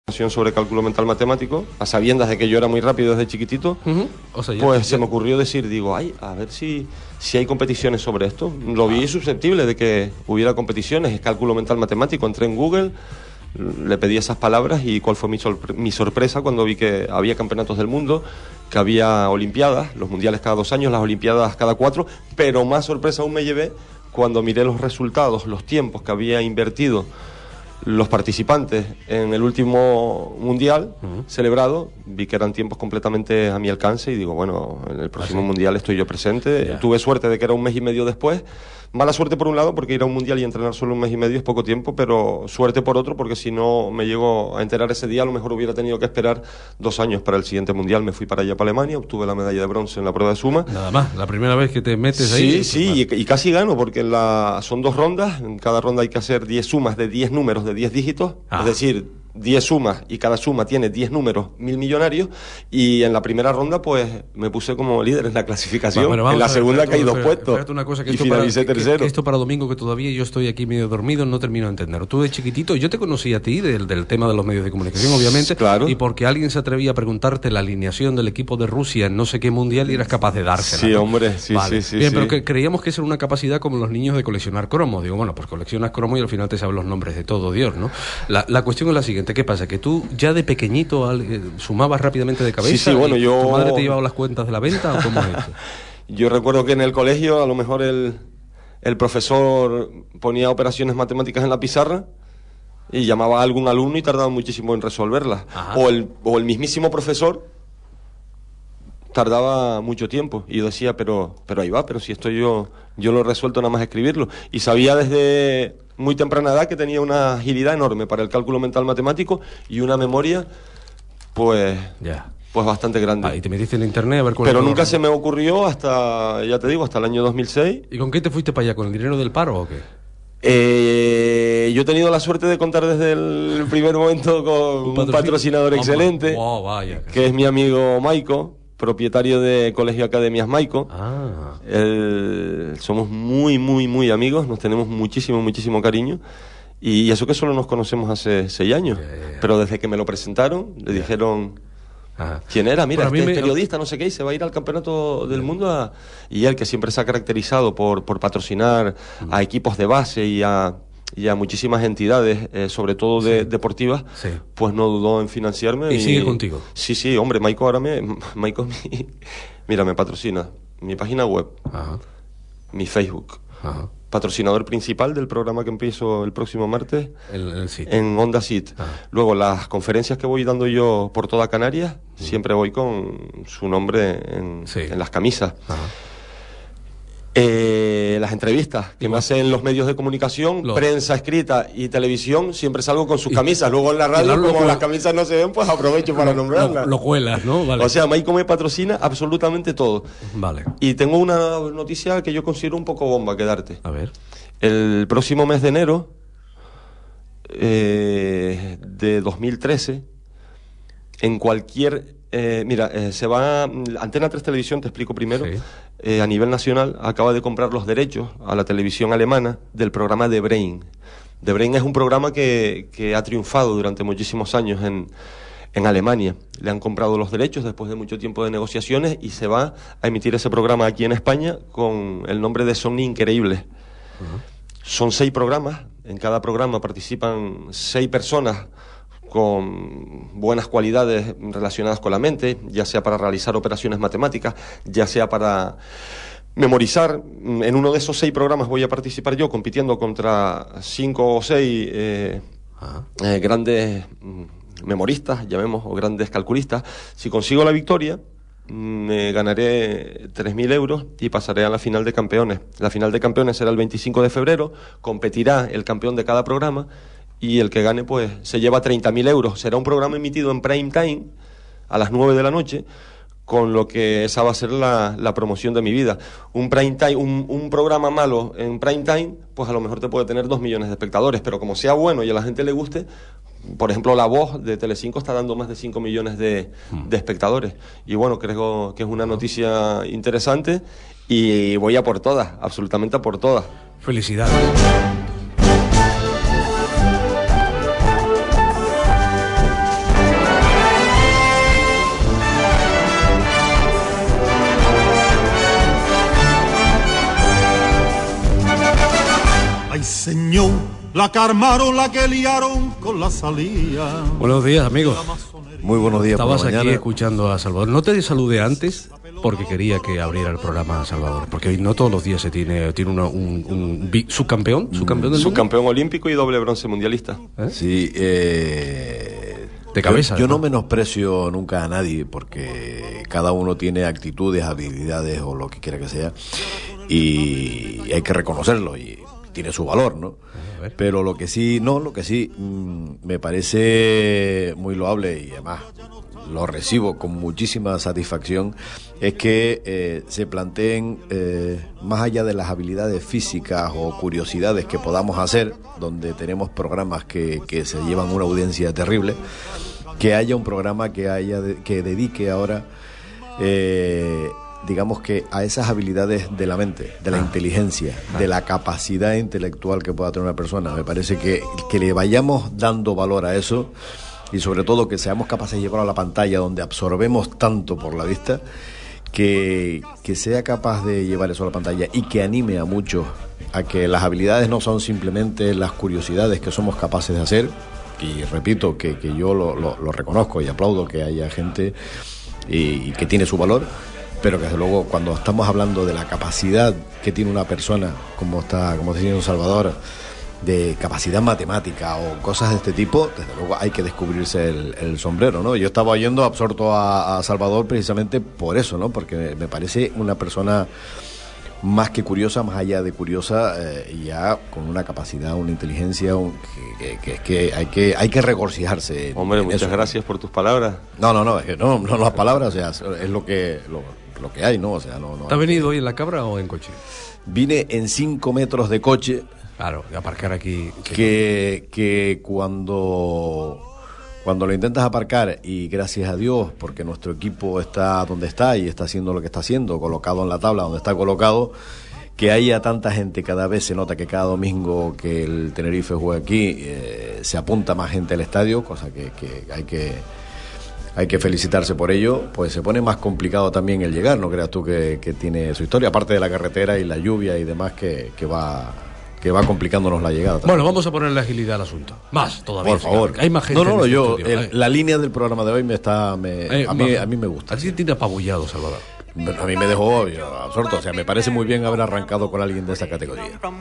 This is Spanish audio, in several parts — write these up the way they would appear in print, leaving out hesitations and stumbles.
sobre cálculo mental matemático, a sabiendas de que yo era muy rápido desde chiquitito, o sea, pues se me ocurrió decir, digo, ay, a ver si hay competiciones sobre esto. Lo vi susceptible de que hubiera competiciones, es cálculo mental matemático. Entré en Google, le pedí esas palabras y cuál fue mi sorpresa cuando vi que había campeonatos del mundo, que había olimpiadas, los mundiales cada 2 años, las olimpiadas cada 4, pero más sorpresa aún me llevé cuando miré los resultados, los tiempos que había invertido los participantes en el último mundial celebrado. Vi que eran tiempos completamente a mi alcance y digo, bueno, en el próximo mundial estoy yo presente. Tuve suerte de que era 1 mes y medio después. Mala suerte por un lado porque ir a un mundial y entrenar solo 1 mes y medio es poco tiempo, pero suerte por otro porque si no me llego a enterar ese día, a lo mejor hubiera tenido que esperar 2 años para el siguiente mundial. Me fui para allá, para Alemania, obtuve la medalla de bronce en la prueba de suma. Nada más, la primera vez que te metes ahí. Sí, y casi gano porque son 2 rondas, en cada ronda hay que hacer 10 sumas de 10 números de 10 dígitos, es decir, 10 sumas y cada suma tiene 10 números 1000 millonarios, y en la primera ronda pues me puse como líder en la clasificación. Bueno, en la segunda caí 2 puestos una cosa, que y finalicé tercero. Que esto para domingo, que todavía yo estoy aquí medio dormido, no termino de entender. Tú de chiquitito, yo te conocí a ti del tema de los medios de comunicación, obviamente, claro. Y porque alguien se atrevía a preguntarte la alineación del equipo de Rusia en no sé qué mundial y eras capaz de dársela. Sí, ¿no? hombre, sí, vale. sí. Bien, sí. pero que creíamos que esa era una capacidad como los niños de coleccionar cromos. Digo, bueno, pues coleccionas cromos y al final te sabes los nombres de todo Dios, ¿no? La cuestión es la siguiente, ¿qué pasa? Que tú ya de pequeñito sumabas rápidamente de cabeza. Sí, bueno, yo... ¿Tu madre te llevaba las cuentas de la venta o cómo es esto? Yo recuerdo que en el colegio a lo mejor el profesor ponía operaciones matemáticas en la pizarra y llamaba a algún alumno y tardaba muchísimo en resolverlas. O el mismísimo profesor tardaba mucho tiempo y yo decía, pero ahí va, pero si esto yo lo he resuelto nada más escribirlo. Y sabía desde muy temprana edad que tenía una agilidad enorme para el cálculo mental matemático y una memoria pues bastante grande. Y te metiste en internet a ver cuál. Pero nunca se me ocurrió hasta, ya te digo, hasta el año 2006. ¿Y con qué te fuiste para allá? ¿Con el dinero del paro o qué? Yo he tenido la suerte de contar desde el primer momento con un patrocinador excelente, vaya, que es mi amigo Maico, propietario de Colegio Academias Maico. Somos muy, muy, muy amigos, nos tenemos muchísimo, muchísimo cariño. Y eso que solo nos conocemos hace 6 años. Pero desde que me lo presentaron, le dijeron... ¿Quién era? Mira, este es periodista, no sé qué, y se va a ir al campeonato del mundo y él, que siempre se ha caracterizado por patrocinar a equipos de base y a muchísimas entidades, sobre todo deportivas, pues no dudó en financiarme. ¿Y sigue contigo? Sí, hombre, Maico ahora me patrocina mi página web, mi Facebook, patrocinador principal del programa que empiezo el próximo martes en Onda Sit. Luego las conferencias que voy dando yo por toda Canarias, siempre voy con su nombre en las camisas. Las entrevistas que me hacen los medios de comunicación, prensa escrita y televisión, siempre salgo con sus camisas. Luego en la radio, como las camisas no se ven, pues aprovecho para nombrarlas. Lo cuelas, ¿no? Vale. O sea, Maico me patrocina absolutamente todo. Vale. Y tengo una noticia que yo considero un poco bomba que darte. A ver. El próximo mes de enero de 2013, en cualquier... se va... Antena 3 Televisión, te explico primero. A nivel nacional acaba de comprar los derechos a la televisión alemana del programa The Brain. The Brain es un programa que ha triunfado durante muchísimos años en Alemania. Le han comprado los derechos después de mucho tiempo de negociaciones y se va a emitir ese programa aquí en España con el nombre de Somni Increíbles. Son 6 programas. En cada programa participan 6 personas con buenas cualidades relacionadas con la mente, ya sea para realizar operaciones matemáticas, ya sea para memorizar. En uno de esos 6 programas voy a participar yo, compitiendo contra 5 o 6 grandes memoristas, llamemos, o grandes calculistas. Si consigo la victoria, me ganaré 3.000 euros y pasaré a la final de campeones. La final de campeones será el 25 de febrero, competirá el campeón de cada programa y el que gane pues se lleva 30.000 euros. Será un programa emitido en prime time a las 9 de la noche, con lo que esa va a ser la promoción de mi vida. Un prime time, un programa malo en prime time, pues a lo mejor te puede tener 2 millones de espectadores, pero como sea bueno y a la gente le guste, por ejemplo, La Voz de Telecinco está dando más de 5 millones de espectadores. Y bueno, creo que es una noticia interesante y voy a por todas, absolutamente a por todas. Felicidades. que armaron la que liaron con la salía. Buenos días, amigos. Muy buenos días. Estabas aquí escuchando a Salvador. No te saludé antes porque quería que abriera el programa Salvador, porque hoy no todos los días se tiene un subcampeón, subcampeón olímpico y doble bronce mundialista. Sí, de cabeza. Yo no menosprecio nunca a nadie, porque cada uno tiene actitudes, habilidades o lo que quiera que sea, y hay que reconocerlo y tiene su valor, ¿no? Pero lo que sí me parece muy loable, y además lo recibo con muchísima satisfacción, es que se planteen, más allá de las habilidades físicas o curiosidades que podamos hacer, donde tenemos programas que se llevan una audiencia terrible, que haya un programa que dedique ahora, digamos que a esas habilidades de la mente, de la inteligencia, de la capacidad intelectual que pueda tener una persona. Me parece que le vayamos dando valor a eso, y sobre todo que seamos capaces de llevarlo a la pantalla, donde absorbemos tanto por la vista, que sea capaz de llevar eso a la pantalla y que anime a muchos a que las habilidades no son simplemente las curiosidades que somos capaces de hacer. Y repito que yo lo reconozco y aplaudo que haya gente y que tiene su valor, pero que desde luego cuando estamos hablando de la capacidad que tiene una persona, como decía don Salvador, de capacidad matemática o cosas de este tipo, desde luego hay que descubrirse el sombrero, ¿no? Yo estaba oyendo absorto a Salvador precisamente por eso, ¿no? Porque me parece una persona más que curiosa, más allá de curiosa, ya con una capacidad, una inteligencia que hay que regocijarse. Hombre, muchas gracias por tus palabras. No las palabras, o sea, es lo que hay, ¿no? O sea, no. ¿Te has venido hoy en la cabra o en coche? Vine en 5 metros de coche. Claro, de aparcar aquí. Que cuando lo intentas aparcar, y gracias a Dios, porque nuestro equipo está donde está y está haciendo lo que está haciendo, colocado en la tabla donde está colocado, que haya tanta gente, cada vez se nota que cada domingo que el Tenerife juega aquí, se apunta más gente al estadio, cosa que hay que felicitarse por ello. Pues se pone más complicado también el llegar, no creas tú que tiene su historia, aparte de la carretera y la lluvia y demás que va complicándonos la llegada también. Bueno, vamos a ponerle agilidad al asunto. Más todavía. Por favor. Hay más gente. La línea del programa de hoy a mí me gusta. Así tiene apabullado, Salvador. A mí me dejó absorto, o sea, me parece muy bien haber arrancado con alguien de esta categoría.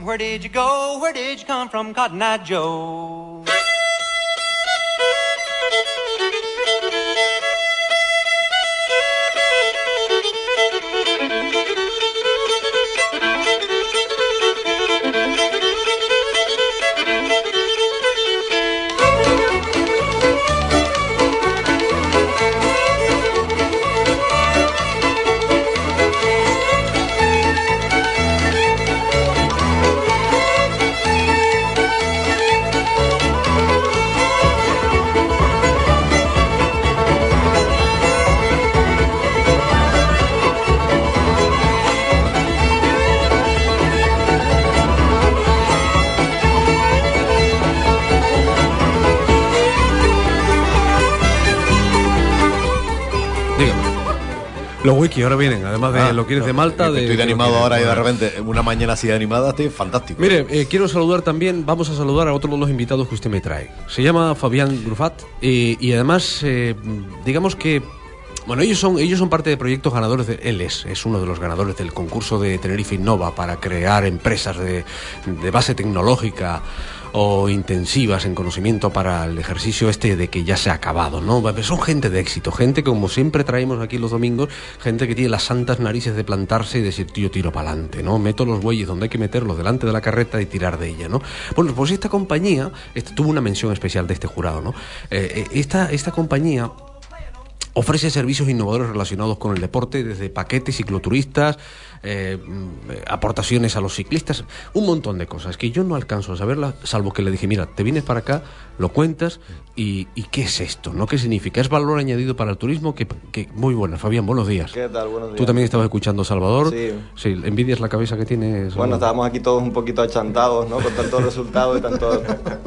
Los wiki ahora vienen, además de lo quieres de Malta. Estoy de animado ahora y de repente una mañana así de animada, estoy fantástico. Mire, quiero saludar también, vamos a saludar a otro de los invitados que usted me trae. Se llama Fabián Grufat y además, digamos que, bueno, ellos son parte de proyectos ganadores. Él es uno de los ganadores del concurso de Tenerife Innova para crear empresas de base tecnológica o intensivas en conocimiento para el ejercicio de que ya se ha acabado, ¿no? Son gente de éxito, gente como siempre traemos aquí los domingos, gente que tiene las santas narices de plantarse y decir, yo tiro para adelante, ¿no? Meto los bueyes donde hay que meterlos, delante de la carreta y tirar de ella, ¿no? Bueno, pues esta compañía tuvo una mención especial de este jurado, ¿no? Esta compañía ofrece servicios innovadores relacionados con el deporte, desde paquetes cicloturistas, aportaciones a los ciclistas, un montón de cosas que yo no alcanzo a saberlas, salvo que le dije, mira, te vienes para acá, lo cuentas y ¿qué es esto? ¿No? ¿Qué significa? ¿Es valor añadido para el turismo? Que muy buena. Fabián, buenos días. ¿Qué tal? Buenos días. ¿Tú también estabas escuchando a Salvador? Sí. ¿Envidias la cabeza que tienes? Bueno, estábamos aquí todos un poquito achantados, ¿no? Con tantos resultados y tanto...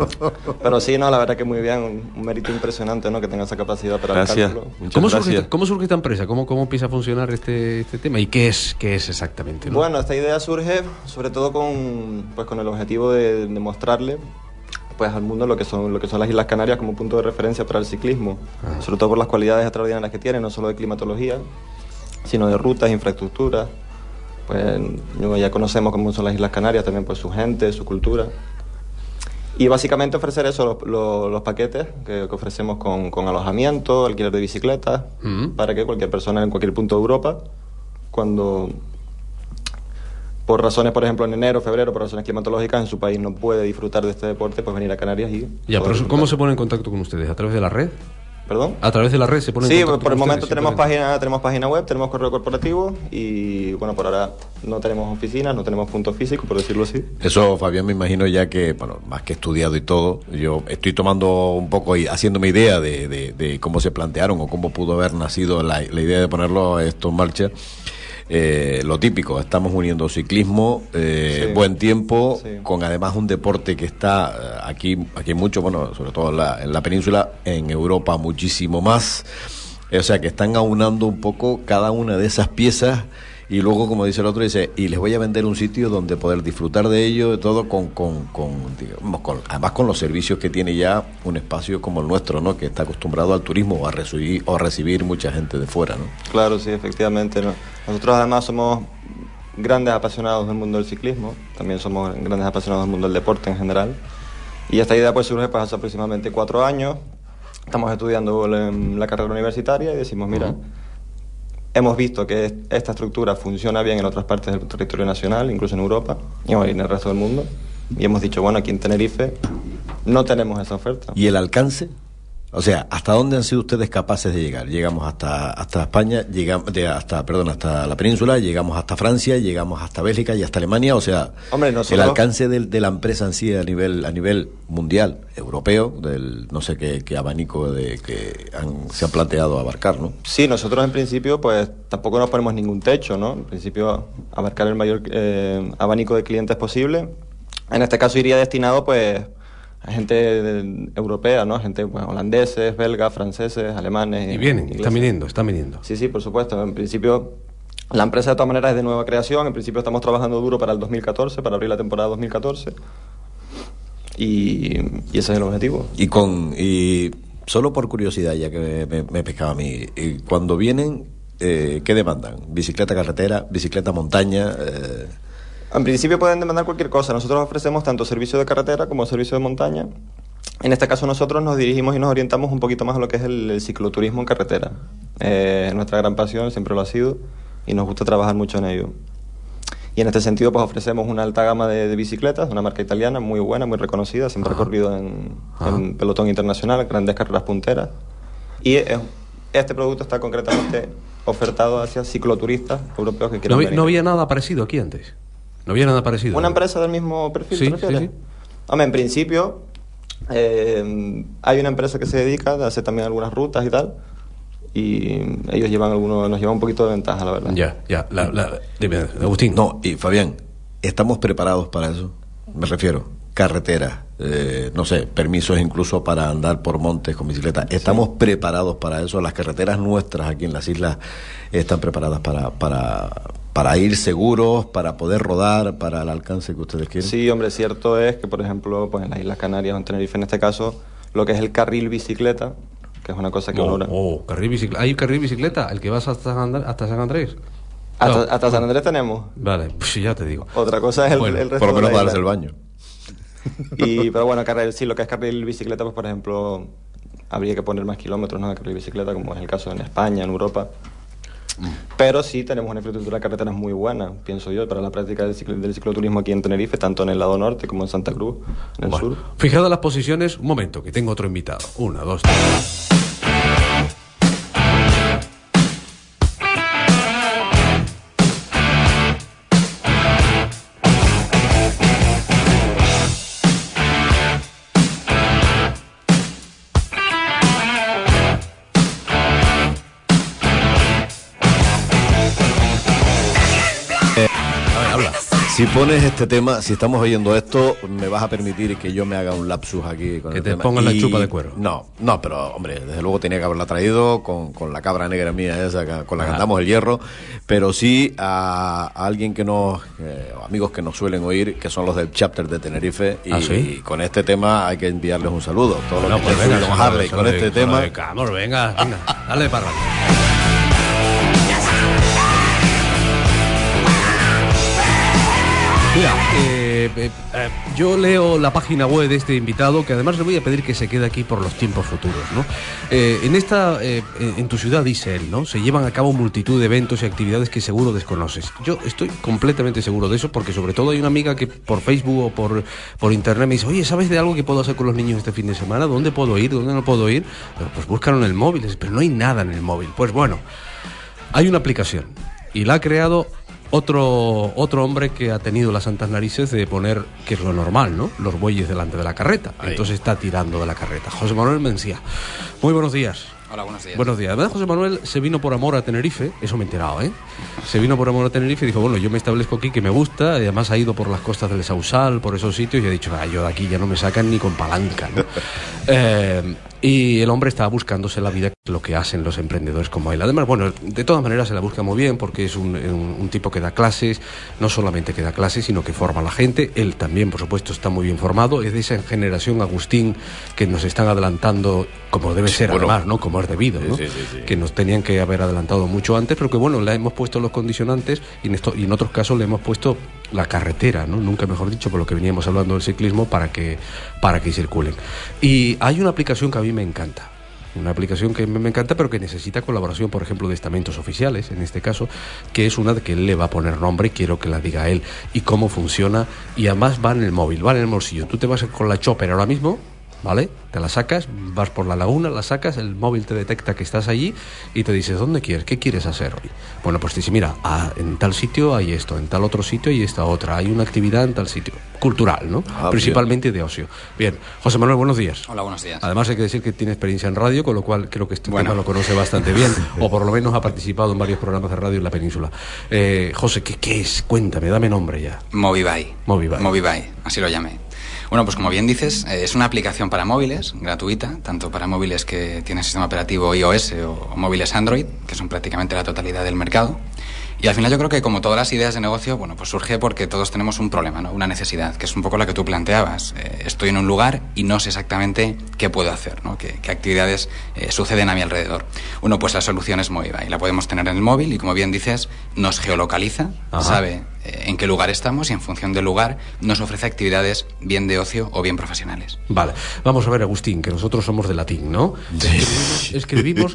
Pero sí, no, la verdad que muy bien, un mérito impresionante, ¿no? Que tenga esa capacidad para el cálculo. ¿Cómo surge esta empresa? ¿Cómo empieza a funcionar este tema? ¿Y qué es exactamente, ¿no? Bueno, esta idea surge sobre todo con el objetivo de mostrarle pues al mundo lo que son las Islas Canarias como punto de referencia para el ciclismo, sobre todo por las cualidades extraordinarias que tienen, no solo de climatología, sino de rutas, infraestructuras. Pues ya conocemos cómo son las Islas Canarias, también pues su gente, su cultura. Y básicamente ofrecer eso, los paquetes que ofrecemos con alojamiento, alquiler de bicicletas, para que cualquier persona en cualquier punto de Europa, cuando por razones, por ejemplo, en enero, febrero, por razones climatológicas, en su país no puede disfrutar de este deporte, pues venir a Canarias y... Ya, pero ¿cómo se pone en contacto con ustedes? ¿A través de la red? ¿Perdón? A través de la red se pone en contacto. Sí, por el momento simplemente. tenemos página web, tenemos correo corporativo y, bueno, por ahora no tenemos oficinas, no tenemos puntos físicos, por decirlo así. Eso, Fabián, me imagino ya que, bueno, más que estudiado y todo, yo estoy tomando un poco y haciéndome idea de cómo se plantearon o cómo pudo haber nacido la idea de ponerlo esto en marcha. Lo típico, estamos uniendo ciclismo, Sí. buen tiempo, Sí. con además un deporte que está aquí mucho, bueno, sobre todo en la península, en Europa muchísimo más. O sea que están aunando un poco cada una de esas piezas y luego, como dice el otro, dice, y les voy a vender un sitio donde poder disfrutar de ello, de todo además con los servicios que tiene ya un espacio como el nuestro, ¿no? Que está acostumbrado al turismo o a recibir mucha gente de fuera, ¿no? Claro, sí, efectivamente, ¿no? Nosotros además somos grandes apasionados del mundo del ciclismo, también somos grandes apasionados del mundo del deporte en general, y esta idea pues surge pues hace aproximadamente 4 años. Estamos estudiando la carrera universitaria y decimos, mira, hemos visto que esta estructura funciona bien en otras partes del territorio nacional, incluso en Europa y en el resto del mundo, y hemos dicho, bueno, aquí en Tenerife no tenemos esa oferta. ¿Y el alcance? O sea, ¿hasta dónde han sido ustedes capaces de llegar? Llegamos hasta España, hasta la península, llegamos hasta Francia, llegamos hasta Bélgica y hasta Alemania. O sea, Hombre, nosotros... el alcance de la empresa en sí a nivel mundial, europeo, no sé qué abanico se han planteado abarcar, ¿no? Sí, nosotros en principio pues tampoco nos ponemos ningún techo, ¿no? En principio abarcar el mayor abanico de clientes posible. En este caso iría destinado pues a gente europea, ¿no? Gente pues, holandeses, belgas, franceses, alemanes. Y vienen, ingleses. están viniendo. Sí, por supuesto. En principio la empresa de todas maneras es de nueva creación. En principio estamos trabajando duro para el 2014, para abrir la temporada 2014. Y ese es el objetivo. Y solo por curiosidad, ya que me pescaba a mí, cuando vienen, ¿qué demandan? ¿Bicicleta carretera, bicicleta montaña? En principio pueden demandar cualquier cosa. Nosotros ofrecemos tanto servicio de carretera como servicio de montaña. En este caso nosotros nos dirigimos y nos orientamos un poquito más a lo que es el cicloturismo en carretera. Es nuestra gran pasión, siempre lo ha sido, y nos gusta trabajar mucho en ello. Y en este sentido pues ofrecemos una alta gama de bicicletas, de una marca italiana muy buena, muy reconocida, siempre ha corrido en pelotón internacional, grandes carreras punteras. Y este producto está concretamente ofertado hacia cicloturistas europeos que quieran venir. ¿No había nada parecido aquí antes? ¿No había nada parecido? ¿Una empresa del mismo perfil, sí, te refieres? Sí. Hombre, en principio hay una empresa que se dedica, hace también algunas rutas y tal, y ellos nos llevan un poquito de ventaja, la verdad. Ya. Dime, Agustín. No, y Fabián, ¿estamos preparados para eso? Me refiero, carreteras, no sé, permisos incluso para andar por montes con bicicleta. ¿Estamos preparados para eso? Las carreteras nuestras aquí en las islas están preparadas para ir seguros, para poder rodar, para el alcance que ustedes quieren. Sí, hombre, cierto es que, por ejemplo, pues en las Islas Canarias o en Tenerife, en este caso, lo que es el carril bicicleta, que es una cosa que carril bicicleta. ¿Hay carril bicicleta? ¿El que vas hasta San Andrés? Hasta San Andrés tenemos. Vale, pues ya te digo. Otra cosa es el resto. Por lo menos de la darse isla. el baño. Pero bueno, sí, lo que es carril bicicleta, pues por ejemplo, habría que poner más kilómetros, ¿no?, de carril bicicleta, como es el caso en España, en Europa. Pero sí tenemos una infraestructura de carreteras muy buena, pienso yo, para la práctica del cicloturismo aquí en Tenerife, tanto en el lado norte como en Santa Cruz, en el sur. Fijadas las posiciones, un momento, que tengo otro invitado. 1, 2, 3. Si pones este tema, si estamos oyendo esto, me vas a permitir que yo me haga un lapsus aquí con que el te tema. pongan la chupa de cuero. No, pero hombre, desde luego tenía que haberla traído con la cabra negra mía esa, con la que andamos el hierro, pero sí a alguien que nos, amigos que nos suelen oír, que son los del chapter de Tenerife, y con este tema hay que enviarles un saludo. Todo lo que pues venga, don Harley con este tema. Venga, dale para adelante. Mira, yo leo la página web de este invitado, que además le voy a pedir que se quede aquí por los tiempos futuros, ¿no? En tu ciudad, dice él, ¿no? Se llevan a cabo multitud de eventos y actividades que seguro desconoces. Yo estoy completamente seguro de eso, porque sobre todo hay una amiga que por Facebook o por internet me dice, oye, ¿sabes de algo que puedo hacer con los niños este fin de semana? ¿Dónde puedo ir? ¿Dónde no puedo ir? Pues búscalo en el móvil, pero no hay nada en el móvil. Pues bueno, hay una aplicación y la ha creado otro hombre que ha tenido las santas narices de poner, que es lo normal, ¿no?, los bueyes delante de la carreta. Ahí. Entonces está tirando de la carreta. José Manuel Mencía. Muy buenos días. Hola, buenos días. Buenos días. Además, José Manuel se vino por amor a Tenerife, eso me he enterado, ¿eh? Se vino por amor a Tenerife y dijo, bueno, yo me establezco aquí, que me gusta, y además ha ido por las costas del Sausal, por esos sitios, y ha dicho, yo de aquí ya no me sacan ni con palanca, ¿no? Y el hombre estaba buscándose la vida, lo que hacen los emprendedores como él. Además, bueno, de todas maneras se la busca muy bien, porque es un tipo que da clases, no solamente que da clases, sino que forma a la gente. Él también, por supuesto, está muy bien formado. Es de esa generación Agustín que nos están adelantando, como debe ser, bueno, además, ¿no?, como es debido, ¿no? Sí. Que nos tenían que haber adelantado mucho antes, pero que bueno, le hemos puesto los condicionantes y en otros casos le hemos puesto la carretera, ¿no?, nunca mejor dicho, por lo que veníamos hablando del ciclismo, para que circulen. Y hay una aplicación que a mí me encanta. Una aplicación que me encanta, pero que necesita colaboración, por ejemplo, de estamentos oficiales, en este caso, que es una de que él le va a poner nombre y quiero que la diga él, y cómo funciona, y además va en el móvil, va en el bolsillo. Tú te vas con la chopper ahora mismo, ¿vale? Te la sacas, vas por la laguna, la sacas, el móvil te detecta que estás allí y te dices, ¿dónde quieres? ¿Qué quieres hacer hoy? Bueno, pues te dice, mira, en tal sitio hay esto, en tal otro sitio hay esta otra, hay una actividad en tal sitio, cultural, ¿no? Principalmente de ocio. Bien, José Manuel, buenos días. Hola, buenos días. Además hay que decir que tiene experiencia en radio, con lo cual creo que este tema lo conoce bastante bien, o por lo menos ha participado en varios programas de radio en la península. José, ¿qué es? Cuéntame, dame nombre ya. Movivai, así lo llamé. Bueno, pues como bien dices, es una aplicación para móviles, gratuita, tanto para móviles que tienen sistema operativo iOS o móviles Android, que son prácticamente la totalidad del mercado. Y al final yo creo que, como todas las ideas de negocio, bueno, pues surge porque todos tenemos un problema, ¿no?, una necesidad, que es un poco la que tú planteabas. Estoy en un lugar y no sé exactamente qué puedo hacer, ¿no?, qué actividades suceden a mi alrededor. Bueno, pues la solución es Movivai, y la podemos tener en el móvil y, como bien dices, nos geolocaliza, sabe en qué lugar estamos y, en función del lugar, nos ofrece actividades bien de ocio o bien profesionales. Vale, vamos a ver, Agustín, que nosotros somos de latín, ¿no? Sí. Escribimos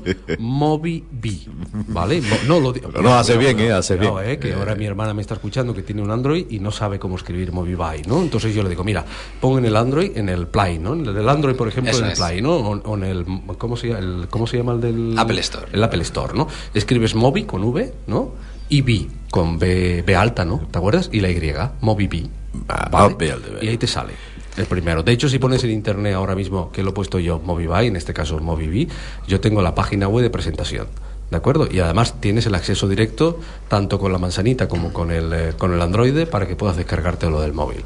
Movibi, ¿vale? No, hace bien, hace bien. Que ahora mi hermana me está escuchando, que tiene un Android y no sabe cómo escribir Movivai, ¿no? Entonces yo le digo, mira, pon en el Android, en el Play, ¿no? En el Android, por ejemplo, en el Play, ¿no? O en el, ¿cómo se llama el del...? Apple Store. El Apple Store, ¿no? Escribes Movi con V, ¿no? Y B con B alta, ¿no? ¿Te acuerdas? Y la Y, Movibi. ¿Vale? Y ahí te sale el primero. De hecho, si pones en internet ahora mismo, que lo he puesto yo, Movivai, en este caso Movibi, yo tengo la página web de presentación, ¿de acuerdo? Y además tienes el acceso directo tanto con la manzanita como con el Android, para que puedas descargarte lo del móvil.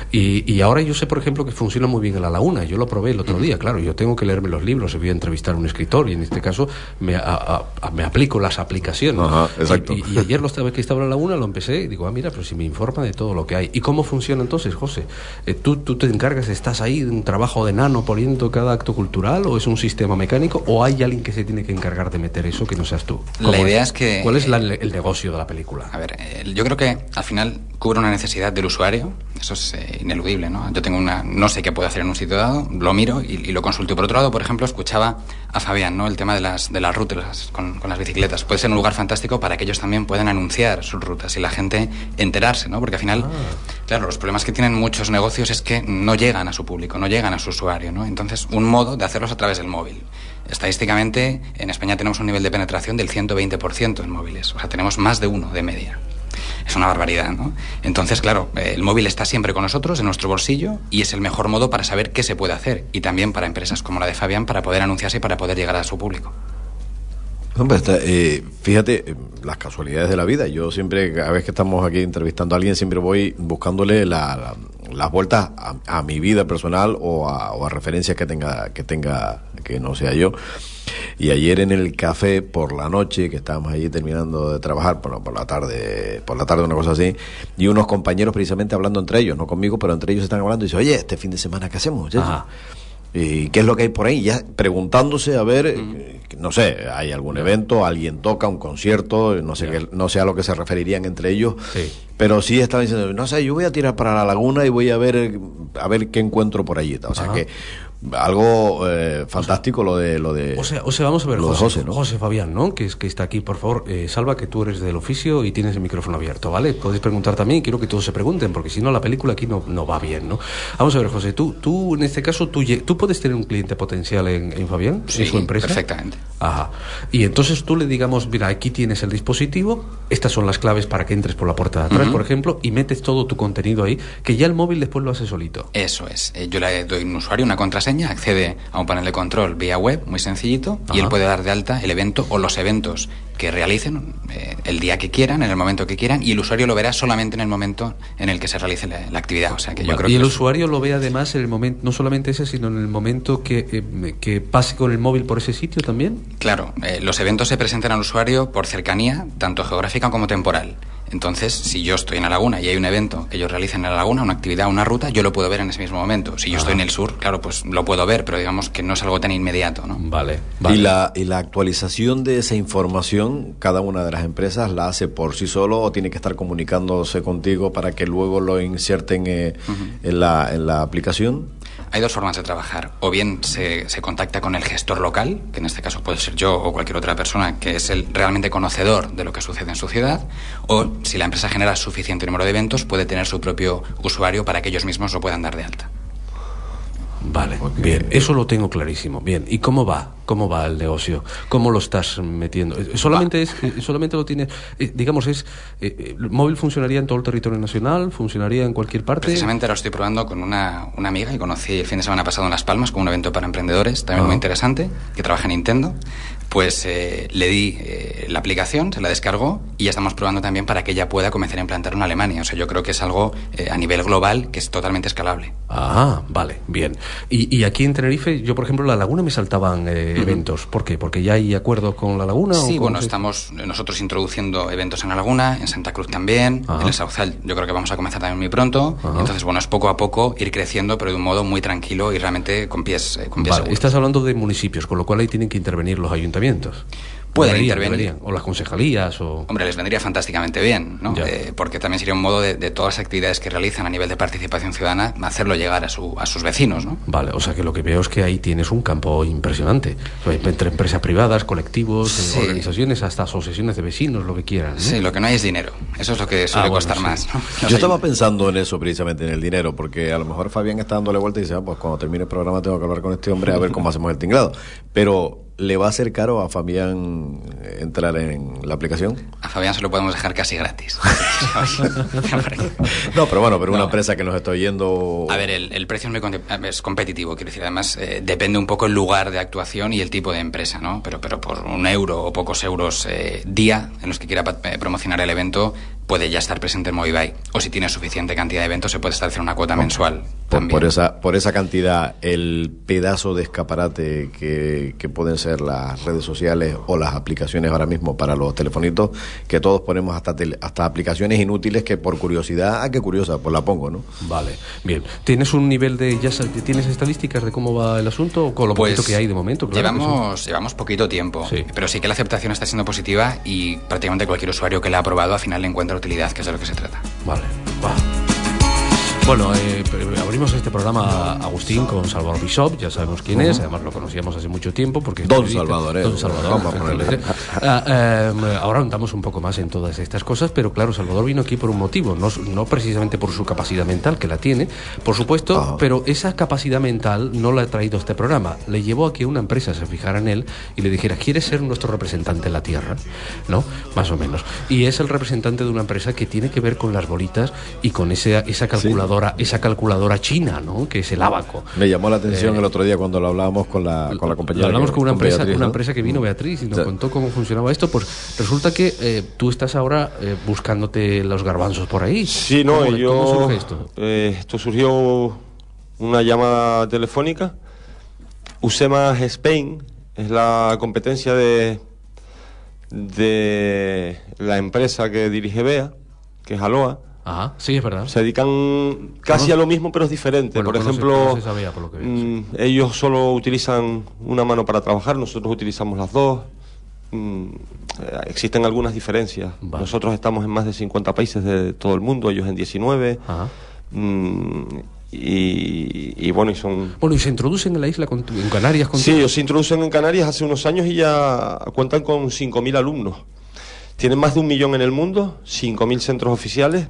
Y ahora yo sé, por ejemplo, que funciona muy bien en la laguna. Yo lo probé el otro día, claro. Yo tengo que leerme los libros, voy a entrevistar a un escritor y en este caso me aplico las aplicaciones. Ajá, exacto. Y ayer que estaba en la laguna lo empecé y digo, mira, pero si me informa de todo lo que hay. ¿Y cómo funciona entonces, José? ¿Tú te encargas, estás ahí en un trabajo de nano poniendo cada acto cultural, o es un sistema mecánico, o hay alguien que se tiene que encargar de meter eso que no seas tú? La idea es que... ¿Cuál es el negocio de la película? A ver, yo creo que al final cubre una necesidad del usuario, eso es ineludible, ¿no? Yo tengo no sé qué puedo hacer en un sitio dado, lo miro y lo consulto. Por otro lado, por ejemplo, escuchaba a Fabián, ¿no?, el tema de las rutas con las bicicletas. Puede ser un lugar fantástico para que ellos también puedan anunciar sus rutas y la gente enterarse, ¿no? Porque al final, claro, los problemas que tienen muchos negocios es que no llegan a su público, no llegan a su usuario, ¿no? Entonces, un modo de hacerlos a través del móvil. Estadísticamente, en España tenemos un nivel de penetración del 120% en móviles. O sea, tenemos más de uno de media. Es una barbaridad, ¿no? Entonces, claro, el móvil está siempre con nosotros, en nuestro bolsillo, y es el mejor modo para saber qué se puede hacer. Y también para empresas como la de Fabián, para poder anunciarse y para poder llegar a su público. Hombre, fíjate, las casualidades de la vida. Yo siempre, cada vez que estamos aquí entrevistando a alguien, siempre voy buscándole las vueltas a mi vida personal o a referencias que tenga que no sea yo. Y ayer en el café por la noche, que estábamos allí terminando de trabajar, por la tarde una cosa así, y unos compañeros precisamente hablando entre ellos, no conmigo, pero entre ellos están hablando y dicen, oye, este fin de semana ¿qué hacemos? ¿Y qué es lo que hay por ahí? Ya preguntándose a ver, no sé, hay algún evento, alguien toca un concierto, no sé no sé a lo que se referirían entre ellos, pero sí estaban diciendo, no sé, yo voy a tirar para la laguna y voy a ver qué encuentro por allí. O sea que algo fantástico lo de o sea, vamos a ver, José, ¿no? José Fabián, ¿no? Que está aquí, por favor, Salva, que tú eres del oficio y tienes el micrófono abierto, ¿vale? Puedes preguntar también, quiero que todos se pregunten, porque si no la película aquí no va bien, ¿no? Vamos a ver, José, tú en este caso, tú puedes tener un cliente potencial en Fabián, sí, en su empresa. Perfectamente. Ajá. Y entonces tú le digamos, mira, aquí tienes el dispositivo, estas son las claves para que entres por la puerta de atrás, por ejemplo, y metes todo tu contenido ahí, que ya el móvil después lo hace solito. Eso es. Yo le doy a un usuario una contraseña, accede a un panel de control vía web, muy sencillito, y él puede dar de alta el evento o los eventos que realicen el día que quieran, en el momento que quieran, y el usuario lo verá solamente en el momento en el que se realice la actividad. O sea que yo creo y que el usuario lo ve además en el momento, no solamente ese, sino en el momento que pase con el móvil por ese sitio también. Claro, los eventos se presentan al usuario por cercanía, tanto geográfica como temporal. Entonces, si yo estoy en la laguna y hay un evento que ellos realicen en la laguna, una actividad, una ruta, yo lo puedo ver en ese mismo momento. Si yo estoy en el sur, claro, pues lo puedo ver, pero digamos que no es algo tan inmediato, ¿no? Vale. Y la actualización de esa información, cada una de las empresas la hace por sí solo o tiene que estar comunicándose contigo para que luego lo inserten en la aplicación. Hay dos formas de trabajar. O bien se contacta con el gestor local, que en este caso puede ser yo o cualquier otra persona que es el realmente conocedor de lo que sucede en su ciudad, o si la empresa genera suficiente número de eventos, puede tener su propio usuario para que ellos mismos lo puedan dar de alta. Vale, bien, eso lo tengo clarísimo. Bien, ¿y cómo va el negocio? ¿Cómo lo estás metiendo? Solamente lo tienes, digamos, ¿el móvil funcionaría en todo el territorio nacional? ¿Funcionaría en cualquier parte? Precisamente ahora estoy probando con una amiga que conocí el fin de semana pasado en Las Palmas, con un evento para emprendedores, también muy interesante, que trabaja en Nintendo. Pues le di la aplicación, se la descargó y ya estamos probando también para que ella pueda comenzar a implantarlo en Alemania. O sea, yo creo que es algo a nivel global que es totalmente escalable. Vale, bien. Y aquí en Tenerife, yo por ejemplo, en La Laguna me saltaban eventos. ¿Por qué? ¿Porque ya hay acuerdo con La Laguna? Sí, bueno, estamos nosotros introduciendo eventos en La Laguna, en Santa Cruz también, en el Sauzal yo creo que vamos a comenzar también muy pronto. Entonces, bueno, es poco a poco ir creciendo, pero de un modo muy tranquilo y realmente con pies seguros. Estás hablando de municipios, con lo cual ahí tienen que intervenir los ayuntamientos. Pueden intervenir. O las concejalías. Hombre, les vendría fantásticamente bien, ¿no? Porque también sería un modo de todas las actividades que realizan a nivel de participación ciudadana, hacerlo llegar a sus vecinos, ¿no? Vale, o sea que lo que veo es que ahí tienes un campo impresionante. Entre empresas privadas, colectivos, organizaciones, hasta asociaciones de vecinos, lo que quieran, ¿no? Sí, lo que no hay es dinero. Eso es lo que suele costar más, ¿no? Yo estaba pensando en eso precisamente, en el dinero, porque a lo mejor Fabián está dándole vuelta y dice, pues cuando termine el programa tengo que hablar con este hombre a ver cómo hacemos el tinglado. Pero ¿le va a ser caro a Fabián entrar en la aplicación? A Fabián se lo podemos dejar casi gratis. No, pero bueno, una empresa que nos está oyendo... A ver, el precio es competitivo, quiero decir, además depende un poco el lugar de actuación y el tipo de empresa, ¿no? Pero por €1 o pocos euros día en los que quiera promocionar el evento, puede ya estar presente en Movivai. O si tiene suficiente cantidad de eventos, se puede establecer una cuota mensual. Por esa cantidad, el pedazo de escaparate que pueden ser las redes sociales o las aplicaciones ahora mismo para los telefonitos, que todos ponemos hasta aplicaciones inútiles que por curiosidad, qué curiosa, pues la pongo, ¿no? Vale, bien. ¿Tienes un nivel tienes estadísticas de cómo va el asunto o con lo poquito que hay de momento? Claro, llevamos poquito tiempo, pero sí que la aceptación está siendo positiva y prácticamente cualquier usuario que la ha aprobado al final le encuentra utilidad, que es de lo que se trata. Vale, va. Bueno, abrimos este programa, Agustín, con Salvador Bishop, ya sabemos quién es, además lo conocíamos hace mucho tiempo. Porque Don Salvador, vamos a ponerle. Ahora andamos un poco más en todas estas cosas, pero claro, Salvador vino aquí por un motivo, no precisamente por su capacidad mental, que la tiene, por supuesto, pero esa capacidad mental no la ha traído este programa, le llevó a que una empresa se fijara en él y le dijera, ¿quieres ser nuestro representante en la Tierra? ¿No? Más o menos. Y es el representante de una empresa que tiene que ver con las bolitas y con esa calculadora calculadora china, ¿no? Que es el Abaco. Me llamó la atención el otro día cuando lo hablábamos con la compañera. Hablamos con una empresa, Beatriz, ¿no? que vino, Beatriz, y nos contó cómo funcionaba esto. Pues resulta que tú estás ahora buscándote los garbanzos por ahí. Sí, no, ¿Cómo surge esto? Esto surgió una llamada telefónica. USEMAS Spain es la competencia de la empresa que dirige Bea, que es Aloha. Ajá, sí, es verdad. Se dedican casi a lo mismo, pero es diferente. Bueno, por ejemplo, Bea, por lo que veo, ellos solo utilizan una mano para trabajar, nosotros utilizamos las dos. Existen algunas diferencias. Vale. Nosotros estamos en más de 50 países de todo el mundo, ellos en 19. Ajá. Y bueno, y son... Bueno, ¿y se introducen en la isla, en Canarias? Sí, ellos se introducen en Canarias hace unos años y ya cuentan con 5.000 alumnos. Tienen más de 1 millón en el mundo, 5.000 centros oficiales,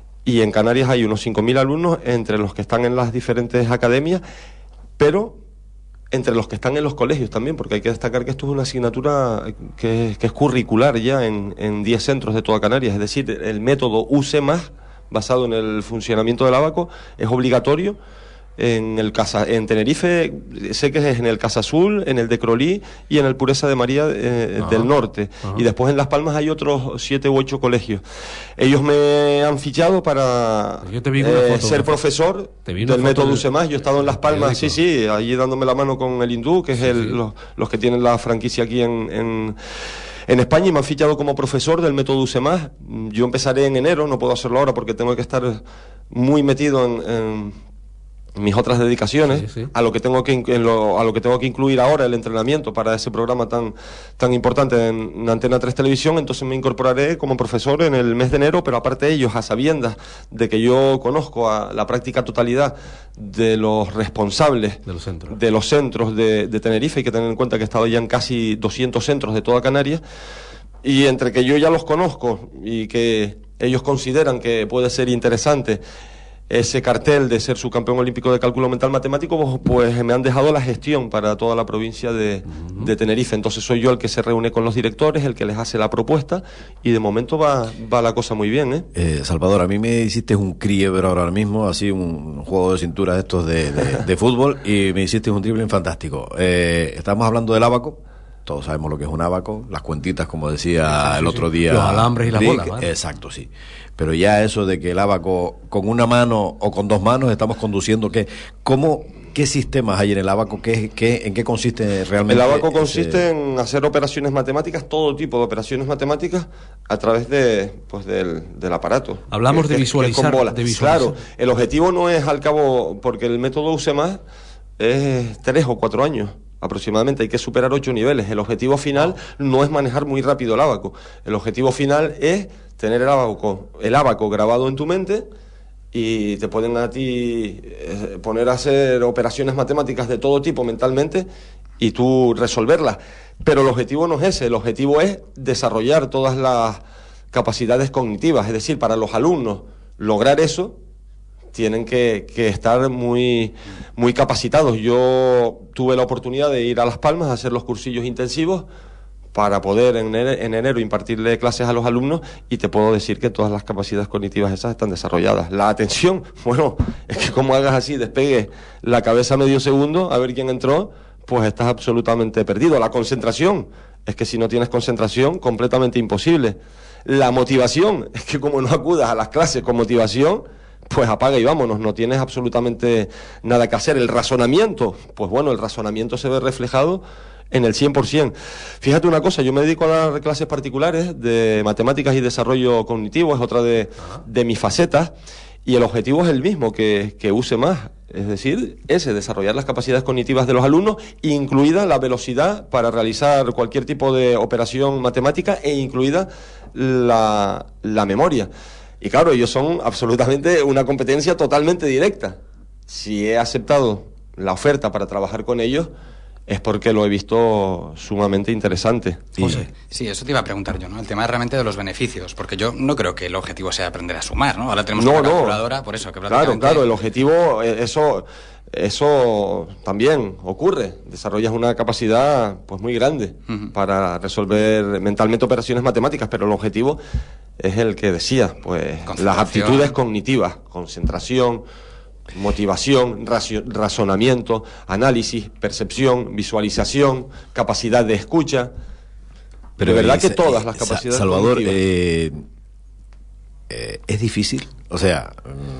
y en Canarias hay unos 5.000 alumnos entre los que están en las diferentes academias, pero entre los que están en los colegios también, porque hay que destacar que esto es una asignatura que es curricular ya en 10 centros de toda Canarias. Es decir, el método UC+, basado en el funcionamiento del Abaco, es obligatorio en Tenerife. Sé que es en el Casa Azul, en el de Crolí y en el Pureza de María del Norte. Y después en Las Palmas hay otros 7 u 8 colegios. Ellos me han fichado para ser profesor del método UC+. Yo he estado en Las Palmas, sí, allí dándome la mano con el hindú, que es los que tienen la franquicia aquí en España, y me han fichado como profesor del método UC+. Yo empezaré en enero, no puedo hacerlo ahora porque tengo que estar muy metido en mis otras dedicaciones, a lo que tengo que incluir ahora el entrenamiento para ese programa tan importante en Antena 3 Televisión. Entonces me incorporaré como profesor en el mes de enero, pero aparte de ellos, a sabiendas de que yo conozco a la práctica totalidad de los responsables de los centros de Tenerife, hay que tener en cuenta que he estado ya en casi 200 centros de toda Canarias, y entre que yo ya los conozco y que ellos consideran que puede ser interesante ese cartel de ser subcampeón olímpico de cálculo mental matemático, pues me han dejado la gestión para toda la provincia de Tenerife. Entonces soy yo el que se reúne con los directores, el que les hace la propuesta, y de momento va la cosa muy bien, Salvador, a mí me hiciste un criever ahora mismo, así un juego de cintura de estos de fútbol, y me hiciste un dribbling fantástico. Estamos hablando del Abaco. Todos sabemos lo que es un Abaco, las cuentitas, como decía el otro día. Los alambres y las bolas, ¿vale? Exacto, sí. Pero ya eso de que el Abaco con una mano o con 2 manos estamos conduciendo, ¿qué sistemas hay en el Abaco? ¿En qué consiste realmente? El Abaco consiste en hacer operaciones matemáticas, todo tipo de operaciones matemáticas, a través del aparato. Hablamos de visualizar. Claro, el objetivo no es al cabo, porque el método UC+ es 3 o 4 años. Aproximadamente hay que superar 8 niveles. El objetivo final no es manejar muy rápido el Abaco. El objetivo final es tener el Abaco grabado en tu mente, y te pueden a ti poner a hacer operaciones matemáticas de todo tipo mentalmente y tú resolverlas. Pero el objetivo no es ese. El objetivo es desarrollar todas las capacidades cognitivas. Es decir, para los alumnos lograr eso tienen que estar muy, muy capacitados. Yo tuve la oportunidad de ir a Las Palmas a hacer los cursillos intensivos para poder en enero impartirle clases a los alumnos, y te puedo decir que todas las capacidades cognitivas esas están desarrolladas. La atención, bueno, es que como hagas así, despegues la cabeza medio segundo a ver quién entró, pues estás absolutamente perdido. La concentración, es que si no tienes concentración, completamente imposible. La motivación, es que como no acudas a las clases con motivación, pues apaga y vámonos, no tienes absolutamente nada que hacer. El razonamiento, pues bueno, el razonamiento se ve reflejado en el 100%. Fíjate una cosa, yo me dedico a dar clases particulares de matemáticas y desarrollo cognitivo, es otra de mis facetas, y el objetivo es el mismo que UC+, es decir, desarrollar las capacidades cognitivas de los alumnos, incluida la velocidad para realizar cualquier tipo de operación matemática, e incluida la memoria. Y claro, ellos son absolutamente una competencia totalmente directa. Si he aceptado la oferta para trabajar con ellos, es porque lo he visto sumamente interesante. José. Sí, eso te iba a preguntar yo, ¿no? El tema realmente de los beneficios, porque yo no creo que el objetivo sea aprender a sumar, ¿no? Ahora tenemos una calculadora, por eso que prácticamente... Claro, el objetivo, eso también ocurre. Desarrollas una capacidad pues muy grande para resolver mentalmente operaciones matemáticas, pero el objetivo es el que decía, pues las aptitudes cognitivas, concentración, motivación, razonamiento, análisis, percepción, visualización, capacidad de escucha. Pero de verdad que todas las capacidades. Salvador, es difícil, o sea,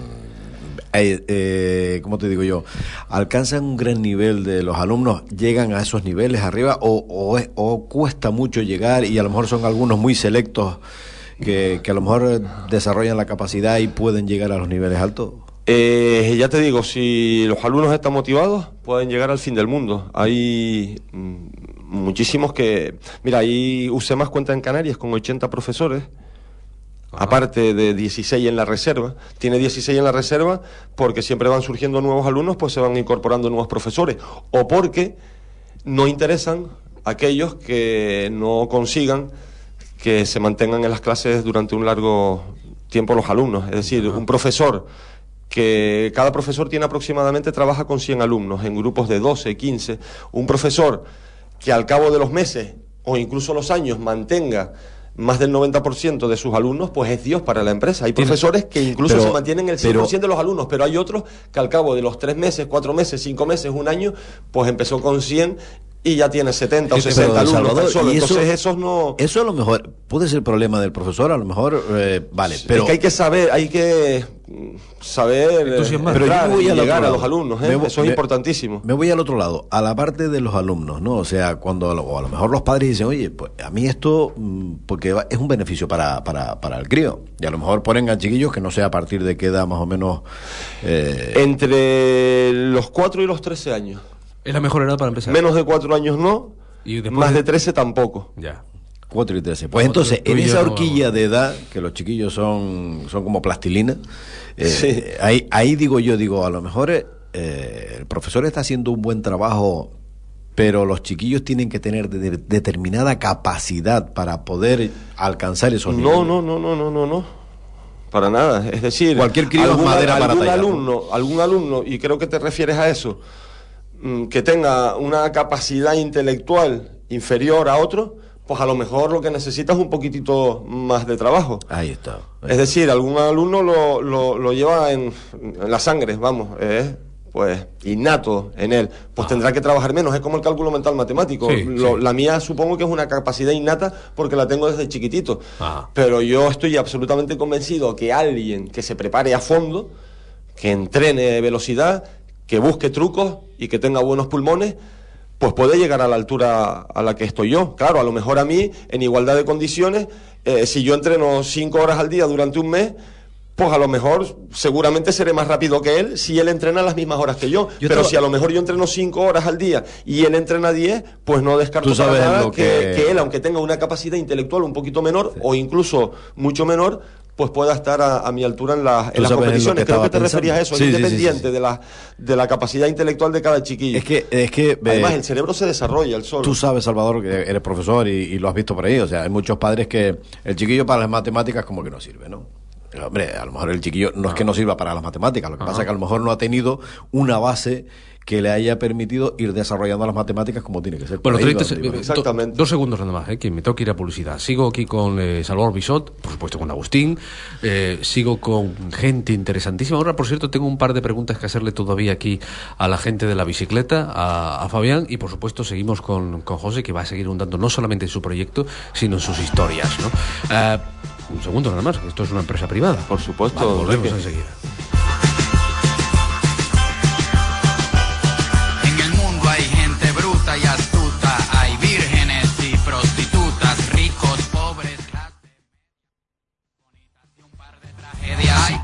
¿cómo te digo yo? ¿Alcanzan un gran nivel de los alumnos? ¿Llegan a esos niveles arriba? ¿O cuesta mucho llegar y a lo mejor son algunos muy selectos que a lo mejor desarrollan la capacidad y pueden llegar a los niveles altos? Ya te digo, si los alumnos están motivados, pueden llegar al fin del mundo. Hay muchísimos que... Mira, ahí UCEMAS cuenta en Canarias con 80 profesores, aparte de 16 en la reserva. Tiene 16 en la reserva porque siempre van surgiendo nuevos alumnos, pues se van incorporando nuevos profesores. O porque no interesan aquellos que no consigan que se mantengan en las clases durante un largo tiempo los alumnos. Es decir, un profesor... que cada profesor tiene aproximadamente, trabaja con 100 alumnos en grupos de 12, 15, un profesor que al cabo de los meses o incluso los años mantenga más del 90% de sus alumnos, pues es Dios para la empresa. Hay profesores que incluso se mantienen el 100% de los alumnos, pero hay otros que al cabo de los 3 meses, 4 meses, 5 meses, un año, pues empezó con 100 y ya tiene 70 o 60 alumnos. Salvador, solo. Entonces esos no... Eso a lo mejor puede ser el problema del profesor, a lo mejor, vale, pero... Es que hay que saber, pero yo voy llegar a los alumnos, eso es importantísimo. Me voy al otro lado, a la parte de los alumnos, ¿no? O sea, cuando a lo mejor los padres dicen, oye, pues a mí esto, porque es un beneficio para el crío, y a lo mejor ponen a chiquillos que no sé a partir de qué edad más o menos... Entre los 4 y los 13 años. ¿Es la mejor edad para empezar? Menos de 4 años no, y más de 13 tampoco. Ya. 4 y 13. Pues entonces, en esa horquilla de edad, que los chiquillos son como plastilina, sí. ahí digo, a lo mejor el profesor está haciendo un buen trabajo, pero los chiquillos tienen que tener determinada capacidad para poder alcanzar esos niveles. No. Para nada. Es decir, cualquier crío es madera para tallar. Algún alumno, y creo que te refieres a eso, que tenga una capacidad intelectual inferior a otro, pues a lo mejor lo que necesita es un poquitito más de trabajo. Ahí está. Es decir, algún alumno lo lleva en la sangre, vamos, pues innato en él, pues tendrá que trabajar menos. Es como el cálculo mental matemático. Sí. La mía supongo que es una capacidad innata porque la tengo desde chiquitito. Pero yo estoy absolutamente convencido que alguien que se prepare a fondo, que entrene velocidad, que busque trucos y que tenga buenos pulmones, pues puede llegar a la altura a la que estoy yo. Claro, a lo mejor a mí, en igualdad de condiciones, si yo entreno 5 horas al día durante un mes, pues a lo mejor seguramente seré más rápido que él si él entrena las mismas horas que yo. Pero si a lo mejor yo entreno 5 horas al día y él entrena 10, pues no descarto para nada que él, aunque tenga una capacidad intelectual un poquito menor, o incluso mucho menor, pues pueda estar a mi altura en las competiciones. Creo que te referías a eso, independiente de la capacidad intelectual de cada chiquillo. Es que además el cerebro se desarrolla el solo. Tú sabes, Salvador, que eres profesor y lo has visto por ahí. O sea, hay muchos padres que el chiquillo para las matemáticas como que no sirve, ¿no? Hombre, a lo mejor el chiquillo no es que no sirva para las matemáticas, lo que pasa es que a lo mejor no ha tenido una base que le haya permitido ir desarrollando las matemáticas como tiene que ser. Bueno, exactamente. 2 segundos nada más, que me tengo que ir a publicidad. Sigo aquí con Salvador Bisot, por supuesto con Agustín, sigo con gente interesantísima. Ahora, por cierto, tengo un par de preguntas que hacerle todavía aquí a la gente de la bicicleta, a Fabián, y por supuesto seguimos con José, que va a seguir ahondando no solamente en su proyecto, sino en sus historias, ¿no? Un segundo nada más, esto es una empresa privada. Por supuesto. Vale, volvemos enseguida. En el mundo hay gente bruta y astuta, hay vírgenes y prostitutas, ricos, pobres, clase bonitas y un par de tragedias hay.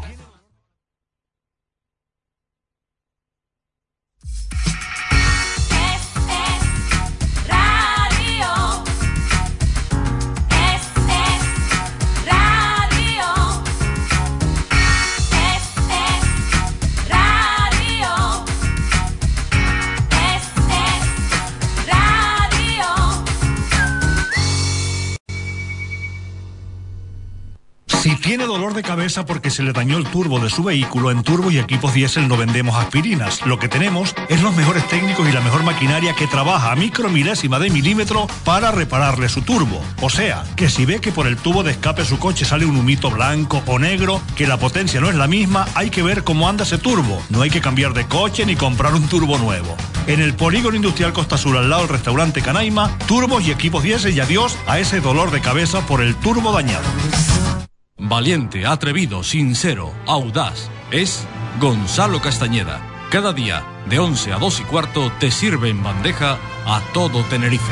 Si tiene dolor de cabeza porque se le dañó el turbo de su vehículo, en Turbo y Equipos Diésel no vendemos aspirinas. Lo que tenemos es los mejores técnicos y la mejor maquinaria que trabaja a micromilésima de milímetro para repararle su turbo. O sea, que si ve que por el tubo de escape de su coche sale un humito blanco o negro, que la potencia no es la misma, hay que ver cómo anda ese turbo. No hay que cambiar de coche ni comprar un turbo nuevo. En el Polígono Industrial Costa Sur, al lado del restaurante Canaima, Turbos y Equipos Diésel, y adiós a ese dolor de cabeza por el turbo dañado. Valiente, atrevido, sincero, audaz. Es Gonzalo Castañeda. Cada día, de 11 a 2 y cuarto, te sirve en bandeja a todo Tenerife.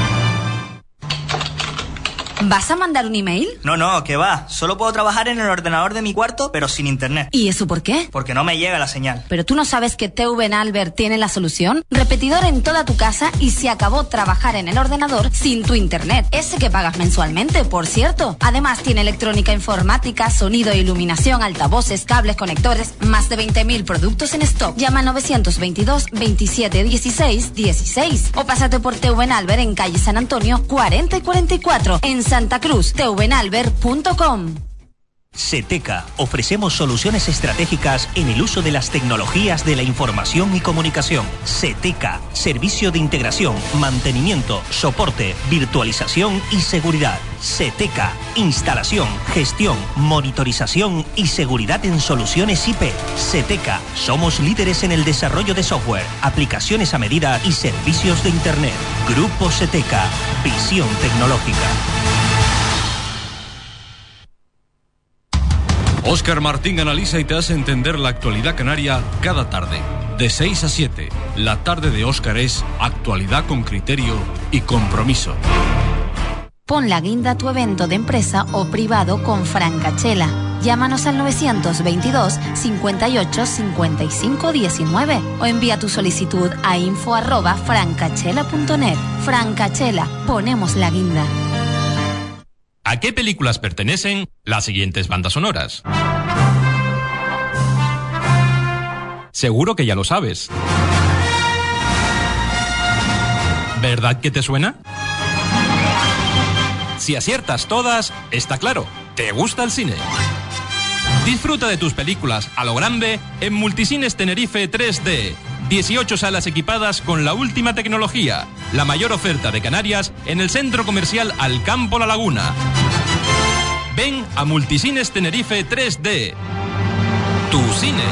¿Vas a mandar un email? No, que va. Solo puedo trabajar en el ordenador de mi cuarto, pero sin internet. ¿Y eso por qué? Porque no me llega la señal. ¿Pero tú no sabes que TV en Albert tiene la solución? Repetidor en toda tu casa y se acabó trabajar en el ordenador sin tu internet. Ese que pagas mensualmente, por cierto. Además tiene electrónica informática, sonido e iluminación, altavoces, cables, conectores, más de 20.000 productos en stock. Llama 922 27 16 16 o pásate por TV en Albert en calle San Antonio 40 y 44 en Santa Cruz, tvenalbert.com. Seteca. Ofrecemos soluciones estratégicas en el uso de las tecnologías de la información y comunicación. Seteca. Servicio de integración, mantenimiento, soporte, virtualización y seguridad. Seteca. Instalación, gestión, monitorización y seguridad en soluciones IP. Seteca. Somos líderes en el desarrollo de software, aplicaciones a medida y servicios de Internet. Grupo Seteca. Visión tecnológica. Óscar Martín analiza y te hace entender la actualidad canaria cada tarde. De 6 a 7, la tarde de Óscar es actualidad con criterio y compromiso. Pon la guinda a tu evento de empresa o privado con Francachela. Llámanos al 922 58 55 19 o envía tu solicitud a info@francachela.net. Francachela, ponemos la guinda. ¿A qué películas pertenecen las siguientes bandas sonoras? Seguro que ya lo sabes. ¿Verdad que te suena? Si aciertas todas, está claro, te gusta el cine. Disfruta de tus películas a lo grande en Multicines Tenerife 3D. 18 salas equipadas con la última tecnología. La mayor oferta de Canarias en el centro comercial Alcampo La Laguna. Ven a Multicines Tenerife 3D. Tu cine.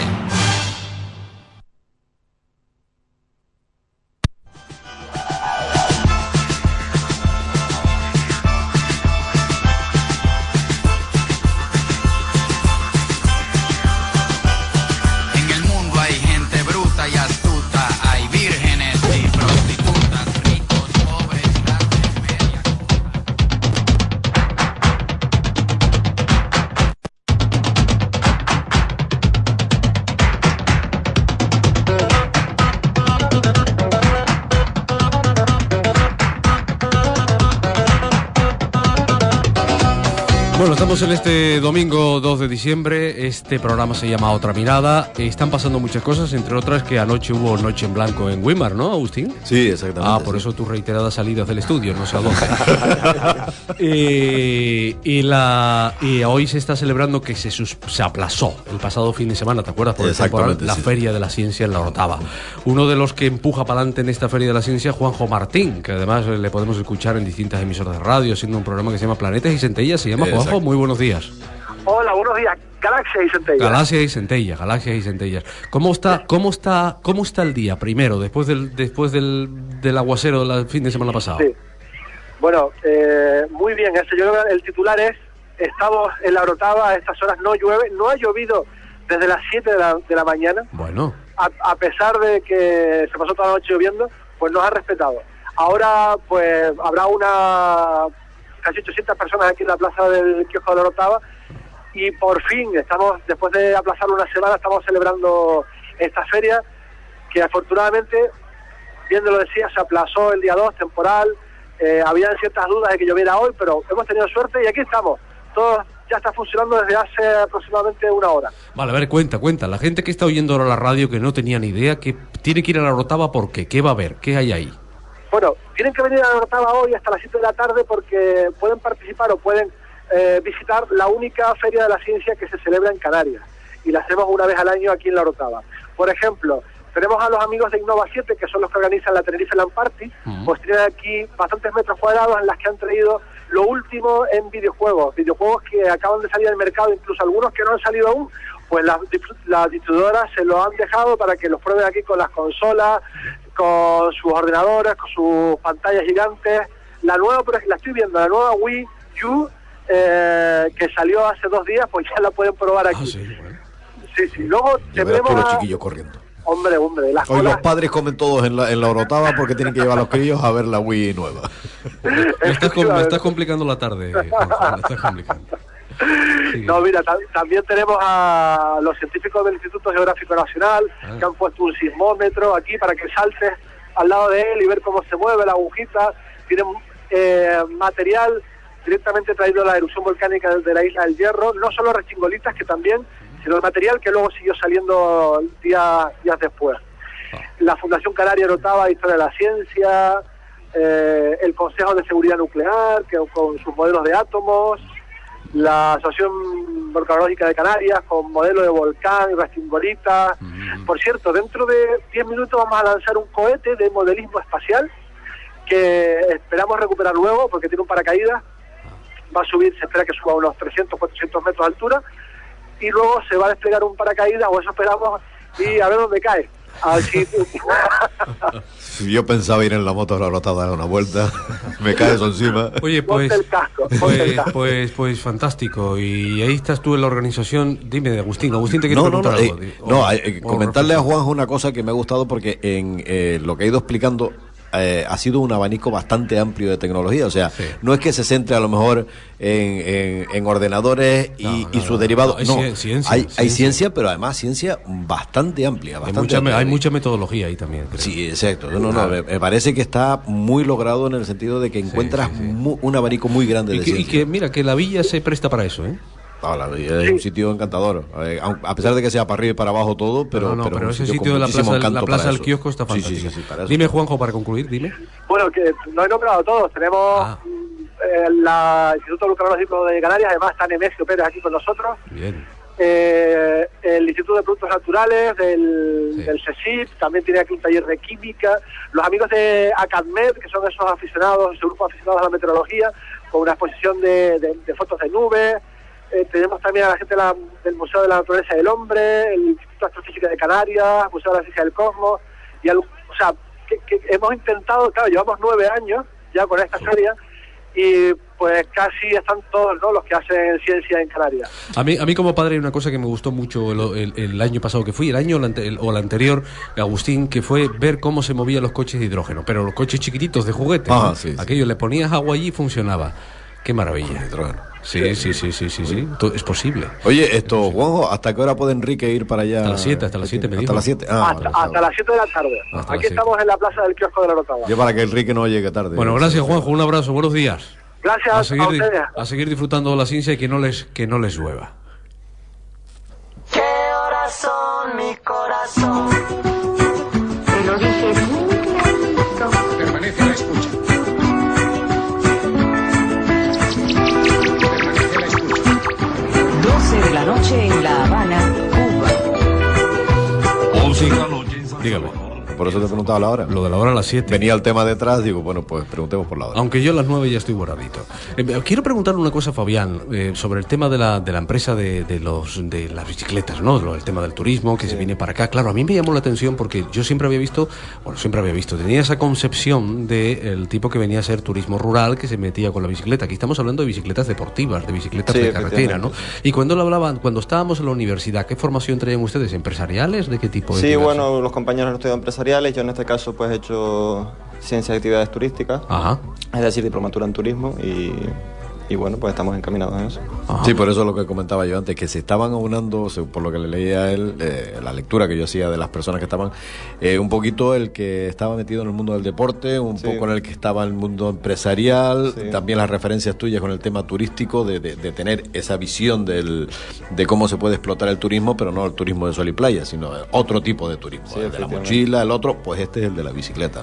Bueno, estamos en este domingo 2 de diciembre, este programa se llama Otra Mirada, están pasando muchas cosas, entre otras que anoche hubo Noche en Blanco en Weimar, ¿no, Agustín? Sí, exactamente. Ah, por eso tus reiteradas salidas del estudio, no sé a dónde. y hoy se está celebrando que se aplazó el pasado fin de semana, ¿te acuerdas? Por el temporal, la Feria de la Ciencia en La Orotava. Uno de los que empuja para adelante en esta Feria de la Ciencia, Juanjo Martín, que además le podemos escuchar en distintas emisoras de radio, haciendo un programa que se llama Planetas y Centellas, se llama Juanjo. Muy buenos días. Hola, buenos días. Galaxia y Centellas. Galaxias y Centellas. ¿Cómo está el día primero, después del aguacero del fin de semana pasado? Sí. Bueno, muy bien. Yo creo que el titular es: estamos en La Orotava, a estas horas no llueve, no ha llovido desde las 7 de la mañana. Bueno. A pesar de que se pasó toda la noche lloviendo, pues nos ha respetado. Ahora, pues habrá casi 800 personas aquí en la plaza del Kiosco de La Orotava y por fin después de aplazar una semana, estamos celebrando esta feria que afortunadamente, bien lo decía, se aplazó el día 2, temporal, habían ciertas dudas de que lloviera hoy, pero hemos tenido suerte y aquí estamos. Todo ya está funcionando desde hace aproximadamente una hora. Vale, a ver, cuenta. La gente que está oyendo ahora la radio, que no tenía ni idea, que tiene que ir a La Orotava, ¿por qué? ¿Qué va a haber? ¿Qué hay ahí? Bueno, tienen que venir a La Orotava hoy hasta las 7 de la tarde porque pueden participar o pueden visitar la única feria de la ciencia que se celebra en Canarias, y la hacemos una vez al año aquí en La Orotava. Por ejemplo, tenemos a los amigos de Innova 7, que son los que organizan la Tenerife Land Party, pues tienen aquí bastantes metros cuadrados en las que han traído lo último en videojuegos que acaban de salir al mercado, incluso algunos que no han salido aún, pues las distribuidoras se lo han dejado para que los prueben aquí con las consolas, con sus ordenadores, con sus pantallas gigantes. La nueva, pero la estoy viendo, la nueva Wii U, que salió hace 2 días, pues ya la pueden probar aquí. Sí, bueno. Sí. Luego tenemos los chiquillos corriendo. Hombre, las hoy colas... los padres comen todos en la Orotava porque tienen que llevar a los críos a ver la Wii nueva. Me estás complicando la tarde, Juanjo, me estás complicando. Sí. No, mira, también tenemos a los científicos del Instituto Geográfico Nacional que han puesto un sismómetro aquí para que saltes al lado de él y ver cómo se mueve la agujita. Tienen material directamente traído de la erupción volcánica de la isla del Hierro, no solo rechingolitas, que también, sino el material que luego siguió saliendo días después. La Fundación Canaria Orotava, Historia de la Ciencia, el Consejo de Seguridad Nuclear, que con sus modelos de átomos, la Asociación Volcanológica de Canarias, con modelo de volcán y rechingolitas. Por cierto, dentro de 10 minutos vamos a lanzar un cohete de modelismo espacial, que esperamos recuperar luego, porque tiene un paracaídas. Va a subir, se espera que suba a unos 300, 400 metros de altura, y luego se va a desplegar un paracaídas, o eso esperamos, y a ver dónde cae. Yo pensaba ir en la moto a La Orotava a dar una vuelta, me cae eso encima. Oye, pues, el casco. pues fantástico. Y ahí estás tú en la organización. Dime, Agustín, te quiero preguntar algo. Comentarle a Juanjo una cosa que me ha gustado, porque en lo que ha ido explicando ha sido un abanico bastante amplio de tecnología. O sea, no es que se centre a lo mejor en ordenadores y sus derivados. Hay ciencia, pero además ciencia bastante amplia. Hay mucha metodología ahí también, creo. Sí, exacto. Me parece que está muy logrado en el sentido de que encuentras un abanico muy grande de ciencia. Y que, mira, que la villa se presta para eso, ¿eh? La villa es un sitio encantador, a pesar de que sea para arriba y para abajo todo, pero ese sitio de la plaza del kiosco está fantástico. Sí, dime, Juanjo, para concluir, dime. Bueno, que no he nombrado todos. Tenemos el Instituto Vulcanológico de Canarias, además está Nemesio Pérez aquí con nosotros. Bien. El Instituto de Productos Naturales del CSIC también tiene aquí un taller de química. Los amigos de ACADMED, que son esos aficionados, ese grupo aficionados a la meteorología, con una exposición de fotos de nubes. Tenemos también a la gente del Museo de la Naturaleza del Hombre, el Instituto de Astrofísica de Canarias, Museo de la Ciencia del Cosmos, y que hemos intentado, claro, llevamos 9 años ya con esta feria, y pues casi están todos, ¿no?, los que hacen ciencia en Canarias. A mí como padre hay una cosa que me gustó mucho el año pasado que fui, el anterior, Agustín, que fue ver cómo se movían los coches de hidrógeno, pero los coches chiquititos de juguete, ¿no? Aquello, le ponías agua allí y funcionaba. Qué maravilla. Sí. Es posible. Oye, Juanjo, ¿hasta qué hora puede Enrique ir para allá? Hasta las 7 me dijo. Hasta las 7. Hasta las 7 de la tarde. Aquí estamos en la plaza del kiosco de La Orotava. Yo para que Enrique no llegue tarde. Bueno, gracias, Juanjo, un abrazo, buenos días. Gracias a ustedes. A seguir disfrutando de la ciencia y que no les llueva. ¿Qué horas son, mi corazón? Te lo dije bien clarito. Permanece a la escucha. 12 de la noche en La Habana, Cuba. 11 de la noche. Dígame. Por eso te preguntaba la hora. Lo de la hora a las 7. Venía el tema detrás, digo, bueno, pues preguntemos por la hora. Aunque yo a las 9 ya estoy borradito. Quiero preguntarle una cosa a Fabián, sobre el tema de la empresa de las bicicletas, ¿no? El tema del turismo que se viene para acá. Claro, a mí me llamó la atención porque yo siempre había visto, tenía esa concepción del tipo que venía a hacer turismo rural, que se metía con la bicicleta. Aquí estamos hablando de bicicletas deportivas, de bicicletas de carretera, ¿no? Y cuando estábamos en la universidad, ¿qué formación traían ustedes? ¿Empresariales? ¿De qué tipo? Sí, bueno, los compañeros han estudiado empresariales. Yo en este caso pues he hecho ciencia de actividades turísticas, es decir, diplomatura en turismo, y bueno, pues estamos encaminados en eso. Sí, por eso es lo que comentaba yo antes, que se estaban aunando, por lo que le leía a él, la lectura que yo hacía de las personas que estaban, un poquito el que estaba metido en el mundo del deporte, un poco en el que estaba en el mundo empresarial, también las referencias tuyas con el tema turístico, de tener esa visión de cómo se puede explotar el turismo, pero no el turismo de sol y playa, sino otro tipo de turismo, el de la mochila, el otro, pues este es el de la bicicleta, ¿no?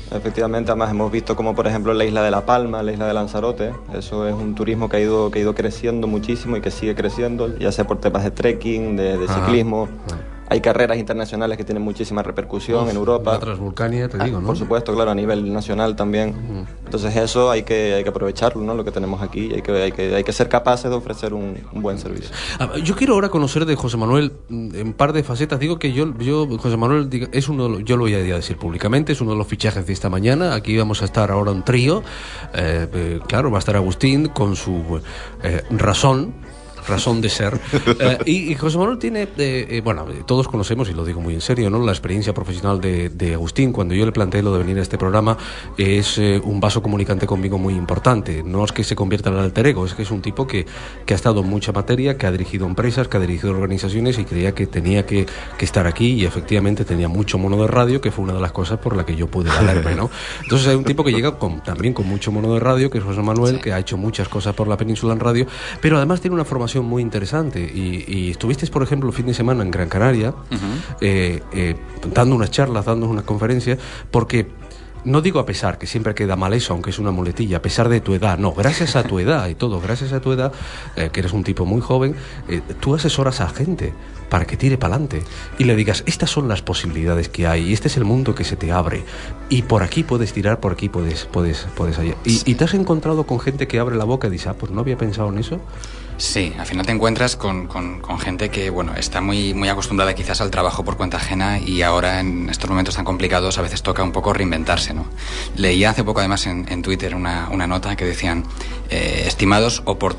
efectivamente. Además hemos visto como, por ejemplo, la isla de La Palma, la isla de Lanzarote, eso es un turismo que ha ido creciendo muchísimo y que sigue creciendo, ya sea por temas de trekking, de ciclismo. Hay carreras internacionales que tienen muchísima repercusión en Europa. La Transvulcania, te digo, ¿no? Por supuesto, claro, a nivel nacional también. Entonces eso hay que aprovecharlo, ¿no? Lo que tenemos aquí, hay que ser capaces de ofrecer un buen servicio. Yo quiero ahora conocer de José Manuel en un par de facetas. Digo que yo José Manuel, es uno, yo lo voy a decir públicamente, es uno de los fichajes de esta mañana. Aquí vamos a estar ahora un trío. Claro, va a estar Agustín con su razón de ser. Y José Manuel tiene, bueno, todos conocemos, y lo digo muy en serio, ¿no?, la experiencia profesional de Agustín. Cuando yo le planteé lo de venir a este programa, es un vaso comunicante conmigo muy importante. No es que se convierta en el alter ego, es que es un tipo que ha estado en mucha materia, que ha dirigido empresas, que ha dirigido organizaciones, y creía que tenía que estar aquí, y efectivamente tenía mucho mono de radio, que fue una de las cosas por la que yo pude valerme, ¿no? Entonces hay un tipo que llega también con mucho mono de radio, que es José Manuel, que ha hecho muchas cosas por la península en radio, pero además tiene una formación muy interesante, y estuvisteis, por ejemplo, el fin de semana en Gran Canaria, dando unas charlas, dando unas conferencias, porque no digo a pesar, que siempre queda mal eso, aunque es una muletilla, a pesar de tu edad, no, gracias a tu edad y todo, gracias a tu edad, que eres un tipo muy joven, tú asesoras a gente para que tire para adelante y le digas, estas son las posibilidades que hay, y este es el mundo que se te abre, y por aquí puedes tirar, por aquí puedes allá. Y te has encontrado con gente que abre la boca y dice, pues no había pensado en eso. Sí, al final te encuentras con gente que, bueno, está muy acostumbrada quizás al trabajo por cuenta ajena, y ahora en estos momentos tan complicados a veces toca un poco reinventarse, ¿no? Leía hace poco además en Twitter una nota que decían, estimados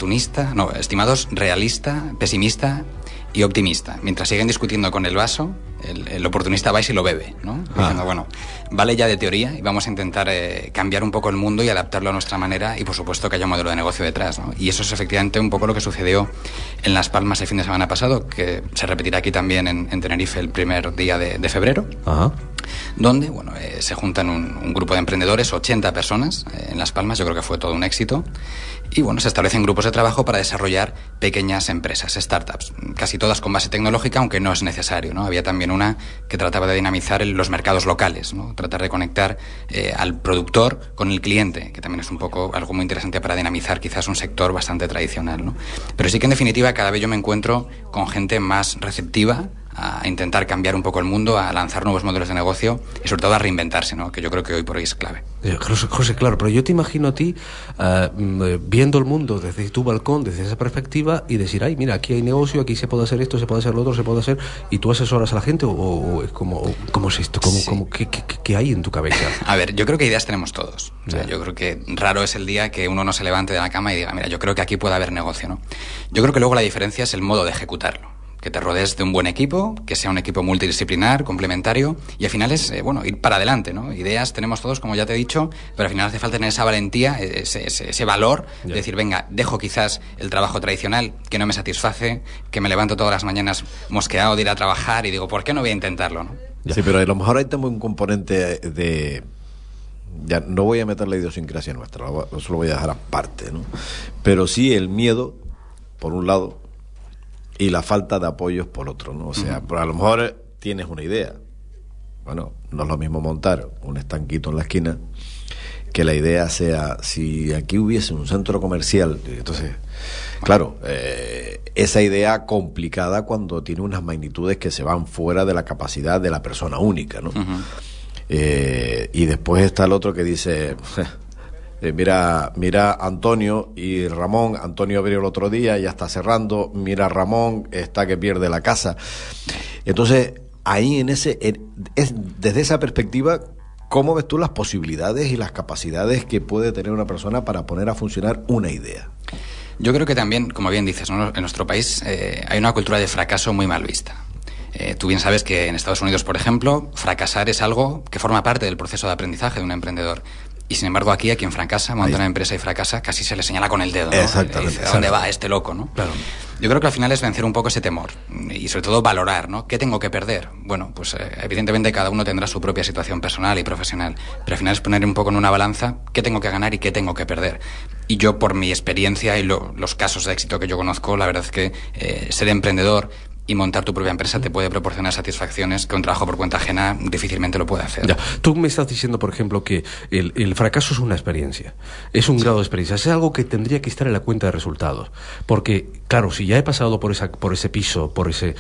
realista, pesimista y optimista. Mientras siguen discutiendo con el vaso, el oportunista va y se lo bebe, ¿no? Diciendo, bueno, vale ya de teoría y vamos a intentar cambiar un poco el mundo y adaptarlo a nuestra manera, y por supuesto que haya un modelo de negocio detrás, ¿no? Y eso es efectivamente un poco lo que sucedió en Las Palmas el fin de semana pasado, que se repetirá aquí también en Tenerife el primer día de febrero. Ajá. Donde, bueno, se juntan un grupo de emprendedores, 80 personas en Las Palmas, yo creo que fue todo un éxito. Y bueno, se establecen grupos de trabajo para desarrollar pequeñas empresas, startups, casi todas con base tecnológica, aunque no es necesario, ¿no? Había también una que trataba de dinamizar los mercados locales, ¿no? Tratar de conectar al productor con el cliente, que también es un poco algo muy interesante para dinamizar quizás un sector bastante tradicional, ¿no? Pero sí que en definitiva cada vez yo me encuentro con gente más receptiva a intentar cambiar un poco el mundo, a lanzar nuevos modelos de negocio y sobre todo a reinventarse, ¿no? Que yo creo que hoy por hoy es clave. José, claro, pero yo te imagino a ti viendo el mundo desde tu balcón, desde esa perspectiva, y decir, ay, mira, aquí hay negocio, aquí se puede hacer esto, se puede hacer lo otro, se puede hacer, y tú asesoras a la gente, o ¿cómo es esto? ¿Qué hay en tu cabeza? A ver, yo creo que ideas tenemos todos. O sea, yo creo que raro es el día que uno no se levante de la cama y diga, mira, yo creo que aquí puede haber negocio, ¿no? Yo creo que luego la diferencia es el modo de ejecutarlo. Que te rodees de un buen equipo, que sea un equipo multidisciplinar, complementario, y al final es, ir para adelante, ¿no? Ideas tenemos todos, como ya te he dicho, pero al final hace falta tener esa valentía, ese valor de decir, venga, dejo quizás el trabajo tradicional, que no me satisface, que me levanto todas las mañanas mosqueado de ir a trabajar y digo, ¿por qué no voy a intentarlo, no? Sí, pero a lo mejor hay también un componente de... Ya no voy a meter la idiosincrasia nuestra, eso lo voy a dejar aparte, ¿no? Pero sí el miedo, por un lado, y la falta de apoyos por otro, ¿no? O sea, a lo mejor tienes una idea. Bueno, no es lo mismo montar un estanquito en la esquina que la idea sea, si aquí hubiese un centro comercial, entonces, claro, esa idea complicada cuando tiene unas magnitudes que se van fuera de la capacidad de la persona única, ¿no? Y después está el otro que dice... mira Antonio y Ramón. Antonio abrió el otro día, ya está cerrando. Mira Ramón, está que pierde la casa. Entonces, ahí desde esa perspectiva, ¿cómo ves tú las posibilidades y las capacidades que puede tener una persona para poner a funcionar una idea? Yo creo que también, como bien dices, ¿no?, en nuestro país hay una cultura de fracaso muy mal vista. Tú bien sabes que en Estados Unidos, por ejemplo, fracasar es algo que forma parte del proceso de aprendizaje de un emprendedor. Y sin embargo aquí a quien fracasa, monta una empresa y fracasa, casi se le señala con el dedo, ¿no? Exactamente. ¿A dónde va este loco, no? Claro. Yo creo que al final es vencer un poco ese temor y sobre todo valorar, ¿no? ¿Qué tengo que perder? Bueno, pues evidentemente cada uno tendrá su propia situación personal y profesional, pero al final es poner un poco en una balanza qué tengo que ganar y qué tengo que perder. Y yo, por mi experiencia y los casos de éxito que yo conozco, la verdad es que ser emprendedor y montar tu propia empresa te puede proporcionar satisfacciones que un trabajo por cuenta ajena difícilmente lo puede hacer. Ya. Tú me estás diciendo, por ejemplo, que el fracaso es una experiencia, es un grado de experiencia, es algo que tendría que estar en la cuenta de resultados, porque claro, si ya he pasado por ese piso, por ese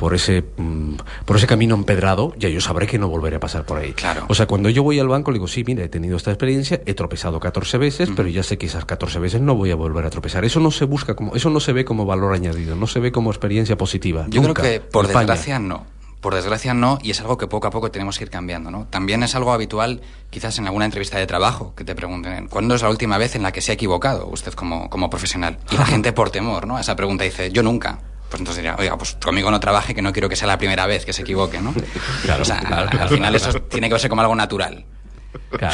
camino empedrado, ya yo sabré que no volveré a pasar por ahí. Claro. O sea, cuando yo voy al banco le digo, sí, mira, he tenido esta experiencia, he tropezado 14 veces, pero ya sé que esas 14 veces no voy a volver a tropezar. Eso no se busca eso no se ve como valor añadido, no se ve como experiencia positiva. Yo Nunca. creo que por España. desgracia no. Por desgracia no, y es algo que poco a poco tenemos que ir cambiando, ¿no? También es algo habitual, quizás en alguna entrevista de trabajo, que te pregunten, ¿cuándo es la última vez en la que se ha equivocado usted como profesional? Y la gente por temor, ¿no? A esa pregunta dice, yo nunca. Pues entonces diría, oiga, pues conmigo no trabaje, que no quiero que sea la primera vez que se equivoque, ¿no? Claro, o sea, al final eso tiene que verse como algo natural. Claro.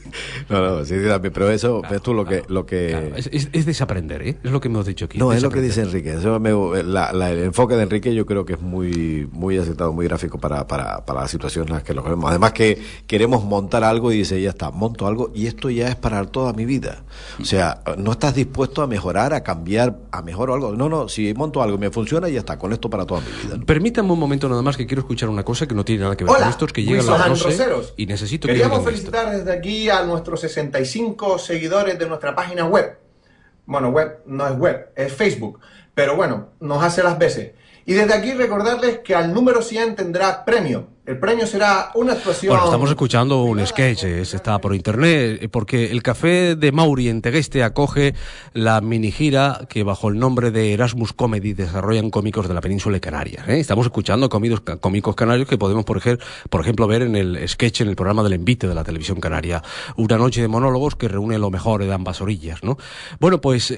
No, sí, pero eso es tú lo que... Claro, es desaprender, ¿eh? Es lo que hemos dicho aquí. No, es lo que dice Enrique. Eso el enfoque de Enrique yo creo que es muy acertado, muy gráfico para la situación en la que lo vemos. Además que queremos montar algo y dice, ya está, monto algo y esto ya es para toda mi vida. O sea, no estás dispuesto a mejorar, a cambiar, a mejor o algo. No, si monto algo y me funciona, ya está, con esto para toda mi vida, ¿no? Permítame un momento nada más, que quiero escuchar una cosa que no tiene nada que ver con esto, es que llega a las 12 y necesito que queríamos felicitar desde aquí a nuestros 65 seguidores de nuestra página web. Bueno, web no es web, es Facebook, pero bueno, nos hace las veces. Y desde aquí recordarles que al número 100 tendrá premio. El premio será una actuación... Bueno, estamos escuchando un sketch, está por internet, porque el Café de Mauri en Tegueste acoge la mini gira que bajo el nombre de Erasmus Comedy desarrollan cómicos de la península de Canarias. Estamos escuchando cómicos canarios que podemos, por ejemplo, ver en el sketch, en el programa del Envite de la televisión canaria. Una noche de monólogos que reúne lo mejor de ambas orillas, ¿no? Bueno, pues...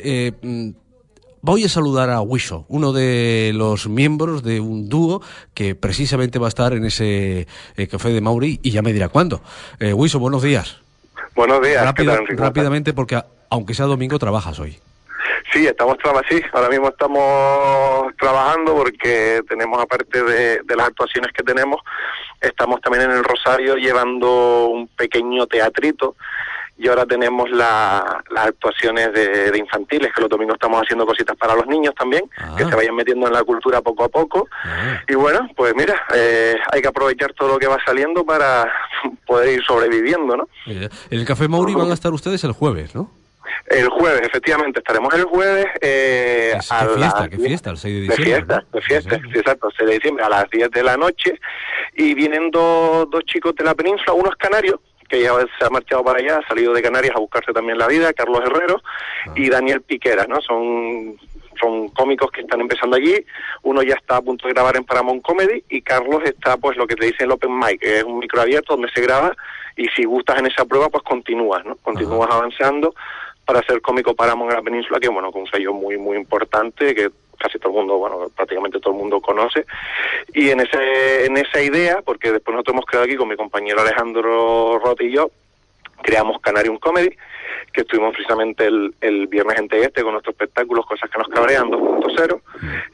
voy a saludar a Wisho, uno de los miembros de un dúo que precisamente va a estar en ese Café de Mauri y ya me dirá cuándo. Wisho, buenos días. Buenos días. Rápidamente, porque aunque sea domingo, trabajas hoy. Sí, ahora mismo estamos trabajando porque tenemos, aparte de las actuaciones que tenemos, estamos también en el Rosario llevando un pequeño teatrito. Y ahora tenemos las actuaciones de infantiles, que los domingos estamos haciendo cositas para los niños también, que se vayan metiendo en la cultura poco a poco. Y bueno, pues mira, hay que aprovechar todo lo que va saliendo para poder ir sobreviviendo, ¿no? En el Café Mauri van a estar ustedes el jueves, ¿no? El jueves, efectivamente, estaremos el jueves ¿Qué fiesta? ¿El 6 de diciembre? De fiesta, sí, exacto, 6 de diciembre a las 10 de la noche. Y vienen dos chicos de la península, uno es canario, que ya se ha marchado para allá, ha salido de Canarias a buscarse también la vida, Carlos Herrero y Daniel Piqueras, ¿no? Son cómicos que están empezando allí. Uno ya está a punto de grabar en Paramount Comedy y Carlos está, pues, lo que te dicen el Open Mic, que es un micro abierto donde se graba y si gustas en esa prueba, pues continúas, ¿no? Continúas avanzando para ser cómico Paramount en la península, que bueno, con un sello muy, muy importante, que casi todo el mundo, bueno, prácticamente todo el mundo conoce. Y en esa idea, porque después nosotros hemos creado aquí con mi compañero Alejandro Roth y yo, creamos Canarium Comedy, que estuvimos precisamente el viernes en Tegueste con nuestros espectáculos Cosas que nos cabrean 2.0,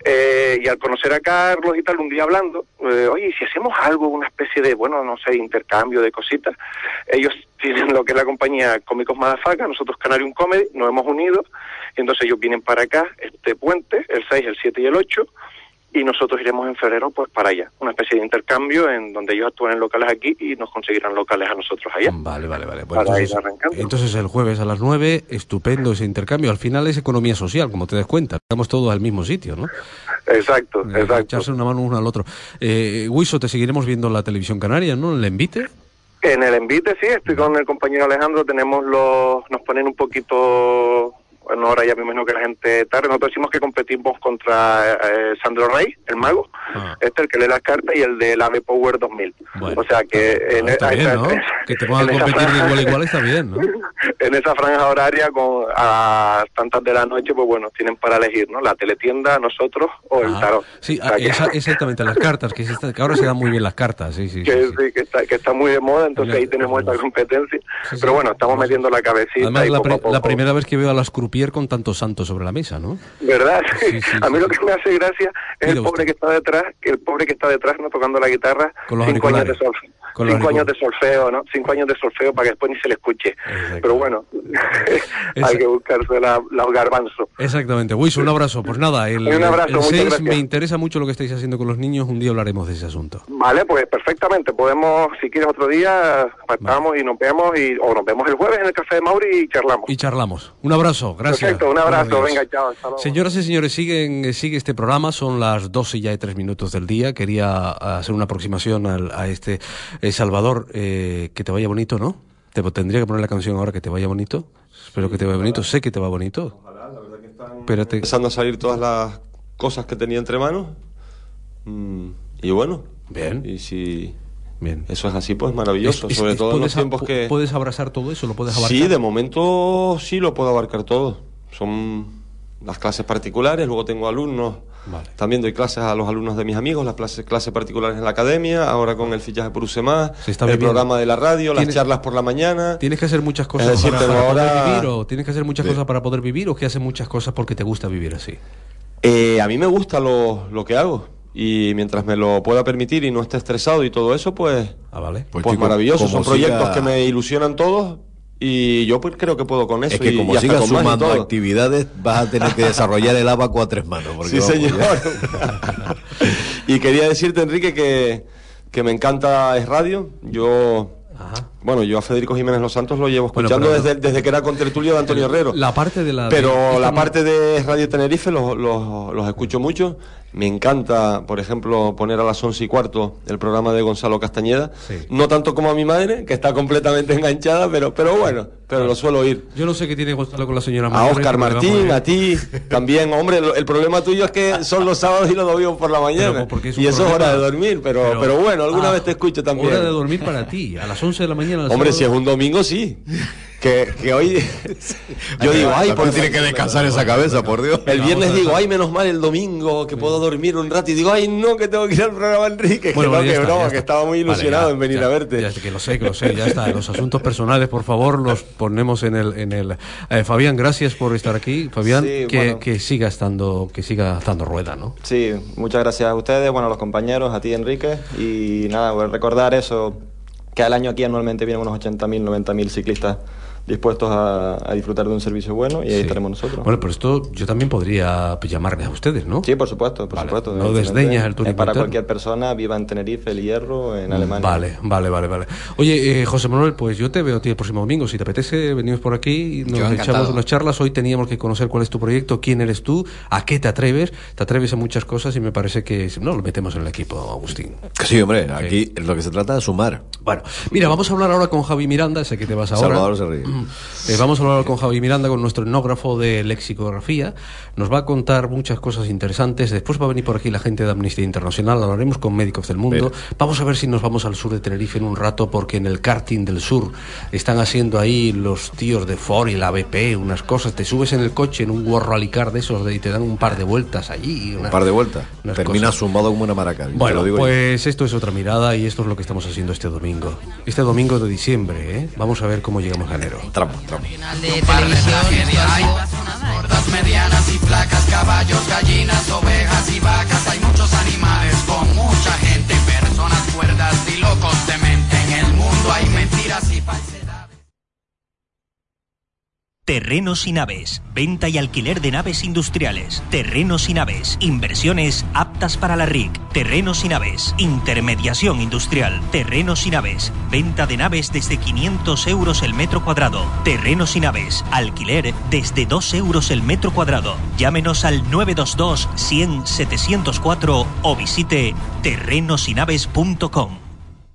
y al conocer a Carlos y tal, un día hablando, oye, si hacemos algo, una especie de, bueno, no sé, intercambio de cositas. Ellos tienen lo que es la compañía Cómicos Madafaca, nosotros Canarium Comedy, nos hemos unido, y entonces ellos vienen para acá, este puente, el 6, el 7 y el 8, y nosotros iremos en febrero pues para allá, una especie de intercambio en donde ellos actúan en locales aquí y nos conseguirán locales a nosotros allá. Vale. Bueno, para ir arrancando. Entonces el jueves a las 9, estupendo ese intercambio. Al final es economía social, como te das cuenta. Estamos todos al mismo sitio, ¿no? Exacto. Echarse una mano uno al otro. Wisho, te seguiremos viendo en la televisión canaria, ¿no? ¿En el Envite? En el Envite, sí, estoy con el compañero Alejandro, nos ponen un poquito... Bueno, ahora ya me imagino que la gente tarde. Nosotros decimos que competimos contra Sandro Rey, el mago, el que lee las cartas, y el del AVE Power 2000. Bueno, o sea que está bien, ¿no? Que te pongan a competir de igual a igual está bien, ¿no? En esa franja horaria, a tantas de la noche, pues bueno, tienen para elegir, ¿no? La teletienda, nosotros o el tarot. Sí, exactamente, las cartas, que ahora se dan muy bien las cartas, sí. Que está muy de moda, entonces ahí tenemos esta competencia. Pero bueno, estamos metiendo la cabecita. Además, y poco a poco. La primera vez que veo a las croupier con tantos santos sobre la mesa, ¿no? ¿Verdad? Sí, a mí lo que me hace gracia es el pobre que está detrás, no tocando la guitarra, con los auriculares. 5 años de solfeo, ¿no? 5 años de solfeo para que después ni se le escuche. Pero bueno, hay que buscarse los garbanzos. Exactamente. Wilson, un abrazo. Pues nada, un abrazo, muchas gracias. Me interesa mucho lo que estáis haciendo con los niños. Un día hablaremos de ese asunto. Vale, pues perfectamente. Podemos, si quieres otro día, pactamos y nos vemos, o nos vemos el jueves en el Café de Mauri y charlamos. Un abrazo, gracias. Perfecto, un abrazo. Venga, chao. Hasta luego. Señoras y señores, sigue este programa. Son las 12 ya y 3 minutos del día. Quería hacer una aproximación a este Salvador. Que te vaya bonito, ¿no? Tendría que poner la canción ahora, que te vaya bonito. Espero que te vaya bonito. Sé que te va bonito. Ojalá, la verdad que están Espérate. empezando a salir todas las cosas que tenía entre manos. Y bueno. Bien. Y si bien, eso es así, pues maravilloso. Sobre todo en los tiempos que... ¿Puedes abrazar todo eso? ¿Lo puedes abarcar? Sí, de momento sí lo puedo abarcar todo. Son las clases particulares, luego tengo alumnos. Vale. También doy clases a los alumnos de mis amigos, las clases particulares en la academia, ahora con el fichaje por USEMA, el programa de la radio, las charlas por la mañana. ¿Tienes que hacer muchas cosas para poder vivir? ¿O tienes que hacer muchas cosas para poder vivir? ¿O que haces muchas cosas porque te gusta vivir así? A mí me gusta lo que hago. Y mientras me lo pueda permitir y no esté estresado y todo eso, pues, vale. pues chico, maravilloso. Son proyectos que me ilusionan todos. Y yo pues creo que puedo con eso. Es que como sigas sumando actividades, vas a tener que desarrollar el abaco a 3 manos. Sí, señor. Y quería decirte, Enrique, que me encanta Es Radio. Bueno, yo a Federico Jiménez Los Santos lo llevo escuchando desde que era contertulio de Antonio Herrero. La parte de la... Pero la parte de Radio Tenerife los escucho mucho. Me encanta, por ejemplo, poner a las 11:15 el programa de Gonzalo Castañeda. Sí. No tanto como a mi madre, que está completamente enganchada, pero bueno, lo suelo oír. Yo no sé qué tiene Gonzalo con la señora Mayor. A Óscar Martín, a ti, también. Hombre, el problema tuyo es que son los sábados y los domingos por la mañana. Y eso es hora de dormir, pero bueno, alguna vez te escucho también. Hora de dormir para ti, a las 11 de la mañana. Hombre, si es un domingo, sí. Que hoy yo digo, ay, ¿por qué tiene que descansar esa cabeza, por Dios? El viernes digo, ay, menos mal el domingo, que puedo dormir un rato, y digo, ay, no, que tengo que ir al programa Enrique, que estaba muy ilusionado en venir a verte. Ya, que lo sé, ya está. Los asuntos personales, por favor, los ponemos en el Fabián, gracias por estar aquí. Fabián, sí, que siga estando rueda, ¿no? Sí, muchas gracias a ustedes, a los compañeros, a ti, Enrique, y nada, voy a recordar eso, que al año aquí anualmente vienen unos 80.000, 90.000 ciclistas dispuestos a disfrutar de un servicio bueno, y ahí estaremos nosotros. Bueno, pero esto yo también podría llamarles a ustedes, ¿no? Sí, por supuesto. No desdeñas el turismo para interno. Cualquier persona, viva en Tenerife, El Hierro, en Alemania. Vale. Oye, José Manuel, pues yo te veo a ti el próximo domingo. Si te apetece, venimos por aquí, nos echamos unas charlas. Hoy teníamos que conocer cuál es tu proyecto, quién eres tú, a qué te atreves. Te atreves a muchas cosas y me parece que lo metemos en el equipo, Agustín. Sí, hombre, aquí lo que se trata de sumar. Bueno, mira, vamos a hablar ahora con Javi Miranda, sé que te vas ahora. Salvador se ríe. Vamos a hablar con Javi Miranda, con nuestro etnógrafo de lexicografía. Nos va a contar muchas cosas interesantes. Después va a venir por aquí la gente de Amnistía Internacional. Hablaremos con Médicos del Mundo. Vamos a ver si nos vamos al sur de Tenerife en un rato, porque en el karting del sur están haciendo ahí los tíos de Ford y la BP unas cosas. Te subes en el coche en un World Rally Car de esos y te dan un par de vueltas allí. Un par de vueltas. Terminas zumbado como una maraca. Bueno, pues esto es otra mirada y esto es lo que estamos haciendo este domingo. Este domingo de diciembre, ¿eh? Vamos a ver cómo llegamos a enero. Tramo. De televisión, hay personas gordas, medianas y flacas, caballos, gallinas, ovejas y vacas. Hay muchos animales con mucha gente, personas cuerdas y locos de mente. En el mundo hay mentiras y falsedades. Terrenos y Naves, venta y alquiler de naves industriales. Terrenos y Naves, inversiones aptas para la RIC. Terrenos y Naves, intermediación industrial. Terrenos y Naves, venta de naves desde 500 euros el metro cuadrado. Terrenos y Naves, alquiler desde 2 euros el metro cuadrado. Llámenos al 922 100 704 o visite terrenosynaves.com.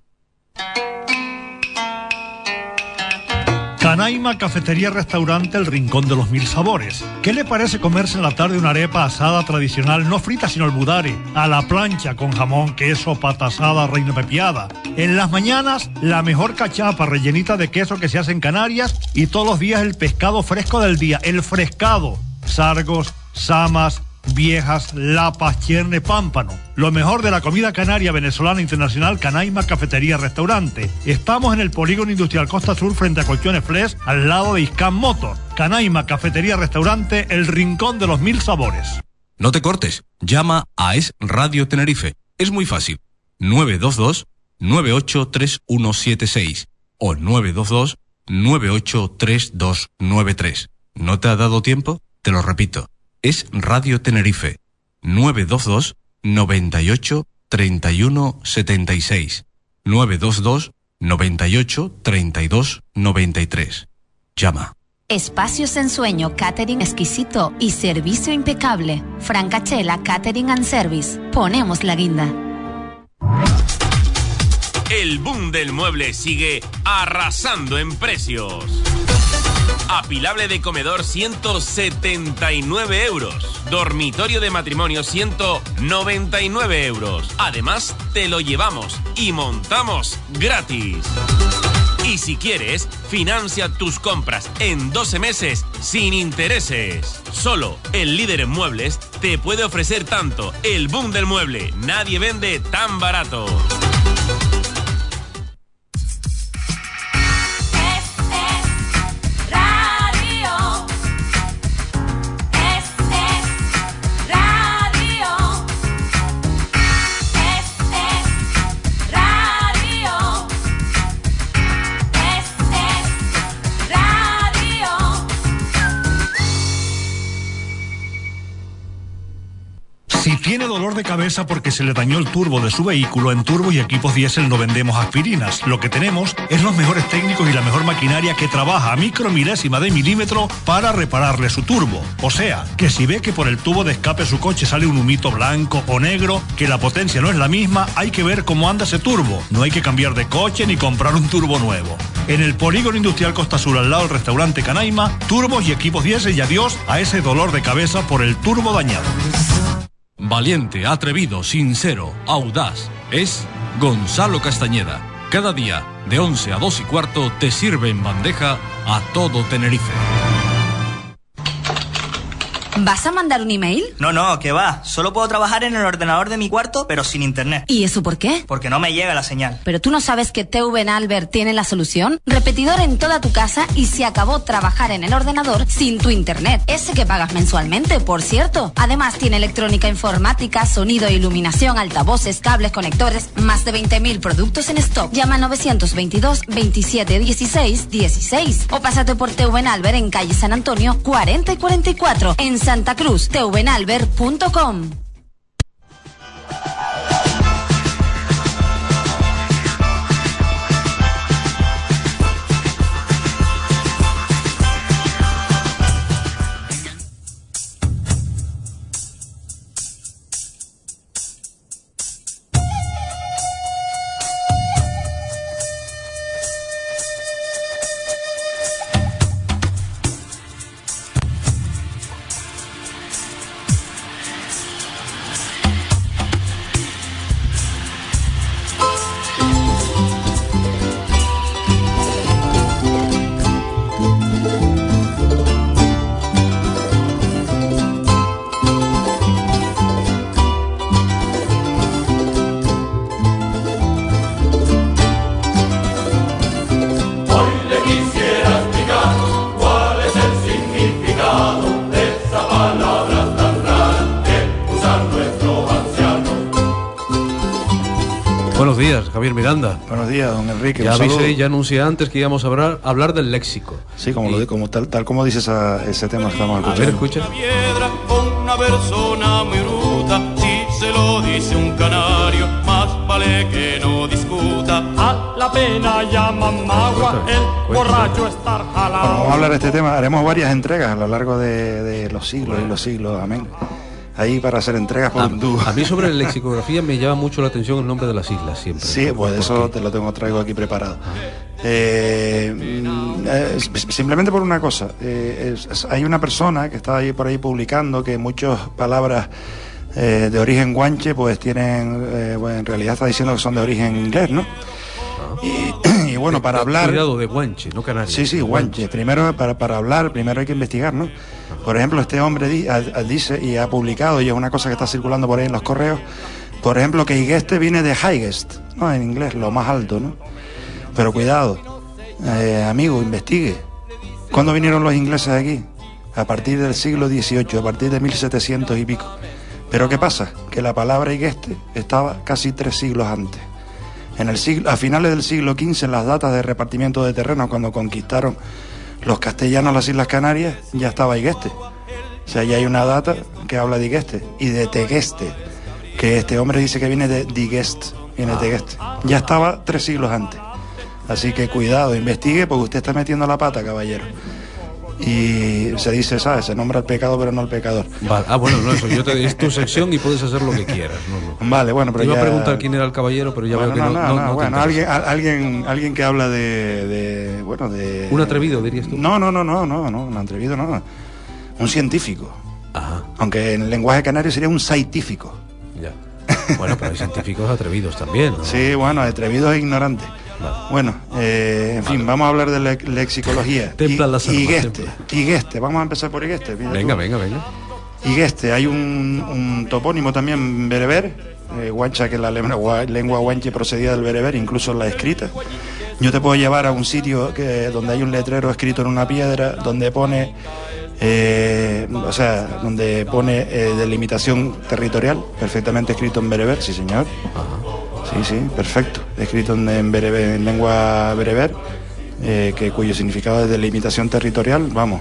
Canaima Cafetería Restaurante El Rincón de los Mil Sabores. ¿Qué le parece comerse en la tarde una arepa asada tradicional, no frita sino al budare, a la plancha con jamón, queso, pata asada, reina pepiada? En las mañanas, la mejor cachapa rellenita de queso que se hace en Canarias, y todos los días el pescado fresco del día, el frescado. Sargos, samas, viejas, lapas, chierne, pámpano. Lo mejor de la comida canaria venezolana internacional, Canaima Cafetería Restaurante. Estamos en el Polígono Industrial Costa Sur frente a Colchones Flex, al lado de Iscan Motor. Canaima Cafetería Restaurante, El Rincón de los Mil Sabores. No te cortes, llama a Es Radio Tenerife. Es muy fácil. 922 983176 o 922 983293. ¿No te ha dado tiempo? Te lo repito. Es Radio Tenerife. 922 98 31 76. 922 98 32 93. Llama. Espacios en Sueño, catering exquisito y servicio impecable. Francachela Catering and Service. Ponemos la guinda. El boom del mueble sigue arrasando en precios. Apilable de comedor 179 euros. Dormitorio de matrimonio 199 euros. Además, te lo llevamos y montamos gratis. Y si quieres, financia tus compras en 12 meses sin intereses. Solo el líder en muebles te puede ofrecer tanto. El boom del mueble. Nadie vende tan barato. Si tiene dolor de cabeza porque se le dañó el turbo de su vehículo, en Turbo y Equipos Diesel no vendemos aspirinas. Lo que tenemos es los mejores técnicos y la mejor maquinaria que trabaja a micromilésima de milímetro para repararle su turbo. O sea, que si ve que por el tubo de escape de su coche sale un humito blanco o negro, que la potencia no es la misma, hay que ver cómo anda ese turbo. No hay que cambiar de coche ni comprar un turbo nuevo. En el Polígono Industrial Costa Sur, al lado del restaurante Canaima, Turbos y Equipos Diesel, y adiós a ese dolor de cabeza por el turbo dañado. Valiente, atrevido, sincero, audaz. Es Gonzalo Castañeda. Cada día, de 11 a 2 y cuarto, te sirve en bandeja a todo Tenerife. ¿Vas a mandar un email? No, que va. Solo puedo trabajar en el ordenador de mi cuarto, pero sin internet. ¿Y eso por qué? Porque no me llega la señal. ¿Pero tú no sabes que TV en Albert tiene la solución? Repetidor en toda tu casa y se acabó trabajar en el ordenador sin tu internet. Ese que pagas mensualmente, por cierto. Además tiene electrónica informática, sonido e iluminación, altavoces, cables, conectores, más de 20.000 productos en stock. Llama 922 27 16 16 o pásate por TV en Albert en calle San Antonio 40 y 44 en Santa Cruz. tvenalbert.com. Buenos días, Javier Miranda. Buenos días, don Enrique. Ya avisé, ya anuncié antes que íbamos a hablar del léxico. Sí, tal como dice ese tema que estamos escuchando. A ver, escucha. Una persona muy bruta, si se lo dice un canario, más vale que no discuta. A la pena llaman magua, el borracho estar jalado. Bueno, vamos a hablar de este tema, haremos varias entregas a lo largo de los siglos y los siglos, amén. Ahí para hacer entregas por a mí sobre la lexicografía me llama mucho la atención el nombre de las islas siempre. Sí, pues eso te lo traigo aquí preparado. Simplemente por una cosa, hay una persona que está ahí por ahí publicando que muchas palabras de origen guanche pues tienen, bueno, en realidad está diciendo que son de origen inglés, ¿no? Y bueno, para hablar... Cuidado, de guanche, no canario. Sí, guanche. Primero, para hablar, primero hay que investigar, ¿no? Por ejemplo, este hombre dice y ha publicado, y es una cosa que está circulando por ahí en los correos, por ejemplo, que higueste viene de highest, ¿no? En inglés, lo más alto, ¿no? Pero cuidado, amigo, investigue. ¿Cuándo vinieron los ingleses aquí? A partir del siglo XVIII, a partir de 1700 y pico. Pero ¿qué pasa? Que la palabra higueste estaba casi 3 siglos antes. a finales del siglo XV, en las datas de repartimiento de terrenos, cuando conquistaron los castellanos las Islas Canarias, ya estaba Igueste. O sea, ya hay una data que habla de Igueste y de Tegueste, que este hombre dice que viene de Digest, viene de Tegueste. Ya estaba 3 siglos antes. Así que cuidado, investigue, porque usted está metiendo la pata, caballero. Y se dice, ¿sabes? Se nombra al pecado, pero no al pecador. Vale. Bueno, no, eso. Es tu sección y puedes hacer lo que quieras. No. Vale, bueno, pero te iba a preguntar quién era el caballero, pero ya veo que no. Bueno, alguien que habla de ¿Un atrevido, dirías tú? No, un atrevido no. Un científico. Ajá. Aunque en el lenguaje canario sería un científico. Ya. Bueno, pero hay científicos atrevidos también, ¿no? Sí, bueno, atrevidos e ignorantes. Vale. Bueno, en fin, vamos a hablar de lexicología. Igueste, vamos a empezar por Igueste. Venga. Igueste, hay un topónimo también bereber, guancha, que es la lengua guanche procedida del bereber, incluso en la escrita. Yo te puedo llevar a un sitio donde hay un letrero escrito en una piedra, donde pone donde pone delimitación territorial, perfectamente escrito en bereber, sí señor. Ajá. Sí, perfecto. Escrito en lengua bereber, cuyo significado es delimitación territorial, vamos,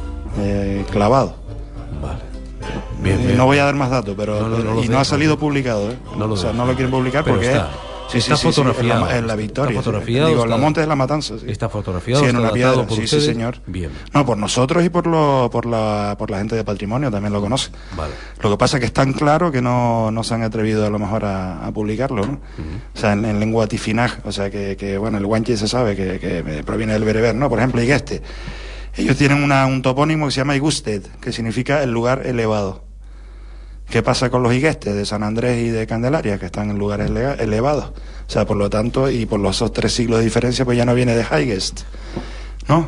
clavado. Vale. Bien. No voy a dar más datos, pero no ha salido publicado. No lo quieren publicar porque está fotografiado. En la Victoria. Está fotografiado. Los Montes de la Matanza. Sí. Está fotografiado. Sí, en una piedra. Por sí, señor. Bien. No, por nosotros y por la gente de patrimonio también lo conoce. Vale. Lo que pasa es que es tan claro que no se han atrevido a lo mejor a publicarlo, ¿no? O sea, en lengua tifinaj, o sea que bueno, el guanche se sabe que proviene del bereber, ¿no? Por ejemplo, Igueste. Ellos tienen un topónimo que se llama Igusted, que significa el lugar elevado. ¿Qué pasa con los Iguestes de San Andrés y de Candelaria, que están en lugares elevados? O sea, por lo tanto, y por los 3 siglos de diferencia, pues ya no viene de Highest, ¿no?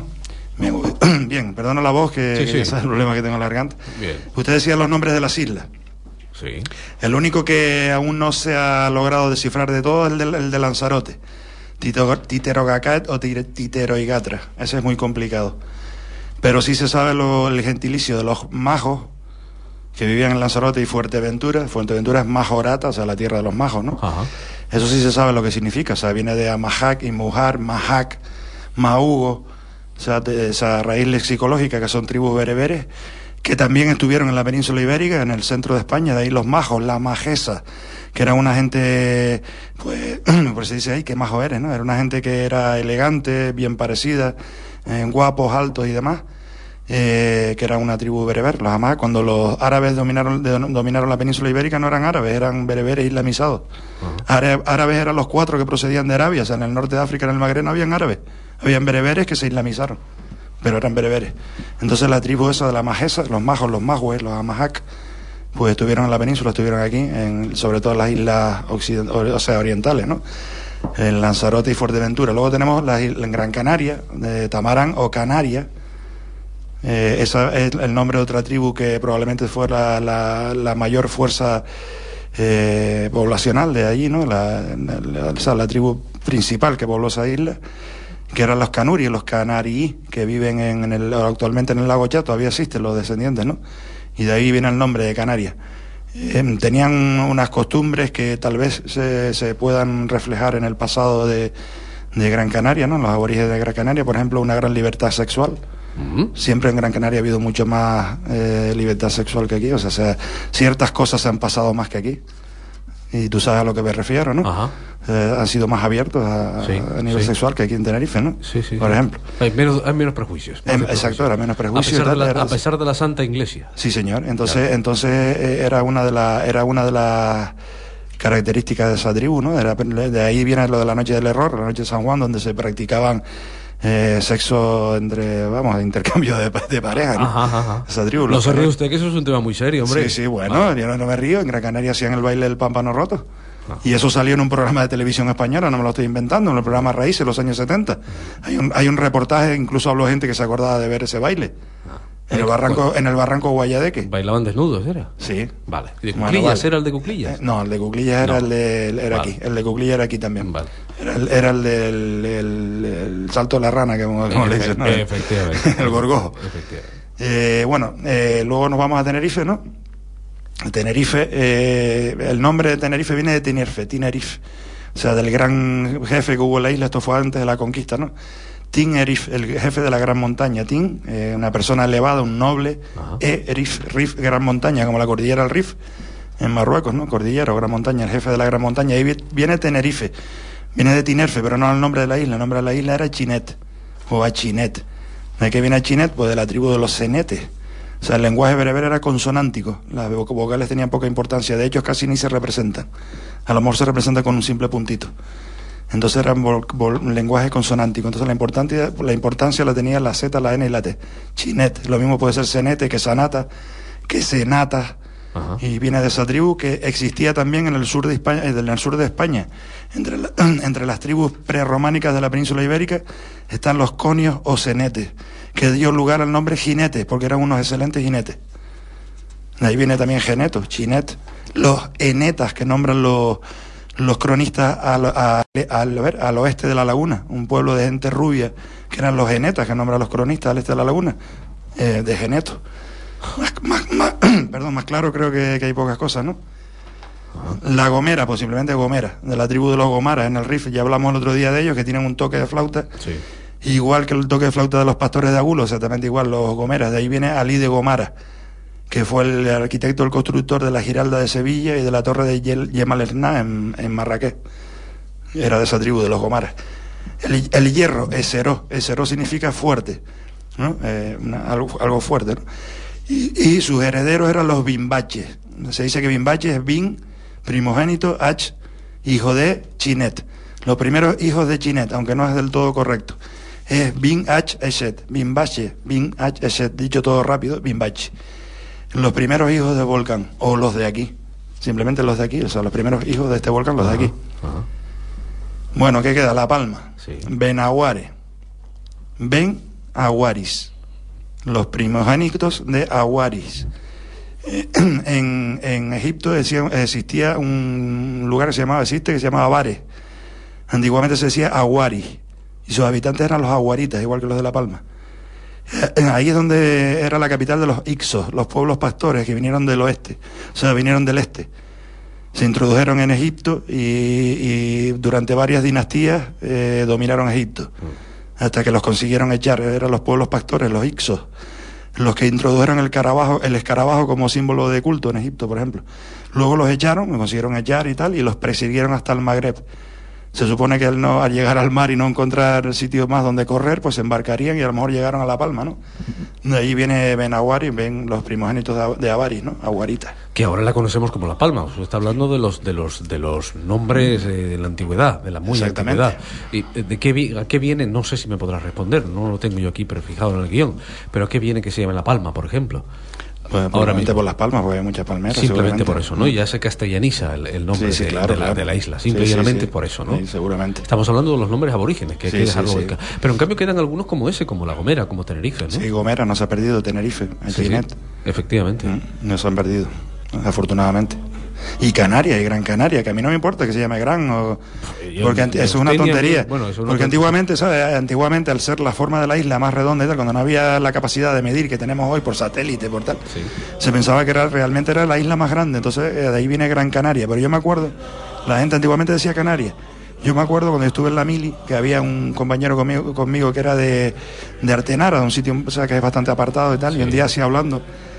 Bien, perdona la voz, que ese es el problema que tengo en la garganta. Bien. Usted decía los nombres de las islas. Sí. El único que aún no se ha logrado descifrar de todo es el de Lanzarote. Titerogacat o Titeroigatra. Ese es muy complicado. Pero sí se sabe el gentilicio de los majos que vivían en Lanzarote y Fuerteventura. Fuerteventura es majorata, o sea, la tierra de los majos, ¿no? Ajá. Eso sí se sabe lo que significa, o sea, viene de Amajac y Mujar, Majac, Mahugo, o sea, esa raíz lexicológica, que son tribus bereberes, que también estuvieron en la península ibérica, en el centro de España, de ahí los majos, la majesa, que era una gente, pues, por se dice, ay, qué majo eres, ¿no? Era una gente que era elegante, bien parecida, guapos, altos y demás. Que era una tribu bereber, los Amaj. Cuando los árabes dominaron la península ibérica, no eran árabes, eran bereberes islamizados. Árabes eran los 4 que procedían de Arabia, o sea, en el norte de África, en el Magreb, no habían árabes, habían bereberes que se islamizaron, pero eran bereberes. Entonces la tribu esa de la majesa, los majos, los mahues, los amajac, pues estuvieron en la península, estuvieron aquí, sobre todo en las islas orientales, ¿no? En Lanzarote y Fuerteventura. Luego tenemos en Gran Canaria, de Tamarán o Canaria. Esa es el nombre de otra tribu que probablemente fue la mayor fuerza poblacional de allí, ¿no? La tribu principal que pobló esa isla, que eran los canuri, los canarí, que viven actualmente en el lago Chad. Todavía existen los descendientes, ¿no? Y de ahí viene el nombre de Canarias. Tenían unas costumbres que tal vez se puedan reflejar en el pasado de Gran Canaria, ¿no? Los aborígenes de Gran Canaria, por ejemplo, una gran libertad sexual. Siempre en Gran Canaria ha habido mucho más libertad sexual que aquí, o sea, ciertas cosas se han pasado más que aquí, y tú sabes a lo que me refiero, ¿no? Ajá. Han sido más abiertos a nivel sexual que aquí en Tenerife, ¿no? Sí. Por ejemplo. Hay menos prejuicios. Exacto, era menos prejuicios. A pesar de la Santa Iglesia. Sí, señor. Entonces era una de las características de esa tribu, ¿no? De ahí viene lo de la noche del error, la noche de San Juan, donde se practicaban sexo intercambio de pareja, ¿no? Ajá. Esa tribu. No se ríe usted, que eso es un tema muy serio, hombre. Sí, bueno, yo no me río. En Gran Canaria hacían el baile del pámpano roto. Y eso salió en un programa de televisión española, no me lo estoy inventando, en el programa Raíces, en los años 70. Hay un reportaje, incluso habló gente que se acordaba de ver ese baile. En el barranco Guayadeque. ¿Bailaban desnudos, era? Sí. Vale. ¿De Cuclillas era el de Cuclillas? No, el de Cuclillas era vale. Aquí. El de Cuclillas era aquí también. Vale. Era el del salto de la rana, como le dicen, ¿no? Efectivamente. El gorgojo. Efectivamente. Luego nos vamos a Tenerife, ¿no? Tenerife, el nombre de Tenerife viene de Tenerife. o sea, del gran jefe que hubo en la isla. Esto fue antes de la conquista, ¿no? Tin Erif, el jefe de la gran montaña. Tin, una persona elevada, un noble. Rif, gran montaña, como la cordillera del Rif en Marruecos, ¿no? Cordillera o gran montaña, el jefe de la gran montaña. Ahí viene Tenerife, viene de Tinerfe, pero no el nombre de la isla. El nombre de la isla era Chinet o Achinet. ¿De qué viene Achinet? Pues de la tribu de los cenetes. O sea, el lenguaje bereber era consonántico, las vocales tenían poca importancia, de hecho casi ni se representan, a lo mejor se representa con un simple puntito. Entonces era un lenguaje consonántico. Entonces la importancia la tenía la Z, la N y la T. Chinet, lo mismo puede ser cenete que sanata, que senata. Ajá. Y viene de esa tribu que existía también en el sur de España, entre las tribus prerrománicas de la península ibérica están los conios o cenetes, que dio lugar al nombre jinetes, porque eran unos excelentes jinetes. De ahí viene también geneto, chinet, los enetas que nombran los cronistas al oeste de la laguna, un pueblo de gente rubia, que eran los enetas que nombran los cronistas al este de la laguna, de geneto. Más claro creo que hay pocas cosas, ¿no? La gomera, posiblemente gomera, de la tribu de los gomaras en el Rif, ya hablamos el otro día de ellos, que tienen un toque de flauta, sí. Igual que el toque de flauta de los pastores de Agulo, exactamente igual los gomeras. De ahí viene Ali de Gomara, que fue el arquitecto, el constructor de la Giralda de Sevilla y de la torre de Yemal Erná en Marrakech. Era de esa tribu de los gomaras. El hierro, eseró significa fuerte, ¿no? Algo fuerte, ¿no? Y sus herederos eran los bimbaches. Se dice que bimbache es bin, primogénito, H, hijo de Chinet. Los primeros hijos de Chinet, aunque no es del todo correcto, es bin H Eshet, bimbache, bin H Eshet, dicho todo rápido, bimbache. Los primeros hijos del volcán, o los de aquí, simplemente los de aquí, o sea, los primeros hijos de este volcán, los de aquí. Bueno, ¿qué queda? La Palma, sí. Benaguare, Ben Aguaris, los primogénitos de Aguaris. En Egipto existía un lugar que se llamaba Bares. Antiguamente se decía Aguari, y sus habitantes eran los aguaritas, igual que los de La Palma. Ahí es donde era la capital de los Ixos, los pueblos pastores que vinieron del oeste, o sea, vinieron del este. Se introdujeron en Egipto y durante varias dinastías dominaron Egipto, hasta que los consiguieron echar. Eran los pueblos pastores, los Ixos, los que introdujeron el escarabajo como símbolo de culto en Egipto, por ejemplo. Luego los echaron, los consiguieron echar y tal, y los persiguieron hasta el Magreb. Se supone que al llegar al mar y no encontrar sitio más donde correr, pues se embarcarían y a lo mejor llegaron a La Palma, ¿no? De ahí viene Benaguari, ven los primogénitos de Avaris, ¿no? Aguarita. Que ahora la conocemos como La Palma. Usted está hablando de los nombres de la antigüedad, de la muy antigüedad. ¿Y a qué viene? No sé si me podrás responder, no lo tengo yo aquí prefijado en el guión, pero ¿a qué viene que se llame La Palma, por ejemplo? Pues probablemente por Las Palmas, porque hay muchas palmeras. Simplemente por eso, ¿no? Ya se castellaniza el nombre de la isla, simplemente por eso, ¿no? Sí, seguramente. Estamos hablando de los nombres aborígenes, que hay que dejarlo. Pero en cambio quedan algunos como ese, como La Gomera, como Tenerife, ¿no? Sí, Gomera no se ha perdido, Tenerife, Chinet. Efectivamente. No se han perdido, afortunadamente. Y Canarias, y Gran Canaria, que a mí no me importa que se llame Gran porque eso es una tontería. Porque antiguamente, ¿sabes? Antiguamente, al ser la forma de la isla más redonda y tal, cuando no había la capacidad de medir que tenemos hoy por satélite, por tal, se pensaba que realmente era la isla más grande. Entonces, de ahí viene Gran Canaria. Pero yo me acuerdo, la gente antiguamente decía Canarias. Yo me acuerdo cuando estuve en la mili, que había un compañero conmigo que era de Artenara, de un sitio, o sea, que es bastante apartado y tal, y un día así hablando.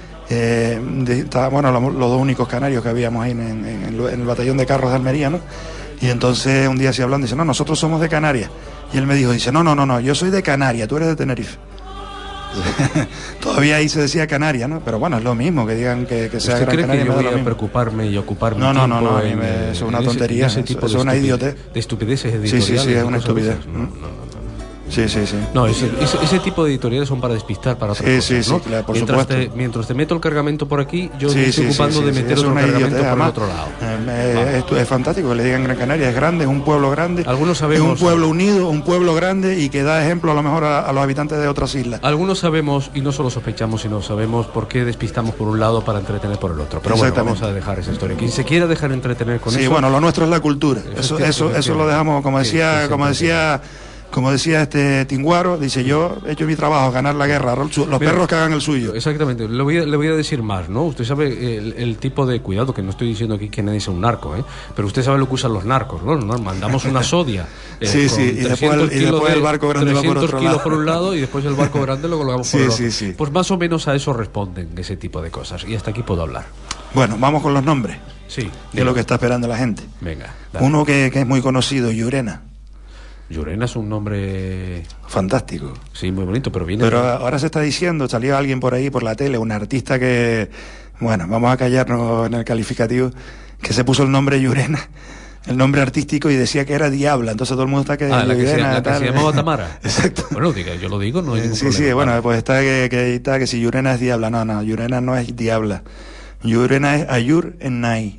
Los dos únicos canarios que habíamos ahí en el batallón de carros de Almería, ¿no? Y entonces un día así hablando, dice, no, nosotros somos de Canarias. Y él me dijo, no, yo soy de Canarias, tú eres de Tenerife. Todavía ahí se decía Canarias, ¿no? Pero bueno, es lo mismo que digan que sea Gran Canaria. ¿Usted cree que yo voy a preocuparme y ocupar mi tiempo? No, eso es una tontería, eso es una idiotez. De estupideces editoriales. Sí, es una estupidez. Sí. No, ese tipo de editoriales son para despistar, para otras cosas, ¿no? Claro, por supuesto. Mientras te meto el cargamento por aquí, yo estoy ocupando de meter otro cargamento por el otro lado. Es fantástico que le digan Gran Canaria, es grande, es un pueblo grande, algunos sabemos, es un pueblo unido, un pueblo grande y que da ejemplo a lo mejor a los habitantes de otras islas. Algunos sabemos, y no solo sospechamos, sino sabemos por qué despistamos por un lado para entretener por el otro. Pero bueno, vamos a dejar esa historia. Quien se quiera dejar entretener con eso... Sí, bueno, lo nuestro es la cultura. Eso lo dejamos, como decía como decía este Tinguaro, dice, yo he hecho mi trabajo, ganar la guerra, los perros que hagan el suyo. Exactamente, le voy a decir más, ¿no? Usted sabe el tipo de cuidado, que no estoy diciendo aquí que nadie sea un narco, pero usted sabe lo que usan los narcos, ¿no? Mandamos una sodia. Sí, y después el barco grande va por otro kilos lado. por un lado y después el barco grande lo colocamos por el otro. Sí. Pues más o menos a eso responden ese tipo de cosas, y hasta aquí puedo hablar. Bueno, vamos con los nombres. Sí. De lo que está esperando la gente. Venga. Dale. Uno que es muy conocido, Llurena. Llurena es un nombre fantástico. Sí, muy bonito, pero viene... Pero ahora se está diciendo, salió alguien por ahí, por la tele, un artista que, bueno, vamos a callarnos en el calificativo, que se puso el nombre Llurena, el nombre artístico, y decía que era Diabla, entonces todo el mundo está que... la que se llamaba Tamara. Exacto. Bueno, yo lo digo, no hay ningún problema. Sí, bueno, pues está que si Llurena es Diabla, no, Llurena no es Diabla. Llurena es Ayur Ennai.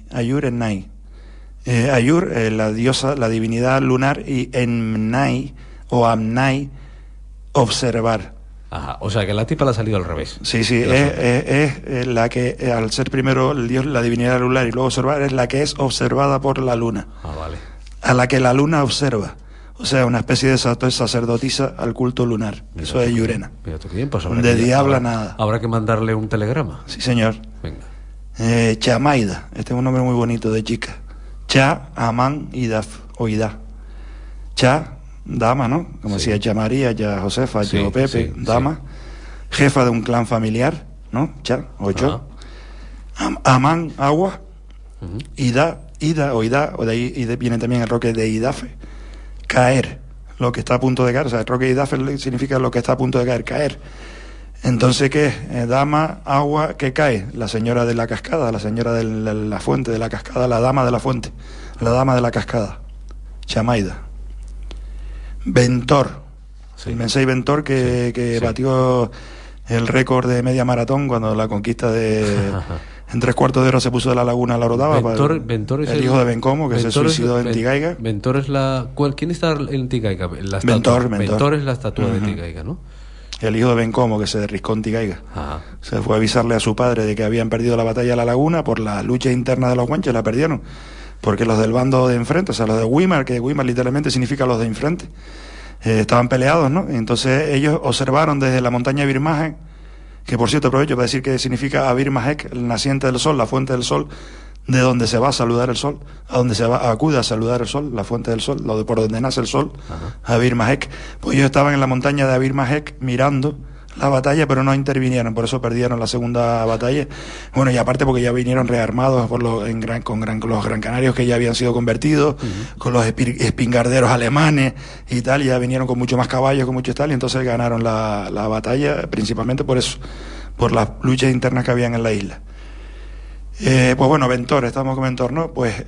Ayur, la diosa, la divinidad lunar, y Ennai o Amnai, observar. Ajá, o sea que la tipa la ha salido al revés. Sí, es la que, al ser primero el dios, la divinidad lunar, y luego observar, es la que es observada por la luna. Vale. A la que la luna observa. O sea, una especie de sacerdotisa al culto lunar. Eso es Llurena. De Diabla nada. Habrá que mandarle un telegrama. Sí, señor. Venga. Chamaida, este es un nombre muy bonito de chica. Cha, Amán, Idaf, o Ida. Cha, dama, ¿no? Como decía Cha María, Cha Josefa, Cha Pepe, dama. Jefa de un clan familiar, ¿no? Cha, o Cho. Amán, agua. Ida, o de ahí viene también el roque de Idafe. Caer, lo que está a punto de caer. O sea, el roque de Idafe significa lo que está a punto de caer, caer. Entonces, ¿qué es? Dama, agua, ¿qué cae? La señora de la cascada, la señora de la fuente de la cascada, la dama de la fuente, la dama de la cascada. Chamaida. Ventor. El Mensei Ventor que batió el récord de media maratón cuando la conquista de... En 3/4 de hora se puso de la laguna a la Orotava. Ventor es el hijo de Bencomo, que se suicidó en Tigaiga. Ventor es la... ¿Quién está en Tigaiga? Ventor es la estatua de Tigaiga, ¿no? El hijo de Bencomo, que se derriscó en Tigaiga. Se fue a avisarle a su padre de que habían perdido la batalla de la laguna por la lucha interna de los guanches, la perdieron. Porque los del bando de enfrente, o sea, los de Weimar, que Weimar literalmente significa los de enfrente, estaban peleados, ¿no? Entonces ellos observaron desde la montaña de Birmahek, que por cierto aprovecho para decir que significa Birmahek, el naciente del sol, la fuente del sol, de donde se va a saludar el sol, a donde acude a saludar el sol, la fuente del sol, por donde nace el sol, Birmahek. Pues ellos estaban en la montaña de Birmahek mirando la batalla, pero no intervinieron, por eso perdieron la segunda batalla. Bueno, y aparte porque ya vinieron rearmados con los gran canarios que ya habían sido convertidos, con los espingarderos alemanes y tal, y ya vinieron con mucho más caballos, con mucho tal, y entonces ganaron la batalla, principalmente por eso, por las luchas internas que habían en la isla. Pues bueno, Ventor, estamos con Ventor, ¿no? Pues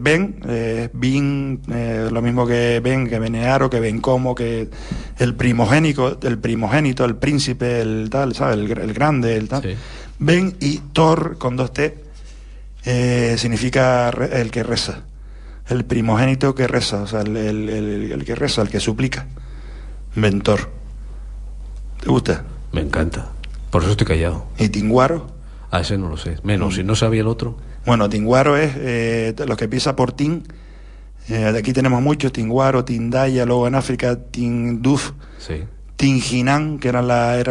Bin, lo mismo que Ben, que Benearo, que Bencomo, que el primogénito, el príncipe, el tal, ¿sabes? El grande, el tal. Sí. Ben, y Tor con 2 T significa el que reza. El primogénito que reza, o sea, el que reza, el que suplica. Ventor. ¿Te gusta? Me encanta. Por eso estoy callado. ¿Y Tinguaro? Ese no lo sé. Menos, si no sabía el otro. Bueno, Tinguaro es los que empieza por Tin. De aquí tenemos muchos: Tinguaro, Tindaya, luego en África Tinduf, Tinginán, que era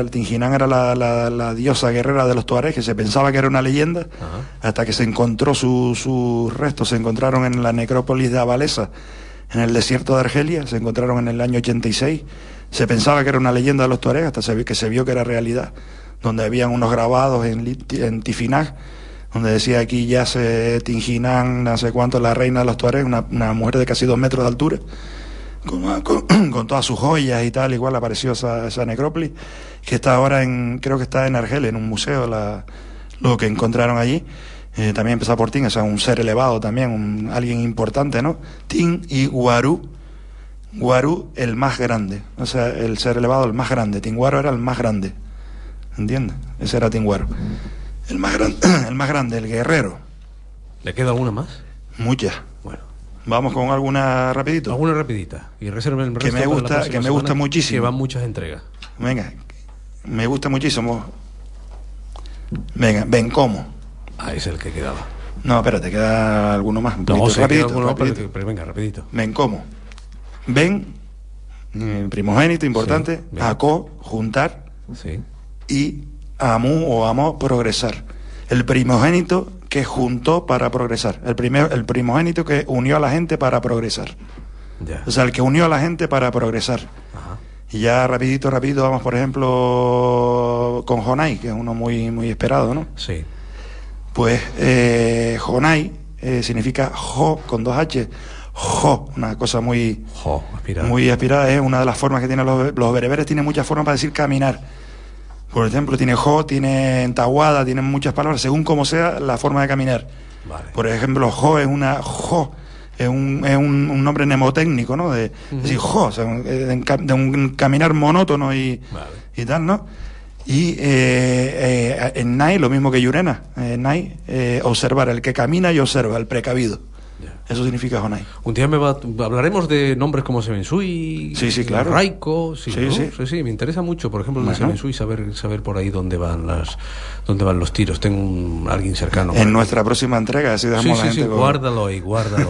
la diosa guerrera de los tuaregs, que se pensaba que era una leyenda, hasta que se encontró sus restos, se encontraron en la necrópolis de Abalesa, en el desierto de Argelia, se encontraron en el año 86. Se pensaba que era una leyenda de los tuaregs, hasta que se vio que era realidad, donde habían unos grabados en Tifinag, donde decía: aquí yace Tinginán, no sé cuánto, la reina de los tuaregs, una mujer de casi 2 metros de altura, con todas sus joyas y tal. Igual apareció esa necrópolis, que está ahora creo que está en Argelia, en un museo, lo que encontraron allí. También empezó por Tin, o sea, un ser elevado también, alguien importante, ¿no? Tin y Guarú, el más grande, o sea, el ser elevado, el más grande. Tinguaro era el más grande, ¿entiendes? Ese era Tinguaro, el más grande, el guerrero. ¿Le queda alguna más? Muchas. Bueno, vamos con alguna rapidito. Alguna rapidita y reserven el resto que me gusta muchísimo, que van muchas entregas. Venga, me gusta muchísimo. Venga, Bencomo. Es el que quedaba. No, espérate, queda alguno más. Rapidito. Pero venga, rapidito. Bencomo. Ben, primogénito, importante, Sí, aco, juntar, sí, y amu o amo, progresar. El primogénito que juntó para progresar, el primogénito que unió a la gente para progresar. Ya. O sea, el que unió a la gente para progresar. Ajá. Y ya rapidito, vamos, por ejemplo, con Jonai, que es uno muy, muy esperado, ¿no? Sí. Pues Jonai significa jo con 2 H, jo, una cosa muy aspirada. Muy aspirada, es una de las formas que tienen los bereberes, tienen muchas formas para decir caminar. Por ejemplo, tiene jo, tiene entaguada, tiene muchas palabras, según como sea la forma de caminar. Vale. Por ejemplo, jo es un nombre mnemotécnico, ¿no? De decir jo, o sea, de un caminar monótono y tal, ¿no? Y en Nai, lo mismo que Yurena, Nai, observar, el que camina y observa, el precavido. Eso significa Jonai. Un día hablaremos de nombres como Semensui, sí, claro. Raico, sí, Sí, ¿no? sí, me interesa mucho, por ejemplo, el de Semensui, saber por ahí dónde van los tiros. Tengo alguien cercano. En nuestra próxima entrega, así dejamos la gente. Guárdalo ahí.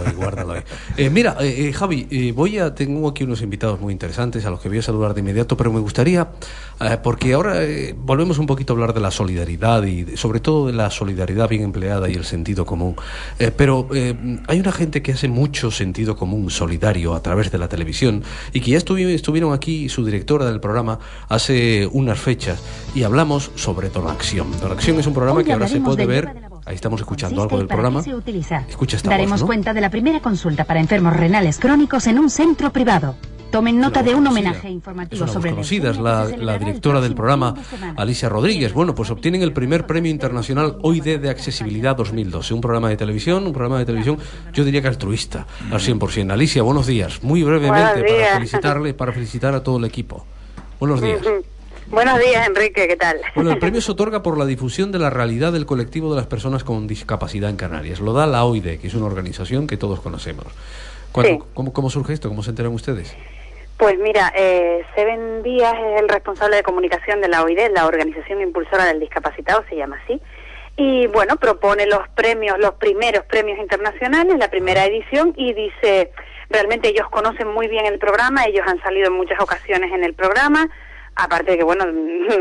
Mira, Javi, tengo aquí unos invitados muy interesantes a los que voy a saludar de inmediato, pero me gustaría, porque ahora volvemos un poquito a hablar de la solidaridad y sobre todo de la solidaridad bien empleada y el sentido común. Pero hay una gente que hace mucho sentido común solidario a través de la televisión y que ya estuvieron aquí su directora del programa hace unas fechas y hablamos sobre Donaxión. Donaxión es un programa que ahora se puede ver. Ahí estamos escuchando algo del programa. Escucha esta Daremos voz, ¿no? cuenta de la primera consulta para enfermos renales crónicos en un centro privado. Tomen nota de un homenaje informativo sobre conocida, es la directora del programa, Alicia Rodríguez. Bueno, pues obtienen el primer premio internacional OID de Accesibilidad 2012. Un programa de televisión, yo diría que altruista, al 100%. Alicia, buenos días. Muy brevemente, para felicitar a todo el equipo. Buenos días. Buenos días, Enrique, ¿qué tal? Bueno, el premio se otorga por la difusión de la realidad del colectivo de las personas con discapacidad en Canarias. Lo da la OID, que es una organización que todos conocemos. Sí. ¿Cómo surge esto? ¿Cómo se enteran ustedes? Pues mira, Seven Díaz es el responsable de comunicación de la OID, la Organización Impulsora del Discapacitado, se llama así. Y bueno, propone los primeros premios internacionales, la primera edición, y dice, realmente ellos conocen muy bien el programa, ellos han salido en muchas ocasiones en el programa, aparte de que, bueno,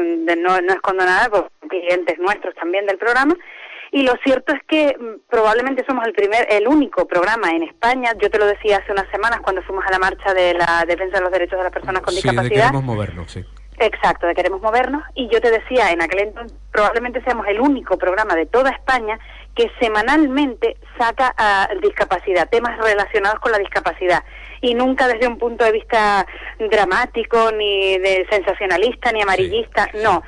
no escondo nada, pues clientes nuestros también del programa. Y lo cierto es que probablemente somos el único programa en España. Yo te lo decía hace unas semanas cuando fuimos a la marcha de la defensa de los derechos de las personas con discapacidad. Sí, de Queremos Movernos, sí. Exacto, de Queremos Movernos. Y yo te decía, en aquel entonces probablemente seamos el único programa de toda España que semanalmente saca a discapacidad, temas relacionados con la discapacidad. Y nunca desde un punto de vista dramático, ni de sensacionalista, ni amarillista, no.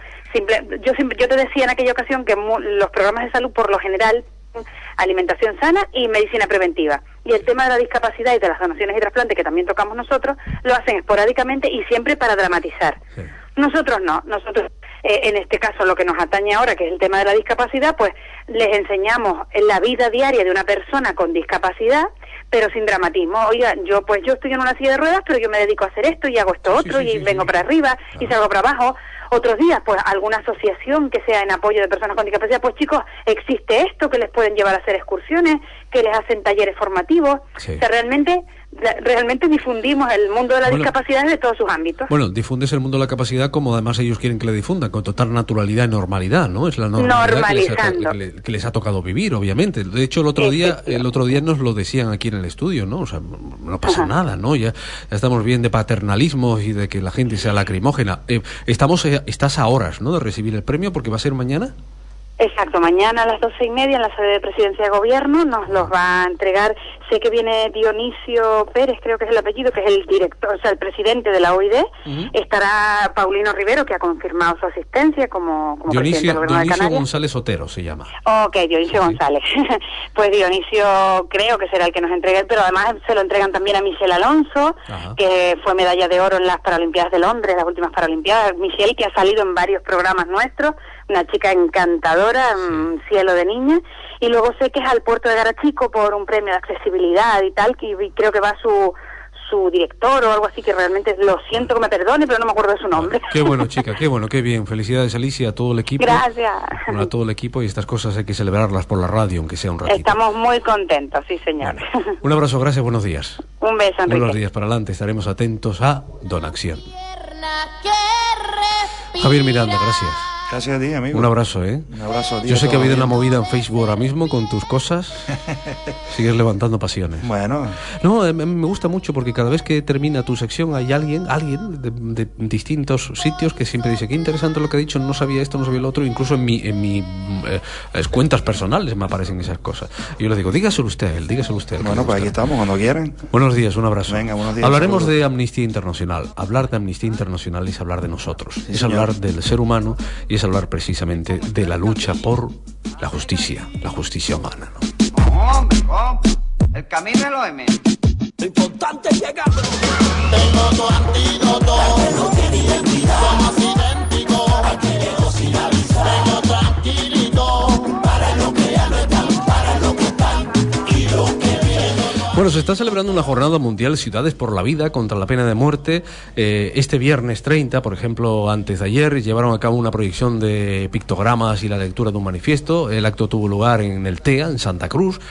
Yo te decía en aquella ocasión que los programas de salud por lo general alimentación sana y medicina preventiva, y el tema de la discapacidad y de las donaciones y trasplantes, que también tocamos nosotros, lo hacen esporádicamente y siempre para dramatizar. Sí. Nosotros no, en este caso lo que nos atañe ahora, que es el tema de la discapacidad, pues les enseñamos la vida diaria de una persona con discapacidad, pero sin dramatismo. Oiga, yo estoy en una silla de ruedas, pero yo me dedico a hacer esto y hago esto otro, vengo para arriba y salgo para abajo. Otros días, pues alguna asociación que sea en apoyo de personas con discapacidad, pues chicos, existe esto, que les pueden llevar a hacer excursiones, que les hacen talleres formativos. Sí. O sea, realmente difundimos el mundo de la discapacidad desde todos sus ámbitos. Bueno, difundes el mundo de la capacidad como además ellos quieren que le difundan, con total naturalidad y normalidad, ¿no? Es la normalidad que les ha tocado vivir, obviamente. De hecho, el otro día nos lo decían aquí en el estudio, ¿no? O sea, no pasa nada, ¿no? Ya estamos bien de paternalismos y de que la gente sea lacrimógena. Estás a horas, ¿no?, de recibir el premio, porque va a ser mañana. Exacto, mañana a las 12:30 en la sede de Presidencia de Gobierno nos los va a entregar. Sé que viene Dionisio Pérez, creo que es el apellido, que es el director, o sea, el presidente de la OID. Estará Paulino Rivero, que ha confirmado su asistencia como presidente del Gobierno de Canarias. Dionisio González Otero se llama. Ok, Dionisio González. Pues Dionisio creo que será el que nos entregue, pero además se lo entregan también a Michelle Alonso, que fue medalla de oro en las Paralimpiadas de Londres, las últimas Paralimpiadas. Michelle, que ha salido en varios programas nuestros, una chica encantadora, cielo de niña. Y luego sé que es al puerto de Garachico por un premio de accesibilidad y tal, que creo que va su su director o algo así, que realmente lo siento que me perdone, pero no me acuerdo de su nombre. Qué bueno, chica, qué bueno, qué bien. Felicidades, Alicia, a todo el equipo. Gracias. Bueno, a todo el equipo, y estas cosas hay que celebrarlas por la radio, aunque sea un ratito. Estamos muy contentos, sí, señor. Bueno, un abrazo, gracias, buenos días. Un beso, Enrique. Buenos días para adelante, estaremos atentos a Don Acción. Javier Miranda, gracias. Gracias a ti, amigo. Un abrazo, ¿eh? Un abrazo a ti. Yo sé que ha habido una movida en Facebook ahora mismo con tus cosas. Sigues levantando pasiones. Bueno. No, me gusta mucho porque cada vez que termina tu sección hay alguien de distintos sitios que siempre dice, qué interesante lo que ha dicho, no sabía esto, no sabía lo otro. Incluso en mi cuentas personales me aparecen esas cosas. Y yo le digo, dígaselo usted a él, dígaselo usted. Bueno, pues aquí estamos, cuando quieran. Buenos días, un abrazo. Venga, buenos días. Hablaremos de Amnistía Internacional. Hablar de Amnistía Internacional es hablar de nosotros. Sí, es señor. hablar del ser humano y es hablar precisamente de la lucha por la justicia humana, ¿no? Hombre, el camino es lo M. Lo importante es llegar. Tengo tu antídoto. No tiene identidad. Somos idénticos. Queremos sin avisar. Tengo tranquilito. Para lo que ya no están. Para lo que están. Y lo que viene. Bueno, se está celebrando una jornada mundial Ciudades por la Vida contra la pena de muerte. Este viernes 30, por ejemplo, antes de ayer, llevaron a cabo una proyección de pictogramas y la lectura de un manifiesto. El acto tuvo lugar en el TEA, en Santa Cruz.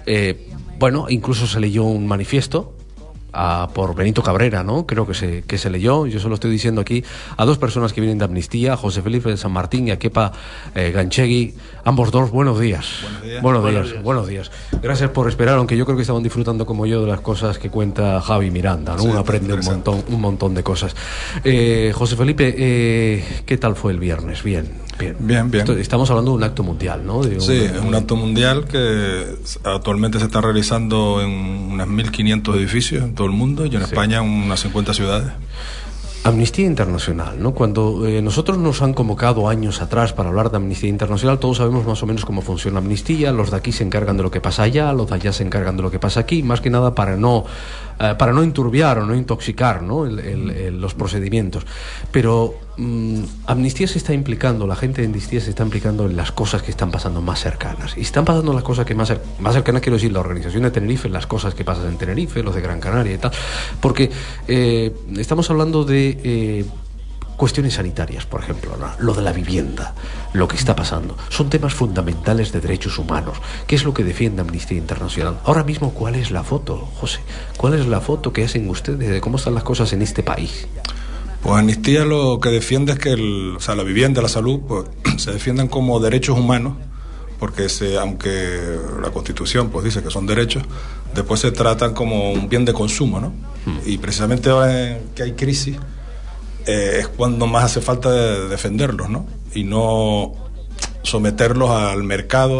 Bueno, incluso se leyó un manifiesto por Benito Cabrera, ¿no? Creo que se leyó. Yo solo estoy diciendo aquí a dos personas que vienen de Amnistía, a José Felipe de San Martín y a Kepa Ganchegui. Ambos dos, buenos días. Buenos días. Gracias por esperar, aunque yo creo que estaban disfrutando como yo de las cosas que cuenta Javi Miranda, ¿no? Sí, uno aprende un montón de cosas. José Felipe, ¿qué tal fue el viernes? Bien. Estamos hablando de un acto mundial, ¿no? Sí, es un acto mundial que actualmente se está realizando en unas 1.500 edificios en todo el mundo y en España en unas 50 ciudades. Amnistía Internacional, ¿no? Cuando nosotros nos han convocado años atrás para hablar de Amnistía Internacional, todos sabemos más o menos cómo funciona Amnistía. Los de aquí se encargan de lo que pasa allá, los de allá se encargan de lo que pasa aquí, más que nada para no enturbiar o no intoxicar, ¿no? los procedimientos. Pero Amnistía se está implicando, la gente de Amnistía se está implicando en las cosas que están pasando más cercanas. Y están pasando las cosas que más cercanas, quiero decir, la organización de Tenerife, las cosas que pasan en Tenerife, los de Gran Canaria y tal. Porque estamos hablando de cuestiones sanitarias, por ejemplo, ¿no? Lo de la vivienda, lo que está pasando, son temas fundamentales de derechos humanos. ¿Qué es lo que defiende Amnistía Internacional? Ahora mismo, ¿cuál es la foto, José? ¿Cuál es la foto que hacen ustedes de cómo están las cosas en este país? Pues Amnistía lo que defiende es que la vivienda, la salud, pues, se defiendan como derechos humanos, porque aunque la Constitución pues dice que son derechos, después se tratan como un bien de consumo, ¿no? Y precisamente ahora que hay crisis, es cuando más hace falta defenderlos, ¿no? Y no someterlos al mercado,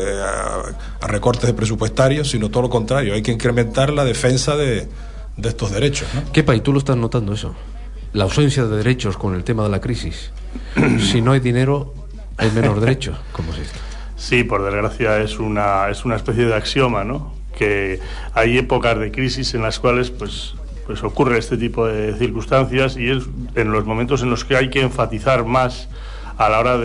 a recortes presupuestarios, sino todo lo contrario, hay que incrementar la defensa de estos derechos, ¿no? Kepa, ¿y tú lo estás notando eso? La ausencia de derechos con el tema de la crisis. Si no hay dinero, hay menos derechos. ¿Cómo es esto? Sí, por desgracia es una especie de axioma, ¿no? Que hay épocas de crisis en las cuales pues ocurre este tipo de circunstancias, y es en los momentos en los que hay que enfatizar más a la hora de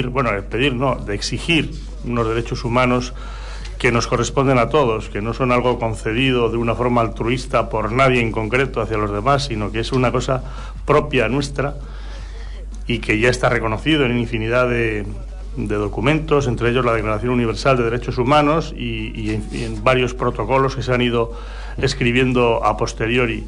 de exigir unos derechos humanos que nos corresponden a todos, que no son algo concedido de una forma altruista por nadie en concreto hacia los demás, sino que es una cosa propia nuestra y que ya está reconocido en infinidad de documentos, entre ellos la Declaración Universal de Derechos Humanos y en varios protocolos que se han ido escribiendo a posteriori.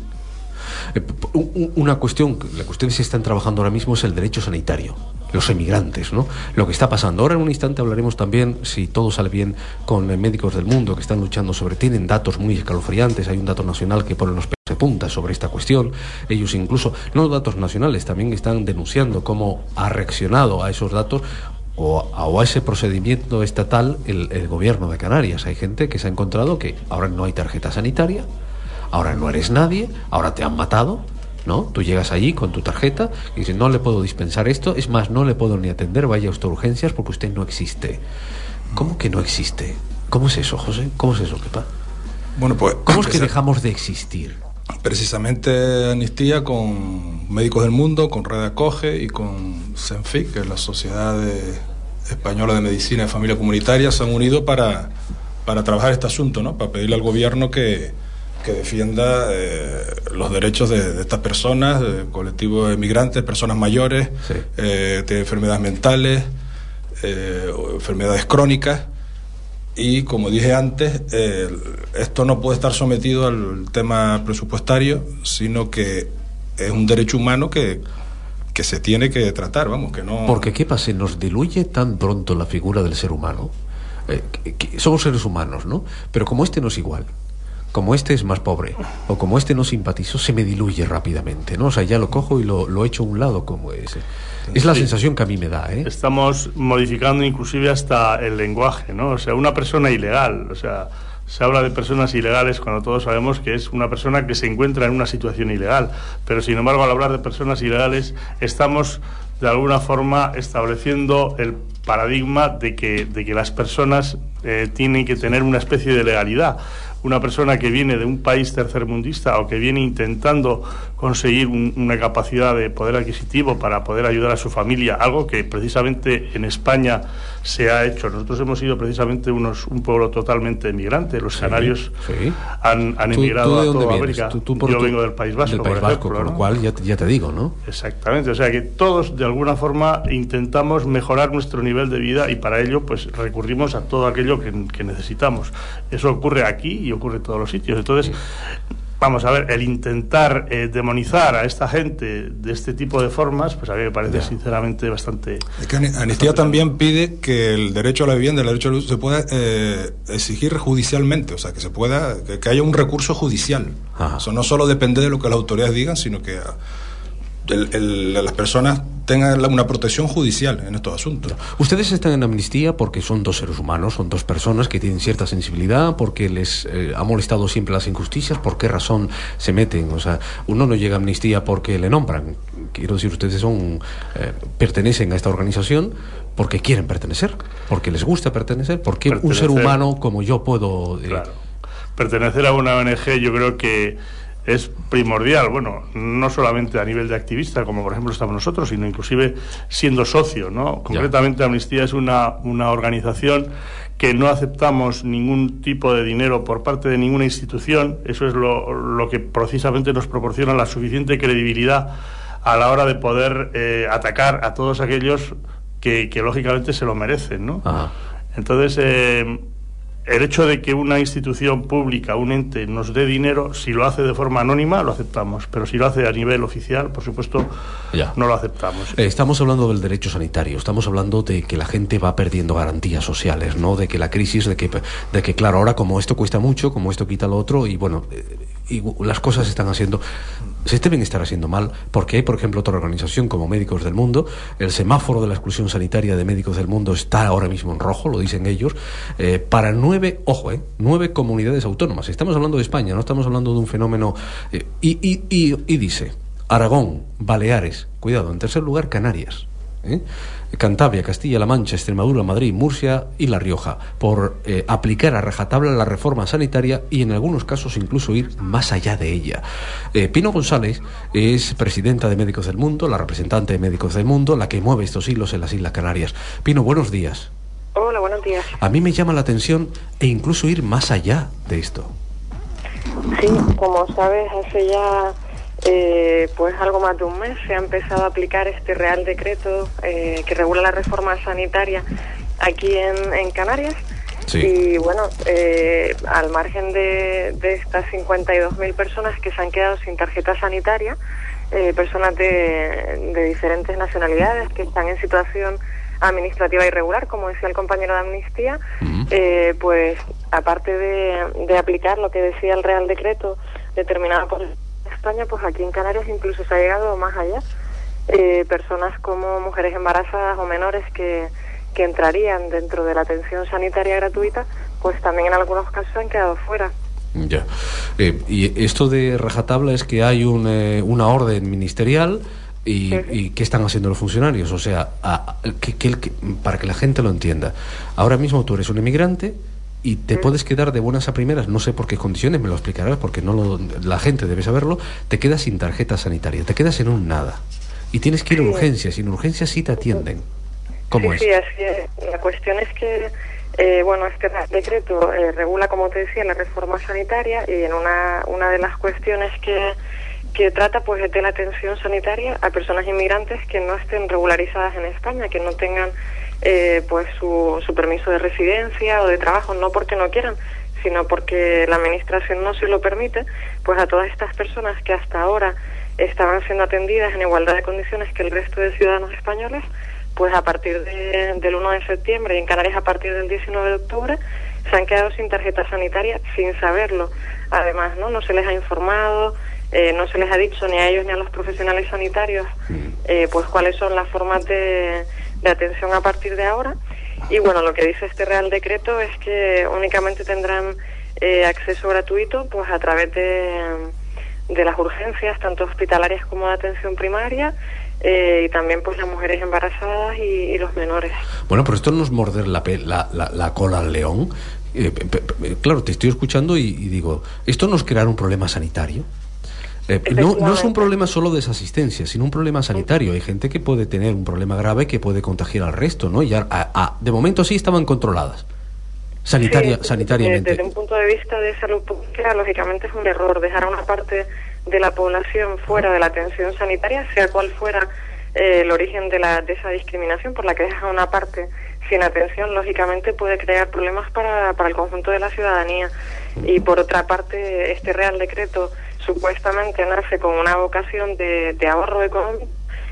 Una cuestión, la que ustedes están trabajando ahora mismo es el derecho sanitario, los emigrantes, ¿no? Lo que está pasando. Ahora en un instante hablaremos también, si todo sale bien, con Médicos del Mundo que están luchando tienen datos muy escalofriantes. Hay un dato nacional que pone los pelos de punta sobre esta cuestión. Ellos incluso, no datos nacionales, también están denunciando cómo ha reaccionado a esos datos o a ese procedimiento estatal el gobierno de Canarias. Hay gente que se ha encontrado que ahora no hay tarjeta sanitaria, ahora no eres nadie, ahora te han matado, ¿no? Tú llegas allí con tu tarjeta y dices, no le puedo dispensar esto, es más, no le puedo ni atender, vaya usted a urgencias porque usted no existe. ¿Cómo que no existe? ¿Cómo es eso, José? ¿Cómo es eso, Kepa? Bueno, pues, ¿cómo es que dejamos de existir? Precisamente Amnistía con Médicos del Mundo, con Red Acoge y con CENFIC, que es la Sociedad Española de Medicina y Familia Comunitaria, se han unido para trabajar este asunto, ¿no? Para pedirle al gobierno que que defienda los derechos de estas personas, colectivos de migrantes, personas mayores, tienen enfermedades mentales, enfermedades crónicas. Y como dije antes, esto no puede estar sometido al tema presupuestario, sino que es un derecho humano que se tiene que tratar, vamos, que no... Porque ¿qué pasa? Nos diluye tan pronto la figura del ser humano. Somos seres humanos, ¿no? Pero como este no es igual, como este es más pobre, o como este no simpatizo, se me diluye rápidamente, ¿no? O sea, ya lo cojo y lo echo a un lado como ese. Es la sensación que a mí me da, ¿eh? Estamos modificando inclusive hasta el lenguaje, ¿no? O sea, una persona ilegal, o sea, se habla de personas ilegales cuando todos sabemos que es una persona que se encuentra en una situación ilegal, pero sin embargo al hablar de personas ilegales estamos de alguna forma estableciendo el paradigma de que las personas tienen que tener una especie de legalidad. Una persona que viene de un país tercermundista o que viene intentando conseguir una capacidad de poder adquisitivo para poder ayudar a su familia, algo que precisamente en España se ha hecho. Nosotros hemos sido precisamente un pueblo totalmente emigrante. Los canarios han emigrado a toda América. Yo vengo del País Vasco, por ejemplo, con lo cual ya te digo, ¿no? Exactamente, o sea que todos de alguna forma intentamos mejorar nuestro nivel de vida y para ello pues recurrimos a todo aquello que necesitamos. Eso ocurre aquí y ocurre en todos los sitios. Entonces, vamos a ver, el intentar demonizar a esta gente de este tipo de formas, pues a mí me parece sinceramente bastante... Es que Amnistía también pide que el derecho a la vivienda, el derecho a la luz, se pueda exigir judicialmente, o sea, que se pueda, que haya un recurso judicial. Eso no solo depende de lo que las autoridades digan, sino que las personas tengan una protección judicial en estos asuntos. Ustedes están en Amnistía porque son dos seres humanos, son dos personas que tienen cierta sensibilidad, porque les ha molestado siempre las injusticias. ¿Por qué razón se meten? O sea, uno no llega a Amnistía porque le nombran. Quiero decir, ustedes pertenecen a esta organización porque quieren pertenecer, porque les gusta pertenecer, porque un ser humano como yo puedo... Claro. Pertenecer a una ONG yo creo que es primordial, bueno, no solamente a nivel de activista, como por ejemplo estamos nosotros, sino inclusive siendo socio, ¿no? Concretamente Amnistía es una organización que no aceptamos ningún tipo de dinero por parte de ninguna institución. Eso es lo que precisamente nos proporciona la suficiente credibilidad a la hora de poder atacar a todos aquellos que lógicamente se lo merecen, ¿no? Entonces, el hecho de que una institución pública, un ente, nos dé dinero, si lo hace de forma anónima, lo aceptamos, pero si lo hace a nivel oficial, por supuesto, no lo aceptamos. Estamos hablando del derecho sanitario, estamos hablando de que la gente va perdiendo garantías sociales, ¿no? De que la crisis, de que claro, ahora como esto cuesta mucho, como esto quita lo otro, y bueno, y las cosas se deben estar haciendo mal, porque hay, por ejemplo, otra organización como Médicos del Mundo. El semáforo de la exclusión sanitaria de Médicos del Mundo está ahora mismo en rojo, lo dicen ellos, para 9 comunidades autónomas. Estamos hablando de España, no estamos hablando de un fenómeno... Y dice, Aragón, Baleares, cuidado, en tercer lugar Canarias, Cantabria, Castilla-La Mancha, Extremadura, Madrid, Murcia y La Rioja, por aplicar a rajatabla la reforma sanitaria y en algunos casos incluso ir más allá de ella. Pino González es presidenta de Médicos del Mundo, la representante de Médicos del Mundo, la que mueve estos hilos en las Islas Canarias. Pino, buenos días. Hola, buenos días. A mí me llama la atención e incluso ir más allá de esto. Sí, como sabes, hace ya pues algo más de un mes se ha empezado a aplicar este Real Decreto que regula la reforma sanitaria aquí en Canarias. Sí. Y bueno, al margen de estas 52.000 personas que se han quedado sin tarjeta sanitaria, personas de diferentes nacionalidades que están en situación administrativa irregular, como decía el compañero de Amnistía, pues aparte de aplicar lo que decía el Real Decreto determinado por España, pues aquí en Canarias incluso se ha llegado más allá. Personas como mujeres embarazadas o menores que entrarían dentro de la atención sanitaria gratuita, pues también en algunos casos han quedado fuera. Ya. Y esto de rajatabla es que hay una orden ministerial y ¿qué están haciendo los funcionarios? O sea, para que la gente lo entienda, ahora mismo tú eres un emigrante y te puedes quedar de buenas a primeras, no sé por qué condiciones, me lo explicarás porque la gente debe saberlo, te quedas sin tarjeta sanitaria, te quedas en un nada y tienes que ir a urgencias, y en urgencias sí te atienden. ¿Cómo es? Sí, así es. La cuestión es que Bueno, este decreto regula, como te decía, la reforma sanitaria, y en una de las cuestiones que trata, pues, es de la atención sanitaria a personas inmigrantes que no estén regularizadas en España, que no tengan pues su permiso de residencia o de trabajo, no porque no quieran, sino porque la administración no se lo permite. Pues a todas estas personas que hasta ahora estaban siendo atendidas en igualdad de condiciones que el resto de ciudadanos españoles, pues a partir del 1 de septiembre y en Canarias a partir del 19 de octubre se han quedado sin tarjeta sanitaria sin saberlo. Además, no se les ha informado, no se les ha dicho ni a ellos ni a los profesionales sanitarios pues cuáles son las formas de atención a partir de ahora. Y bueno, lo que dice este Real Decreto es que únicamente tendrán acceso gratuito pues a través de las urgencias, tanto hospitalarias como de atención primaria, y también pues las mujeres embarazadas y los menores. Bueno, pero esto no es morder la cola al león. Claro, te estoy escuchando y digo, ¿esto no es crear un problema sanitario? No es un problema solo de desasistencia, sino un problema sanitario. Hay gente que puede tener un problema grave que puede contagiar al resto, ¿no? Y de momento sí estaban controladas sanitariamente. Desde un punto de vista de salud pública, lógicamente es un error dejar a una parte de la población fuera de la atención sanitaria, sea cual fuera el origen de esa discriminación por la que dejas a una parte sin atención. Lógicamente puede crear problemas para el conjunto de la ciudadanía. Y por otra parte, este Real Decreto supuestamente nace con una vocación de ahorro económico,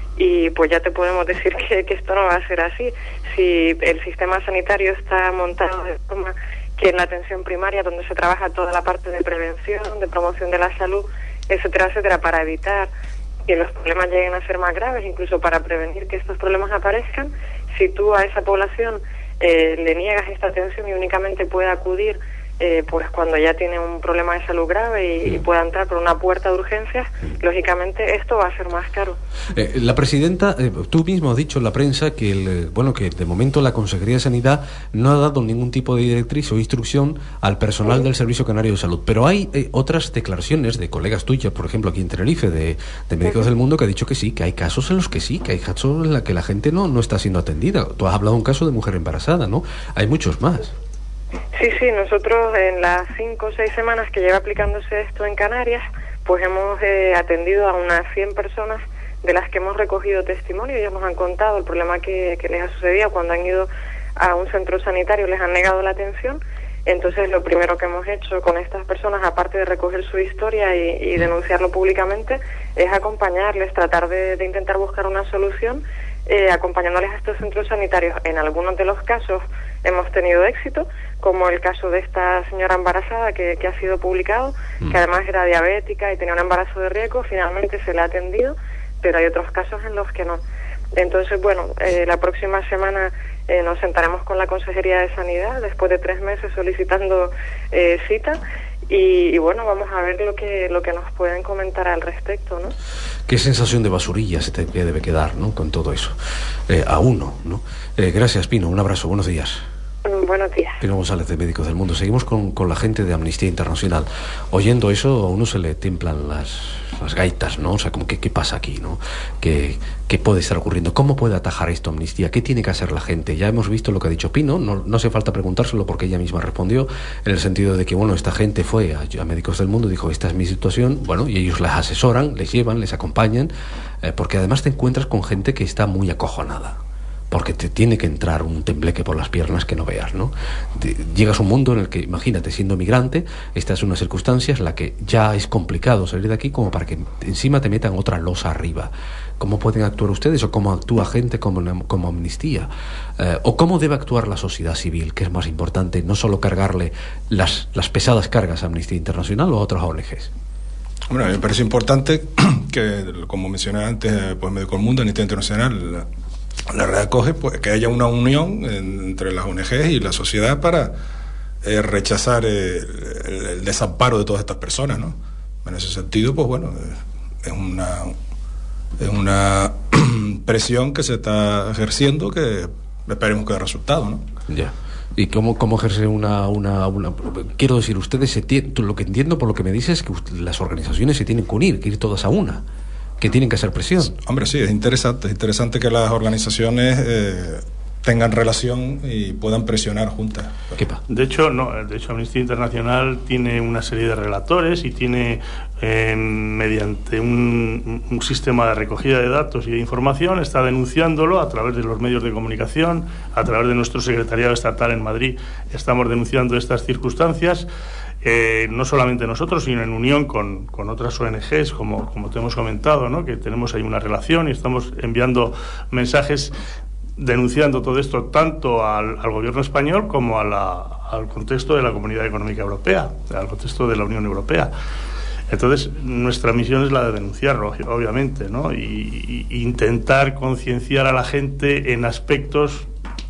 y pues ya te podemos decir que esto no va a ser así. Si el sistema sanitario está montado de forma que en la atención primaria, donde se trabaja toda la parte de prevención, de promoción de la salud, etcétera, etcétera, para evitar que los problemas lleguen a ser más graves, incluso para prevenir que estos problemas aparezcan, si tú a esa población le niegas esta atención y únicamente puede acudir pues cuando ya tiene un problema de salud grave y pueda entrar por una puerta de urgencias, lógicamente esto va a ser más caro. La presidenta, tú mismo has dicho en la prensa que que de momento la Consejería de Sanidad no ha dado ningún tipo de directriz o instrucción al personal del Servicio Canario de Salud, pero hay otras declaraciones de colegas tuyas, por ejemplo aquí en Tenerife, de Médicos del Mundo, que ha dicho que sí, que hay casos en los que sí, que hay casos en los que la gente no está siendo atendida. Tú has hablado de un caso de mujer embarazada, ¿no? Hay muchos más. Sí, nosotros en las 5 o 6 semanas que lleva aplicándose esto en Canarias, pues hemos atendido a unas 100 personas de las que hemos recogido testimonio. Ellos nos han contado el problema que les ha sucedido cuando han ido a un centro sanitario, les han negado la atención. Entonces lo primero que hemos hecho con estas personas, aparte de recoger su historia y denunciarlo públicamente, es acompañarles, tratar de intentar buscar una solución, acompañándoles a estos centros sanitarios. En algunos de los casos hemos tenido éxito, como el caso de esta señora embarazada que ha sido publicado, que además era diabética y tenía un embarazo de riesgo. Finalmente se le ha atendido, pero hay otros casos en los que no. Entonces, bueno, la próxima semana nos sentaremos con la Consejería de Sanidad, después de 3 meses solicitando cita, y bueno, vamos a ver lo que nos pueden comentar al respecto, ¿no? Qué sensación de basurilla se te debe quedar, ¿no?, con todo eso, a uno, ¿no? Gracias, Pino, un abrazo, buenos días. Buenos días. Pino González, de Médicos del Mundo. Seguimos con la gente de Amnistía Internacional. Oyendo eso, a uno se le templan las gaitas, ¿no? O sea, como que ¿qué pasa aquí, no? ¿Qué puede estar ocurriendo? ¿Cómo puede atajar esto Amnistía? ¿Qué tiene que hacer la gente? Ya hemos visto lo que ha dicho Pino, no hace falta preguntárselo porque ella misma respondió, en el sentido de que, bueno, esta gente fue a Médicos del Mundo y dijo, esta es mi situación, bueno, y ellos las asesoran, les llevan, les acompañan, porque además te encuentras con gente que está muy acojonada, porque te tiene que entrar un tembleque por las piernas que no veas, ¿no? Llegas a un mundo en el que, imagínate, siendo migrante, estás en unas circunstancias en la que ya es complicado salir de aquí como para que encima te metan otra losa arriba. ¿Cómo pueden actuar ustedes o cómo actúa gente como Amnistía? ¿O cómo debe actuar la sociedad civil, que es más importante, no solo cargarle las pesadas cargas a Amnistía Internacional o a otras ONGs? Bueno, a mí me parece importante que, como mencioné antes, pues Médicos del Mundo, Amnistía Internacional, la recoge, pues, que haya una unión entre las ONGs y la sociedad para rechazar el desamparo de todas estas personas, ¿no? En ese sentido, pues bueno, es una presión que se está ejerciendo que esperemos que dé resultado, ¿no? Ya. ¿Y cómo ejerce una quiero decir, ustedes lo que entiendo por lo que me dices es que las organizaciones se tienen que unir, que ir todas a una, que tienen que hacer presión. Hombre, sí, es interesante que las organizaciones tengan relación y puedan presionar juntas. De hecho, Amnistía Internacional tiene una serie de relatores y tiene, mediante un sistema de recogida de datos y de información, está denunciándolo a través de los medios de comunicación, a través de nuestro secretariado estatal en Madrid. Estamos denunciando estas circunstancias. No solamente nosotros, sino en unión con otras ONGs, como te hemos comentado, ¿no? Que tenemos ahí una relación y estamos enviando mensajes denunciando todo esto tanto al gobierno español como al contexto de la Comunidad Económica Europea, al contexto de la Unión Europea. Entonces, nuestra misión es la de denunciarlo, obviamente, ¿no? Y intentar concienciar a la gente en aspectos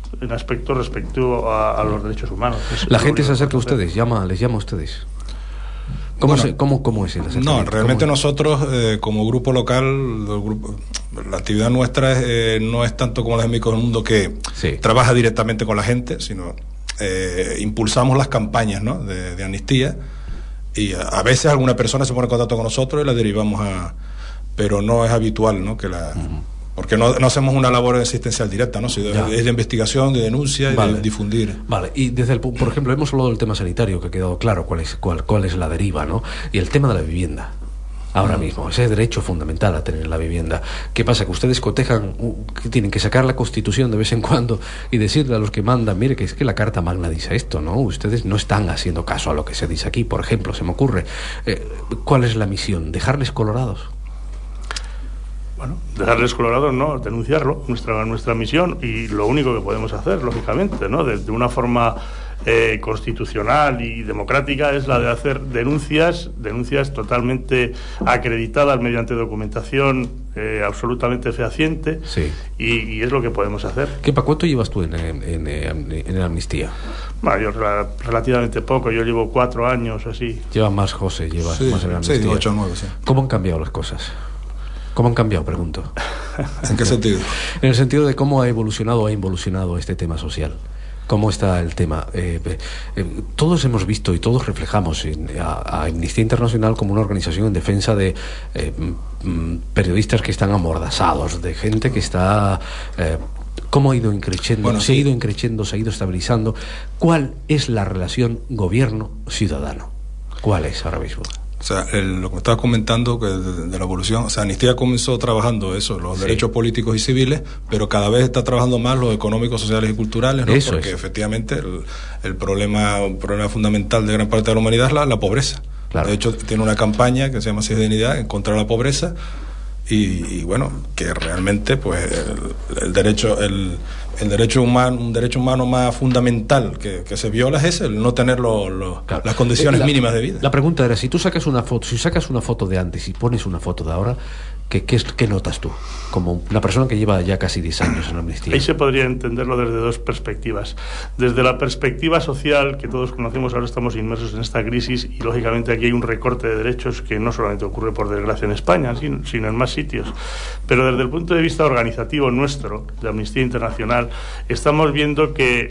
respecto a los derechos humanos. La gente se acerca a ustedes, les llama a ustedes. ¿Cómo es el acercamiento? No, realmente nosotros, como grupo local, la actividad nuestra no es tanto como las de Micomundo, que trabaja directamente con la gente, sino impulsamos las campañas, ¿no? de amnistía, y a veces alguna persona se pone en contacto con nosotros y la derivamos pero no es habitual, ¿no? Que porque no hacemos una labor asistencial directa, ¿no? Es de investigación, de denuncia y de difundir. Vale, y por ejemplo, hemos hablado del tema sanitario, que ha quedado claro cuál es la deriva, ¿no? Y el tema de la vivienda. Ahora mismo, ese derecho fundamental a tener la vivienda. ¿Qué pasa? Que ustedes cotejan, que tienen que sacar la Constitución de vez en cuando y decirle a los que mandan, mire, que es que la Carta Magna dice esto, ¿no? Ustedes no están haciendo caso a lo que se dice aquí, por ejemplo, se me ocurre. ¿Cuál es la misión? ¿Dejarles colorados? Bueno, dejarles colorados, no, denunciarlo, nuestra misión, y lo único que podemos hacer, lógicamente, ¿no? De una forma constitucional y democrática, es la de hacer denuncias totalmente acreditadas mediante documentación absolutamente fehaciente, y es lo que podemos hacer. ¿Cuánto llevas tú en Amnistía? Bueno, yo relativamente poco, yo llevo 4 años así. Llevas más, José, más en Amnistía. 8 o 9, sí. ¿Cómo han cambiado las cosas? ¿Cómo han cambiado, pregunto? ¿En qué sentido? En el sentido de cómo ha involucionado este tema social. ¿Cómo está el tema? Todos hemos visto y todos reflejamos a Amnistía Internacional como una organización en defensa de periodistas que están amordazados, de gente que está... ¿Cómo ha ido increciendo? Bueno, ¿Se ha ido increciendo? ¿Se ha ido estabilizando? ¿Cuál es la relación gobierno-ciudadano? ¿Cuál es ahora mismo? O sea, lo que estaba comentando que de la evolución, o sea, Amnistía comenzó trabajando los derechos políticos y civiles, pero cada vez está trabajando más los económicos, sociales y culturales, ¿no? Porque efectivamente el problema fundamental de gran parte de la humanidad es la pobreza. Claro. De hecho, tiene una campaña que se llama Ciudadanidad en contra de la pobreza, y bueno, que realmente pues el derecho humano, un derecho humano más fundamental que se viola es ese, el no tener las condiciones mínimas de vida. La pregunta era, si sacas una foto de antes y pones una foto de ahora, ¿qué notas tú? Como una persona que lleva ya casi 10 años en Amnistía. Ahí se podría entenderlo desde dos perspectivas. Desde la perspectiva social, que todos conocemos, ahora estamos inmersos en esta crisis, y lógicamente aquí hay un recorte de derechos que no solamente ocurre por desgracia en España, sino en más sitios. Pero desde el punto de vista organizativo nuestro, de Amnistía Internacional, estamos viendo que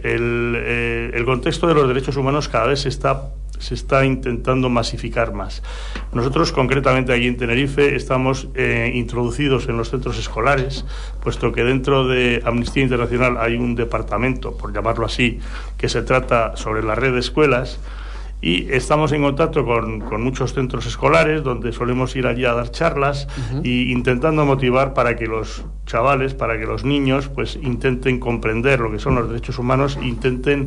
el contexto de los derechos humanos cada vez se está intentando masificar más. Nosotros, concretamente aquí en Tenerife, estamos introducidos en los centros escolares, puesto que dentro de Amnistía Internacional hay un departamento, por llamarlo así, que se trata sobre la red de escuelas, y estamos en contacto con muchos centros escolares donde solemos ir allí a dar charlas y intentando motivar para que los chavales, para que los niños pues intenten comprender lo que son los derechos humanos, intenten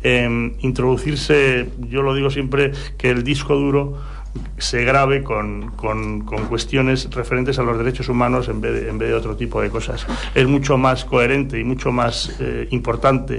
introducirse, yo lo digo siempre, que el disco duro se grabe con cuestiones referentes a los derechos humanos en vez de otro tipo de cosas. Es mucho más coherente y mucho más importante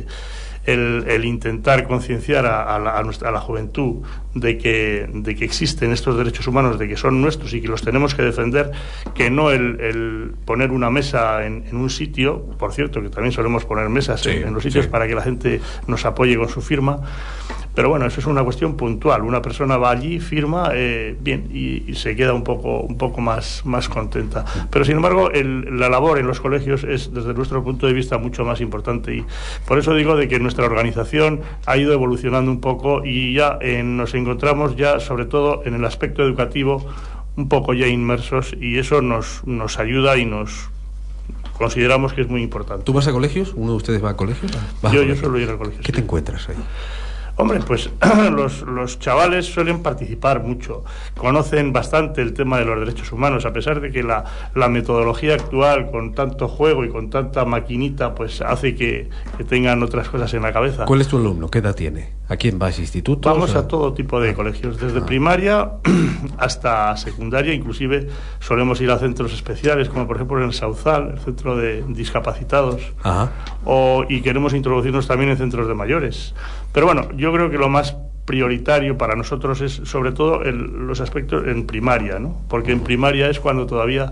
el intentar concienciar a la juventud de que existen estos derechos humanos, de que son nuestros y que los tenemos que defender, que no el poner una mesa en un sitio. Por cierto, que también solemos poner mesas en los sitios para que la gente nos apoye con su firma. Pero bueno, eso es una cuestión puntual. Una persona va allí, firma, bien, y se queda un poco más contenta. Pero sin embargo, la labor en los colegios es, desde nuestro punto de vista, mucho más importante. Y por eso digo de que nuestra organización ha ido evolucionando un poco, y ya nos encontramos ya, sobre todo en el aspecto educativo, un poco ya inmersos, y eso nos ayuda y nos consideramos que es muy importante. ¿Tú vas a colegios? ¿Uno de ustedes va a colegios? Yo suelo ir a colegios. ¿Qué te encuentras ahí? Hombre, pues los chavales suelen participar mucho, conocen bastante el tema de los derechos humanos, a pesar de que la metodología actual, con tanto juego y con tanta maquinita, pues hace que tengan otras cosas en la cabeza. ¿Cuál es tu alumno? ¿Qué edad tiene? ¿A quién vas? ¿Institutos? Vamos a todo tipo de colegios, desde primaria hasta secundaria, inclusive solemos ir a centros especiales, como por ejemplo en el Sauzal, el centro de discapacitados, y queremos introducirnos también en centros de mayores. Pero bueno, yo creo que lo más prioritario para nosotros es sobre todo los aspectos en primaria, ¿no? Porque en primaria es cuando todavía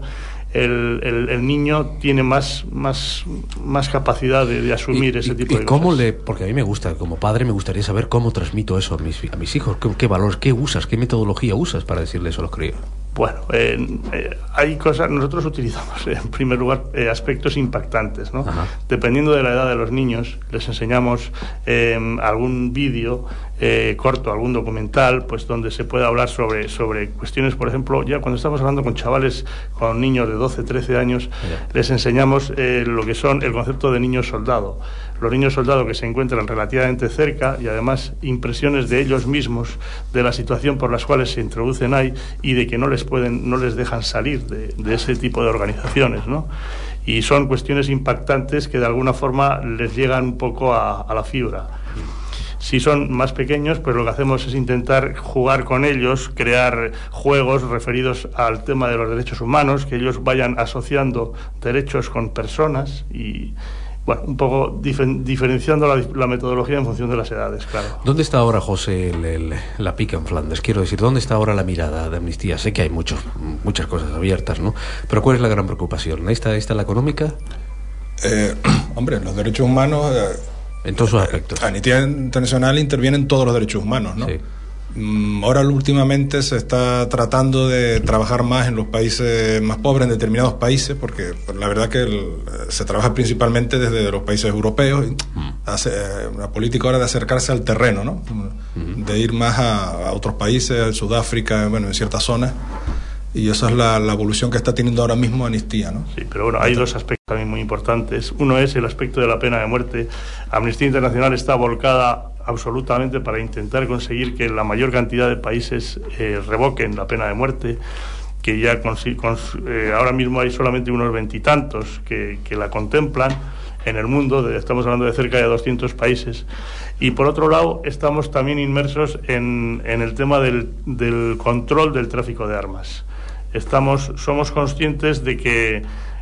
el niño tiene más capacidad de asumir ese tipo de cosas. Porque a mí me gusta, como padre, me gustaría saber cómo transmito eso a mis hijos, qué valores, qué usas, qué metodología usas para decirle eso a los críos. Bueno, hay cosas, nosotros utilizamos en primer lugar aspectos impactantes, ¿no? Dependiendo de la edad de los niños, les enseñamos algún vídeo corto, algún documental, pues donde se puede hablar sobre cuestiones, por ejemplo, ya cuando estamos hablando con chavales, con niños de 12, 13 años, les enseñamos lo que son el concepto de niño soldado. Los niños soldado que se encuentran relativamente cerca y además impresiones de ellos mismos, de la situación por las cuales se introducen ahí y de que no les dejan salir de ese tipo de organizaciones, ¿no? Y son cuestiones impactantes que de alguna forma les llegan un poco a la fibra. Si son más pequeños, pues lo que hacemos es intentar jugar con ellos, crear juegos referidos al tema de los derechos humanos, que ellos vayan asociando derechos con personas y, bueno, un poco diferenciando la metodología en función de las edades, claro. ¿Dónde está ahora, José, la pica en Flandes? Quiero decir, ¿dónde está ahora la mirada de Amnistía? Sé que hay muchas cosas abiertas, ¿no? Pero ¿cuál es la gran preocupación? ¿Esta la económica? Hombre, los derechos humanos... en todos sus aspectos. Amnistía Internacional interviene en todos los derechos humanos, ¿no? Sí. Ahora últimamente se está tratando de trabajar más en los países más pobres, en determinados países, porque la verdad que se trabaja principalmente desde los países europeos, hace una política ahora de acercarse al terreno, ¿no? De ir más a otros países, a Sudáfrica, bueno, en ciertas zonas, y esa es la evolución que está teniendo ahora mismo Amnistía, ¿no? Sí, pero bueno, hay dos aspectos también muy importantes. Uno es el aspecto de la pena de muerte. Amnistía Internacional está volcada absolutamente para intentar conseguir que la mayor cantidad de países revoquen la pena de muerte, que ya ahora mismo hay solamente unos 20 y tantos que la contemplan en el mundo, estamos hablando de cerca de 200 países. Y por otro lado, estamos también inmersos en el tema del control del tráfico de armas. Somos conscientes de que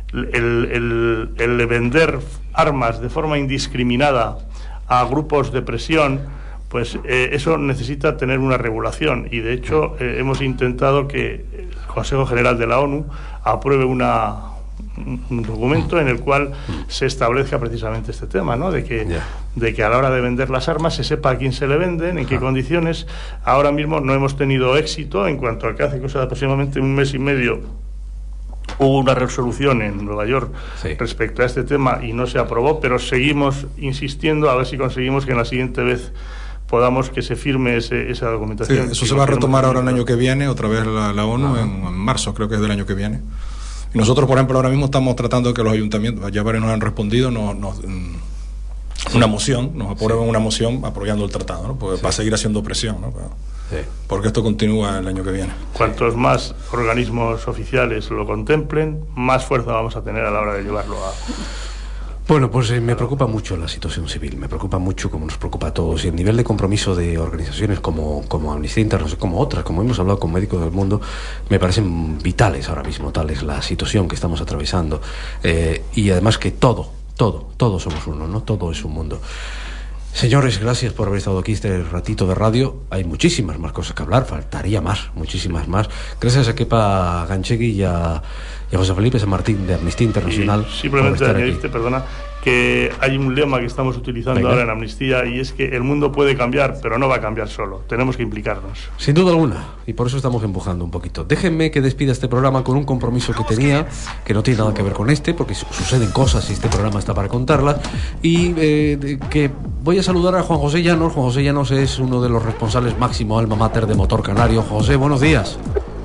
el vender armas de forma indiscriminada a grupos de presión, pues eso necesita tener una regulación, y de hecho hemos intentado que el Consejo General de la ONU apruebe un documento en el cual se establezca precisamente este tema, ¿no? De que a la hora de vender las armas se sepa a quién se le venden, en qué condiciones. Ahora mismo no hemos tenido éxito en cuanto a que hace cosa de aproximadamente un mes y medio hubo una resolución en Nueva York respecto a este tema y no se aprobó, pero seguimos insistiendo a ver si conseguimos que en la siguiente vez podamos que se firme esa documentación. Sí, eso se va a retomar ahora el año que viene, otra vez la ONU, en marzo creo que es del año que viene. Y nosotros, por ejemplo, ahora mismo estamos tratando de que los ayuntamientos, ya varios nos han respondido, una moción, nos aprueban una moción apoyando el tratado, ¿no? Para seguir haciendo presión, ¿no? Porque esto continúa el año que viene. Cuantos más organismos oficiales lo contemplen, más fuerza vamos a tener a la hora de llevarlo a... Bueno, pues me preocupa mucho la situación civil, me preocupa mucho, como nos preocupa a todos, y el nivel de compromiso de organizaciones como Amnistía Internacional, como otras, como hemos hablado con Médicos del Mundo, me parecen vitales ahora mismo, tal es la situación que estamos atravesando, y además que todos somos uno, ¿no? Todo es un mundo. Señores, gracias por haber estado aquí este ratito de radio. Hay muchísimas más cosas que hablar, faltaría más, muchísimas más. Gracias a Kepa Ganchegui y a José Felipe San Martín de Amnistía Internacional. Y simplemente añadirte, perdona, que hay un lema que estamos utilizando ahora en Amnistía, y es que el mundo puede cambiar, pero no va a cambiar solo. Tenemos que implicarnos. Sin duda alguna, y por eso estamos empujando un poquito. Déjenme que despida este programa con un compromiso que tenía, que no tiene nada que ver con porque suceden cosas y este programa está para contarlas, y que voy a saludar a Juan José Llanos. Juan José Llanos es uno de los responsables máximo alma mater de Motor Canario. José, buenos días.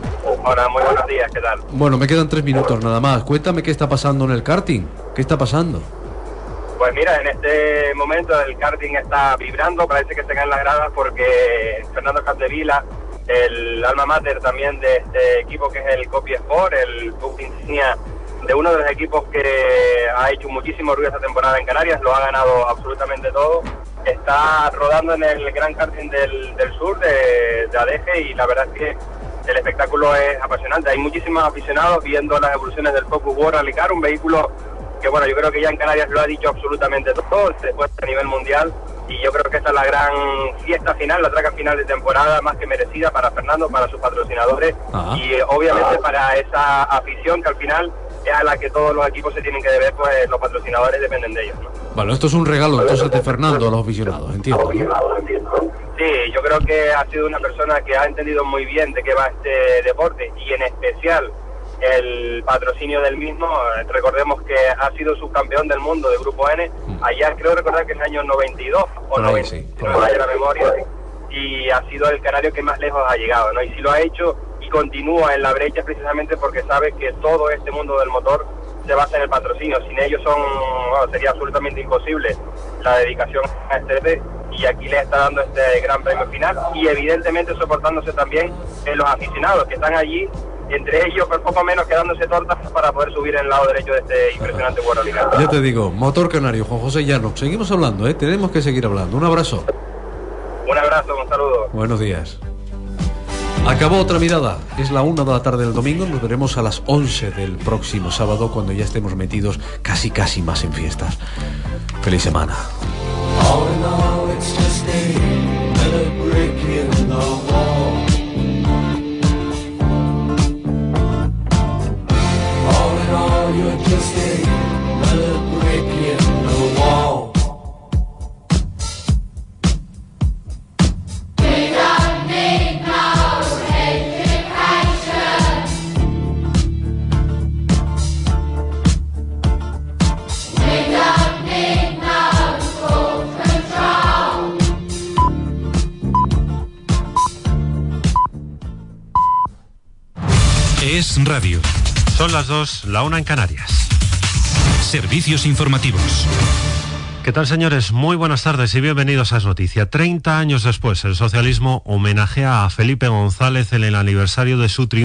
Hola, muy buenos días, ¿qué tal? Bueno, me quedan 3 minutos nada más. Cuéntame qué está pasando en el karting. ¿Qué está pasando? Pues mira, en este momento el karting está vibrando, parece que se caen las gradas porque Fernando Capdevila, el alma mater también de este equipo que es el Copy Sport, el buque insignia de uno de los equipos que ha hecho muchísimo ruido esta temporada en Canarias, lo ha ganado absolutamente todo, está rodando en el Gran Karting del Sur de Adeje y la verdad es que el espectáculo es apasionante. Hay muchísimos aficionados viendo las evoluciones del Focus World Rally Car, un vehículo que bueno, yo creo que ya en Canarias lo ha dicho absolutamente todo, después a nivel mundial, y yo creo que esta es la gran fiesta final, la traca final de temporada, más que merecida para Fernando, para sus patrocinadores, y obviamente para esa afición que al final es a la que todos los equipos se tienen que deber, pues los patrocinadores dependen de ellos, ¿no? Bueno, esto es un regalo entonces de Fernando a los aficionados, entiendo, ¿no? Sí, yo creo que ha sido una persona que ha entendido muy bien de qué va este deporte, y en especial el patrocinio del mismo. Recordemos que ha sido subcampeón del mundo de Grupo N, allá creo recordar que en el año 92 o 90, si no me falla la memoria, y ha sido el canario que más lejos ha llegado, ¿no? Y si lo ha hecho y continúa en la brecha precisamente porque sabe que todo este mundo del motor se basa en el patrocinio. Sin ellos sería absolutamente imposible la dedicación a este deporte, y aquí le está dando este gran premio final y evidentemente soportándose también en los aficionados que están allí, entre ellos por poco menos quedándose tortas para poder subir en el lado derecho de este impresionante World Rally Car. Ya te digo, motor canario, Juan José Llano. Seguimos hablando, tenemos que seguir hablando. Un abrazo. Un abrazo, un saludo. Buenos días. Acabó Otra Mirada. Es la 1 de la tarde del domingo. Nos veremos a las 11 del próximo sábado, cuando ya estemos metidos casi más en fiestas. Feliz semana. All in all, it's just another brick in the wall. All in all, you're just another brick in the wall. We don't need no education. We don't need no school control. Es radio. Son las 2, la 1 en Canarias. Servicios informativos. ¿Qué tal, señores? Muy buenas tardes y bienvenidos a Es Noticia. 30 años después, el socialismo homenajea a Felipe González en el aniversario de su triunfo.